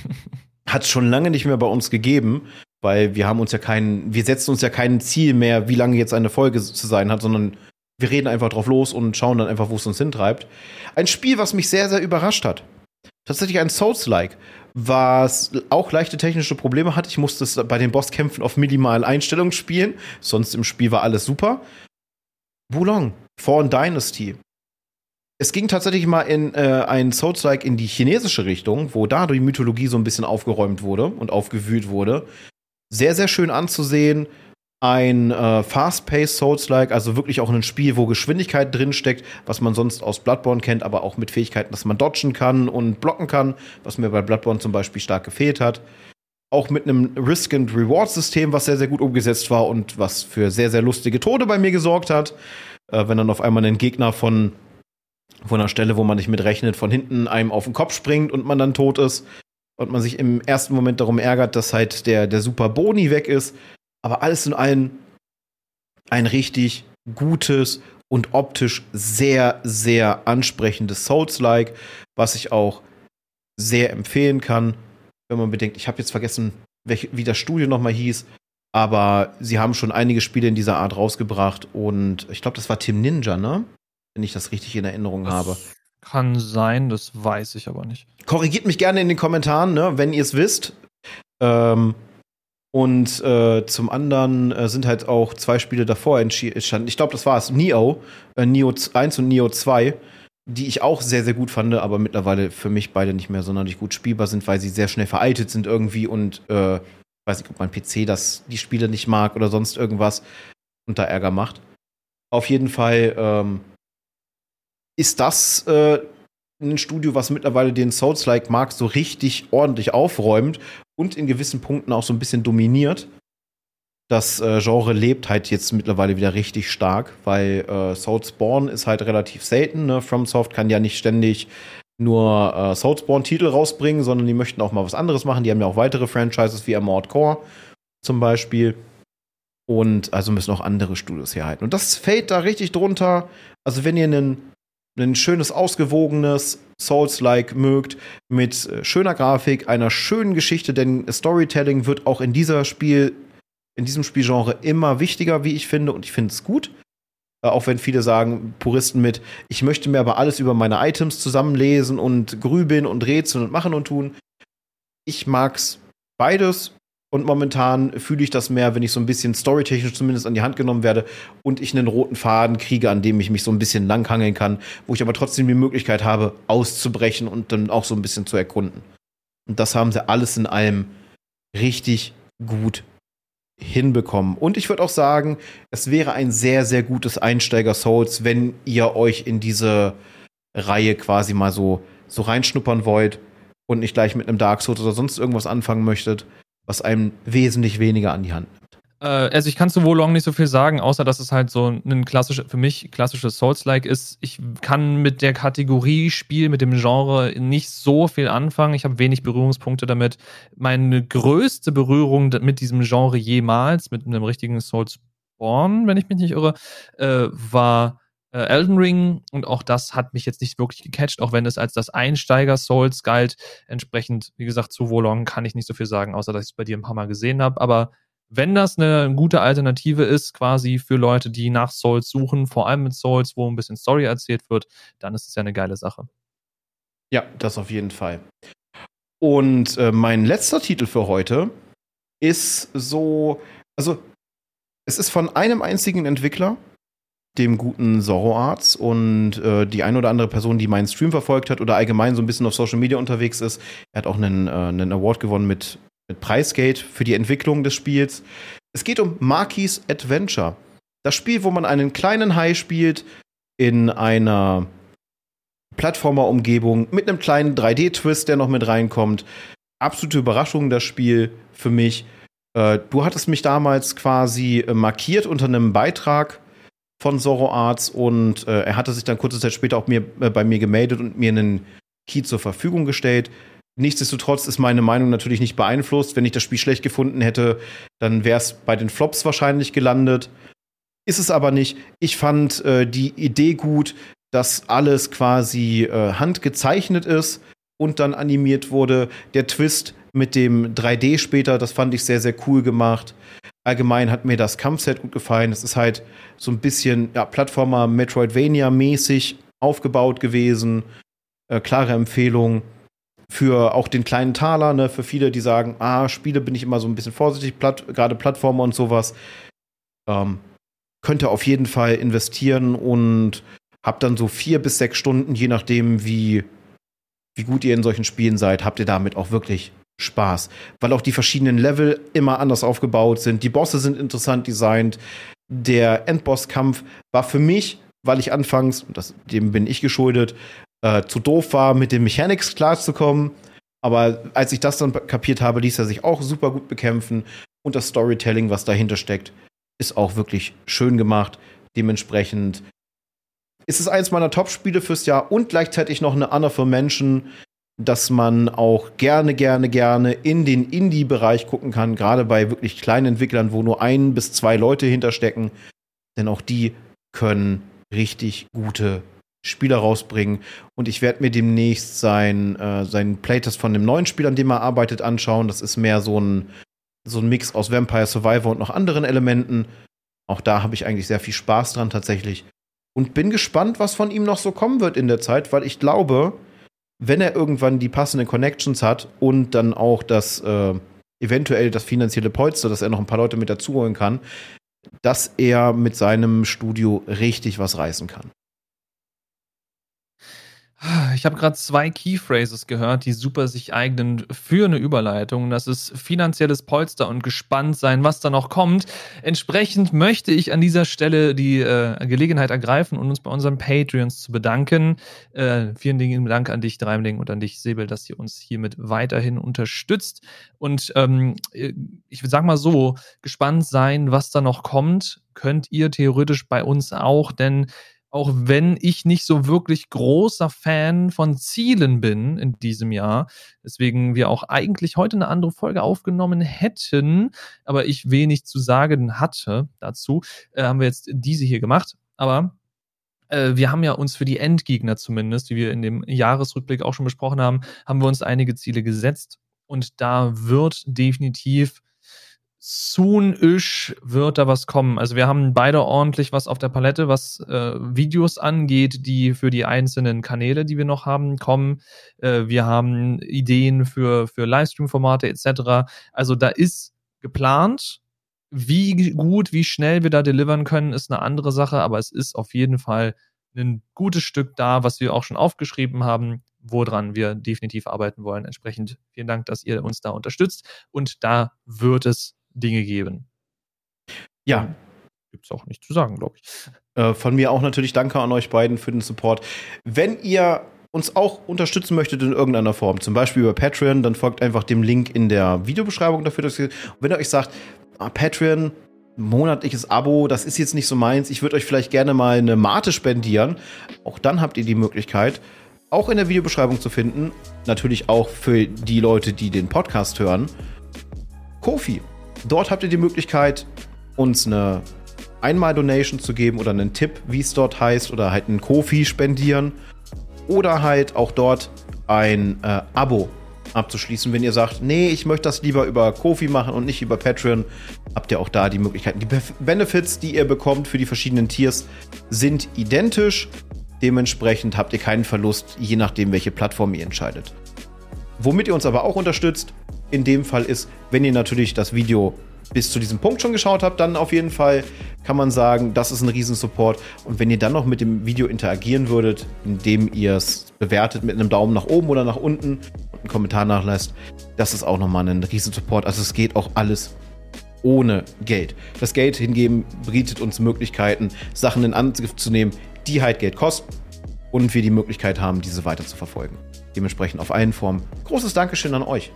Hat es schon lange nicht mehr bei uns gegeben, weil wir haben uns ja keinen, wir setzen uns ja kein Ziel mehr, wie lange jetzt eine Folge zu sein hat, sondern wir reden einfach drauf los und schauen dann einfach, wo es uns hintreibt. Ein Spiel, was mich sehr, sehr überrascht hat. Tatsächlich ein Souls-like, was auch leichte technische Probleme hat. Ich musste es bei den Bosskämpfen auf minimalen Einstellungen spielen. Sonst im Spiel war alles super. Wo Long? Fallen Dynasty. Es ging tatsächlich mal in äh, ein Souls-like in die chinesische Richtung, wo da die Mythologie so ein bisschen aufgeräumt wurde und aufgewühlt wurde. Sehr, sehr schön anzusehen. ein äh, Fast-Paced Souls-like, also wirklich auch ein Spiel, wo Geschwindigkeit drinsteckt, was man sonst aus Bloodborne kennt, aber auch mit Fähigkeiten, dass man dodgen kann und blocken kann, was mir bei Bloodborne zum Beispiel stark gefehlt hat. Auch mit einem Risk-and-Reward-System, was sehr, sehr gut umgesetzt war und was für sehr, sehr lustige Tode bei mir gesorgt hat. Äh, wenn dann auf einmal ein Gegner von, von einer Stelle, wo man nicht mit rechnet, von hinten einem auf den Kopf springt und man dann tot ist und man sich im ersten Moment darum ärgert, dass halt der, der Super Boni weg ist. Aber alles in allem ein richtig gutes und optisch sehr, sehr ansprechendes Souls-like, was ich auch sehr empfehlen kann, wenn man bedenkt, ich habe jetzt vergessen, welch, wie das Studio nochmal hieß, aber sie haben schon einige Spiele in dieser Art rausgebracht und ich glaube, das war Team Ninja, ne? Wenn ich das richtig in Erinnerung das habe. Kann sein, das weiß ich aber nicht. Korrigiert mich gerne in den Kommentaren, ne, wenn ihr es wisst. Ähm, Und äh, zum anderen äh, sind halt auch zwei Spiele davor entstanden. Ich glaube, das war es. Nioh, äh, Nioh eins und Nioh zwei, die ich auch sehr, sehr gut fand, aber mittlerweile für mich beide nicht mehr sonderlich gut spielbar sind, weil sie sehr schnell veraltet sind irgendwie und äh, weiß nicht, ob mein P C das die Spiele nicht mag oder sonst irgendwas und da Ärger macht. Auf jeden Fall ähm, ist das äh, ein Studio, was mittlerweile den Souls-like-Markt so richtig ordentlich aufräumt und in gewissen Punkten auch so ein bisschen dominiert. Das äh, Genre lebt halt jetzt mittlerweile wieder richtig stark, weil äh, Soulsborne ist halt relativ selten. Ne? FromSoft kann ja nicht ständig nur äh, Soulsborne-Titel rausbringen, sondern die möchten auch mal was anderes machen. Die haben ja auch weitere Franchises wie Armored Core zum Beispiel. Und also müssen auch andere Studios herhalten. Und das fällt da richtig drunter. Also wenn ihr einen ein schönes, ausgewogenes Souls-like mögt, mit äh, schöner Grafik, einer schönen Geschichte, denn Storytelling wird auch in dieser Spiel, in diesem Spielgenre immer wichtiger, wie ich finde, und ich finde es gut. Äh, auch wenn viele sagen, Puristen mit, ich möchte mir aber alles über meine Items zusammenlesen und grübeln und rätseln und machen und tun. Ich mag's beides. Und momentan fühle ich das mehr, wenn ich so ein bisschen storytechnisch zumindest an die Hand genommen werde und ich einen roten Faden kriege, an dem ich mich so ein bisschen langhangeln kann, wo ich aber trotzdem die Möglichkeit habe, auszubrechen und dann auch so ein bisschen zu erkunden. Und das haben sie alles in allem richtig gut hinbekommen. Und ich würde auch sagen, es wäre ein sehr, sehr gutes Einsteiger-Souls, wenn ihr euch in diese Reihe quasi mal so, so reinschnuppern wollt und nicht gleich mit einem Dark Souls oder sonst irgendwas anfangen möchtet, was einem wesentlich weniger an die Hand nimmt. Äh, also ich kann zu Wolong nicht so viel sagen, außer dass es halt so ein klassisches, für mich klassisches Souls-like ist. Ich kann mit der Kategorie Spiel, mit dem Genre nicht so viel anfangen. Ich habe wenig Berührungspunkte damit. Meine größte Berührung mit diesem Genre jemals, mit einem richtigen Soulsborne, wenn ich mich nicht irre, äh, war äh, Elden Ring, und auch das hat mich jetzt nicht wirklich gecatcht, auch wenn es als das Einsteiger-Souls galt. Entsprechend, wie gesagt, zu Wolong kann ich nicht so viel sagen, außer dass ich es bei dir ein paar Mal gesehen habe. Aber wenn das eine gute Alternative ist, quasi für Leute, die nach Souls suchen, vor allem mit Souls, wo ein bisschen Story erzählt wird, dann ist es ja eine geile Sache. Ja, das auf jeden Fall. Und äh, mein letzter Titel für heute ist so, also es ist von einem einzigen Entwickler, dem guten Zoroarts, und äh, die eine oder andere Person, die meinen Stream verfolgt hat oder allgemein so ein bisschen auf Social Media unterwegs ist. Er hat auch einen, äh, einen Award gewonnen mit, mit Preisgeld für die Entwicklung des Spiels. Es geht um Marky's Adventure. Das Spiel, wo man einen kleinen Hai spielt in einer Plattformer-Umgebung mit einem kleinen drei D-Twist, der noch mit reinkommt. Absolute Überraschung, das Spiel für mich. Äh, du hattest mich damals quasi äh, markiert unter einem Beitrag von Zoroarts und äh, er hatte sich dann kurze Zeit später auch mir, äh, bei mir gemeldet und mir einen Key zur Verfügung gestellt. Nichtsdestotrotz ist meine Meinung natürlich nicht beeinflusst. Wenn ich das Spiel schlecht gefunden hätte, dann wäre es bei den Flops wahrscheinlich gelandet. Ist es aber nicht. Ich fand äh, die Idee gut, dass alles quasi äh, handgezeichnet ist und dann animiert wurde. Der Twist mit dem drei D später, das fand ich sehr, sehr cool gemacht. Allgemein hat mir das Kampfset gut gefallen. Es ist halt so ein bisschen ja, Plattformer Metroidvania-mäßig aufgebaut gewesen. Äh, klare Empfehlung für auch den kleinen Taler, ne? Für viele, die sagen, ah, Spiele bin ich immer so ein bisschen vorsichtig, Platt, gerade Plattformer und sowas. Ähm, könnt ihr auf jeden Fall investieren und habt dann so vier bis sechs Stunden, je nachdem, wie, wie gut ihr in solchen Spielen seid, habt ihr damit auch wirklich Spaß, weil auch die verschiedenen Level immer anders aufgebaut sind. Die Bosse sind interessant designt. Der Endbosskampf war für mich, weil ich anfangs, das, dem bin ich geschuldet, äh, zu doof war, mit den Mechanics klarzukommen. Aber als ich das dann kapiert habe, ließ er sich auch super gut bekämpfen. Und das Storytelling, was dahinter steckt, ist auch wirklich schön gemacht. Dementsprechend ist es eins meiner Top-Spiele fürs Jahr und gleichzeitig noch eine Honorable Mention, dass man auch gerne, gerne, gerne in den Indie-Bereich gucken kann, gerade bei wirklich kleinen Entwicklern, wo nur ein bis zwei Leute hinterstecken. Denn auch die können richtig gute Spiele rausbringen. Und ich werde mir demnächst sein, äh, seinen Playtest von dem neuen Spiel, an dem er arbeitet, anschauen. Das ist mehr so ein, so ein Mix aus Vampire Survivor und noch anderen Elementen. Auch da habe ich eigentlich sehr viel Spaß dran tatsächlich. Und bin gespannt, was von ihm noch so kommen wird in der Zeit, weil ich glaube, wenn er irgendwann die passenden Connections hat und dann auch das äh, eventuell das finanzielle Polster, dass er noch ein paar Leute mit dazu holen kann, dass er mit seinem Studio richtig was reißen kann. Ich habe gerade zwei Keyphrases gehört, die super sich eignen für eine Überleitung. Das ist finanzielles Polster und gespannt sein, was da noch kommt. Entsprechend möchte ich an dieser Stelle die äh, Gelegenheit ergreifen und uns bei unseren Patreons zu bedanken. Äh, vielen lieben Dank an dich, Dreimling, und an dich, Säbel, dass ihr uns hiermit weiterhin unterstützt. Und ähm, ich sag mal so, gespannt sein, was da noch kommt, könnt ihr theoretisch bei uns auch, denn auch wenn ich nicht so wirklich großer Fan von Zielen bin in diesem Jahr, deswegen wir auch eigentlich heute eine andere Folge aufgenommen hätten, aber ich wenig zu sagen hatte dazu, äh, haben wir jetzt diese hier gemacht. Aber äh, wir haben ja uns für die Endgegner zumindest, wie wir in dem Jahresrückblick auch schon besprochen haben, haben wir uns einige Ziele gesetzt. Und da wird definitiv soon-ish wird da was kommen. Also wir haben beide ordentlich was auf der Palette, was äh, Videos angeht, die für die einzelnen Kanäle, die wir noch haben, kommen. Äh, wir haben Ideen für, für Livestream-Formate et cetera. Also da ist geplant. Wie gut, wie schnell wir da delivern können, ist eine andere Sache, aber es ist auf jeden Fall ein gutes Stück da, was wir auch schon aufgeschrieben haben, woran wir definitiv arbeiten wollen. Entsprechend vielen Dank, dass ihr uns da unterstützt, und da wird es Dinge geben. Ja. Gibt es auch nichts zu sagen, glaube ich. Äh, von mir auch natürlich danke an euch beiden für den Support. Wenn ihr uns auch unterstützen möchtet in irgendeiner Form, zum Beispiel über Patreon, dann folgt einfach dem Link in der Videobeschreibung dafür. Dass ihr, wenn ihr euch sagt, ah, Patreon, monatliches Abo, das ist jetzt nicht so meins, ich würde euch vielleicht gerne mal eine Mate spendieren, auch dann habt ihr die Möglichkeit, auch in der Videobeschreibung zu finden, natürlich auch für die Leute, die den Podcast hören, Ko-fi. Dort habt ihr die Möglichkeit, uns eine Einmal-Donation zu geben oder einen Tipp, wie es dort heißt, oder halt einen Ko-fi spendieren oder halt auch dort ein äh, Abo abzuschließen. Wenn ihr sagt, nee, ich möchte das lieber über Ko-fi machen und nicht über Patreon, habt ihr auch da die Möglichkeiten. Die Bef- Benefits, die ihr bekommt für die verschiedenen Tiers, sind identisch. Dementsprechend habt ihr keinen Verlust, je nachdem, welche Plattform ihr entscheidet. Womit ihr uns aber auch unterstützt, in dem Fall ist, wenn ihr natürlich das Video bis zu diesem Punkt schon geschaut habt, dann auf jeden Fall kann man sagen, das ist ein Riesensupport. Und wenn ihr dann noch mit dem Video interagieren würdet, indem ihr es bewertet mit einem Daumen nach oben oder nach unten und einen Kommentar nachlasst, das ist auch nochmal ein Riesensupport. Also es geht auch alles ohne Geld. Das Geld hingegen bietet uns Möglichkeiten, Sachen in Angriff zu nehmen, die halt Geld kosten, und wir die Möglichkeit haben, diese weiter zu verfolgen. Dementsprechend auf allen Formen großes Dankeschön an euch.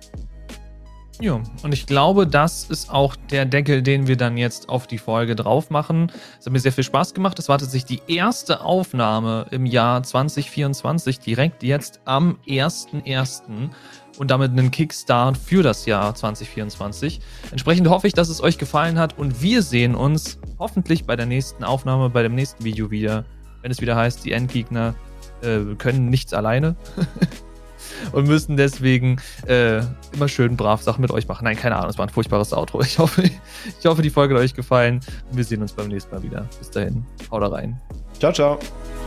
Ja, und ich glaube, das ist auch der Deckel, den wir dann jetzt auf die Folge drauf machen. Es hat mir sehr viel Spaß gemacht. Es war tatsächlich die erste Aufnahme im Jahr zwanzig vierundzwanzig, direkt jetzt am ersten ersten und damit einen Kickstart für das Jahr zwanzig vierundzwanzig. Entsprechend hoffe ich, dass es euch gefallen hat, und wir sehen uns hoffentlich bei der nächsten Aufnahme, bei dem nächsten Video wieder, wenn es wieder heißt, die Endgegner äh, können nichts alleine. Und müssen deswegen äh, immer schön brav Sachen mit euch machen. Nein, keine Ahnung, es war ein furchtbares Outro. Ich hoffe, ich hoffe, die Folge hat euch gefallen. Und wir sehen uns beim nächsten Mal wieder. Bis dahin, haut rein. Ciao, ciao.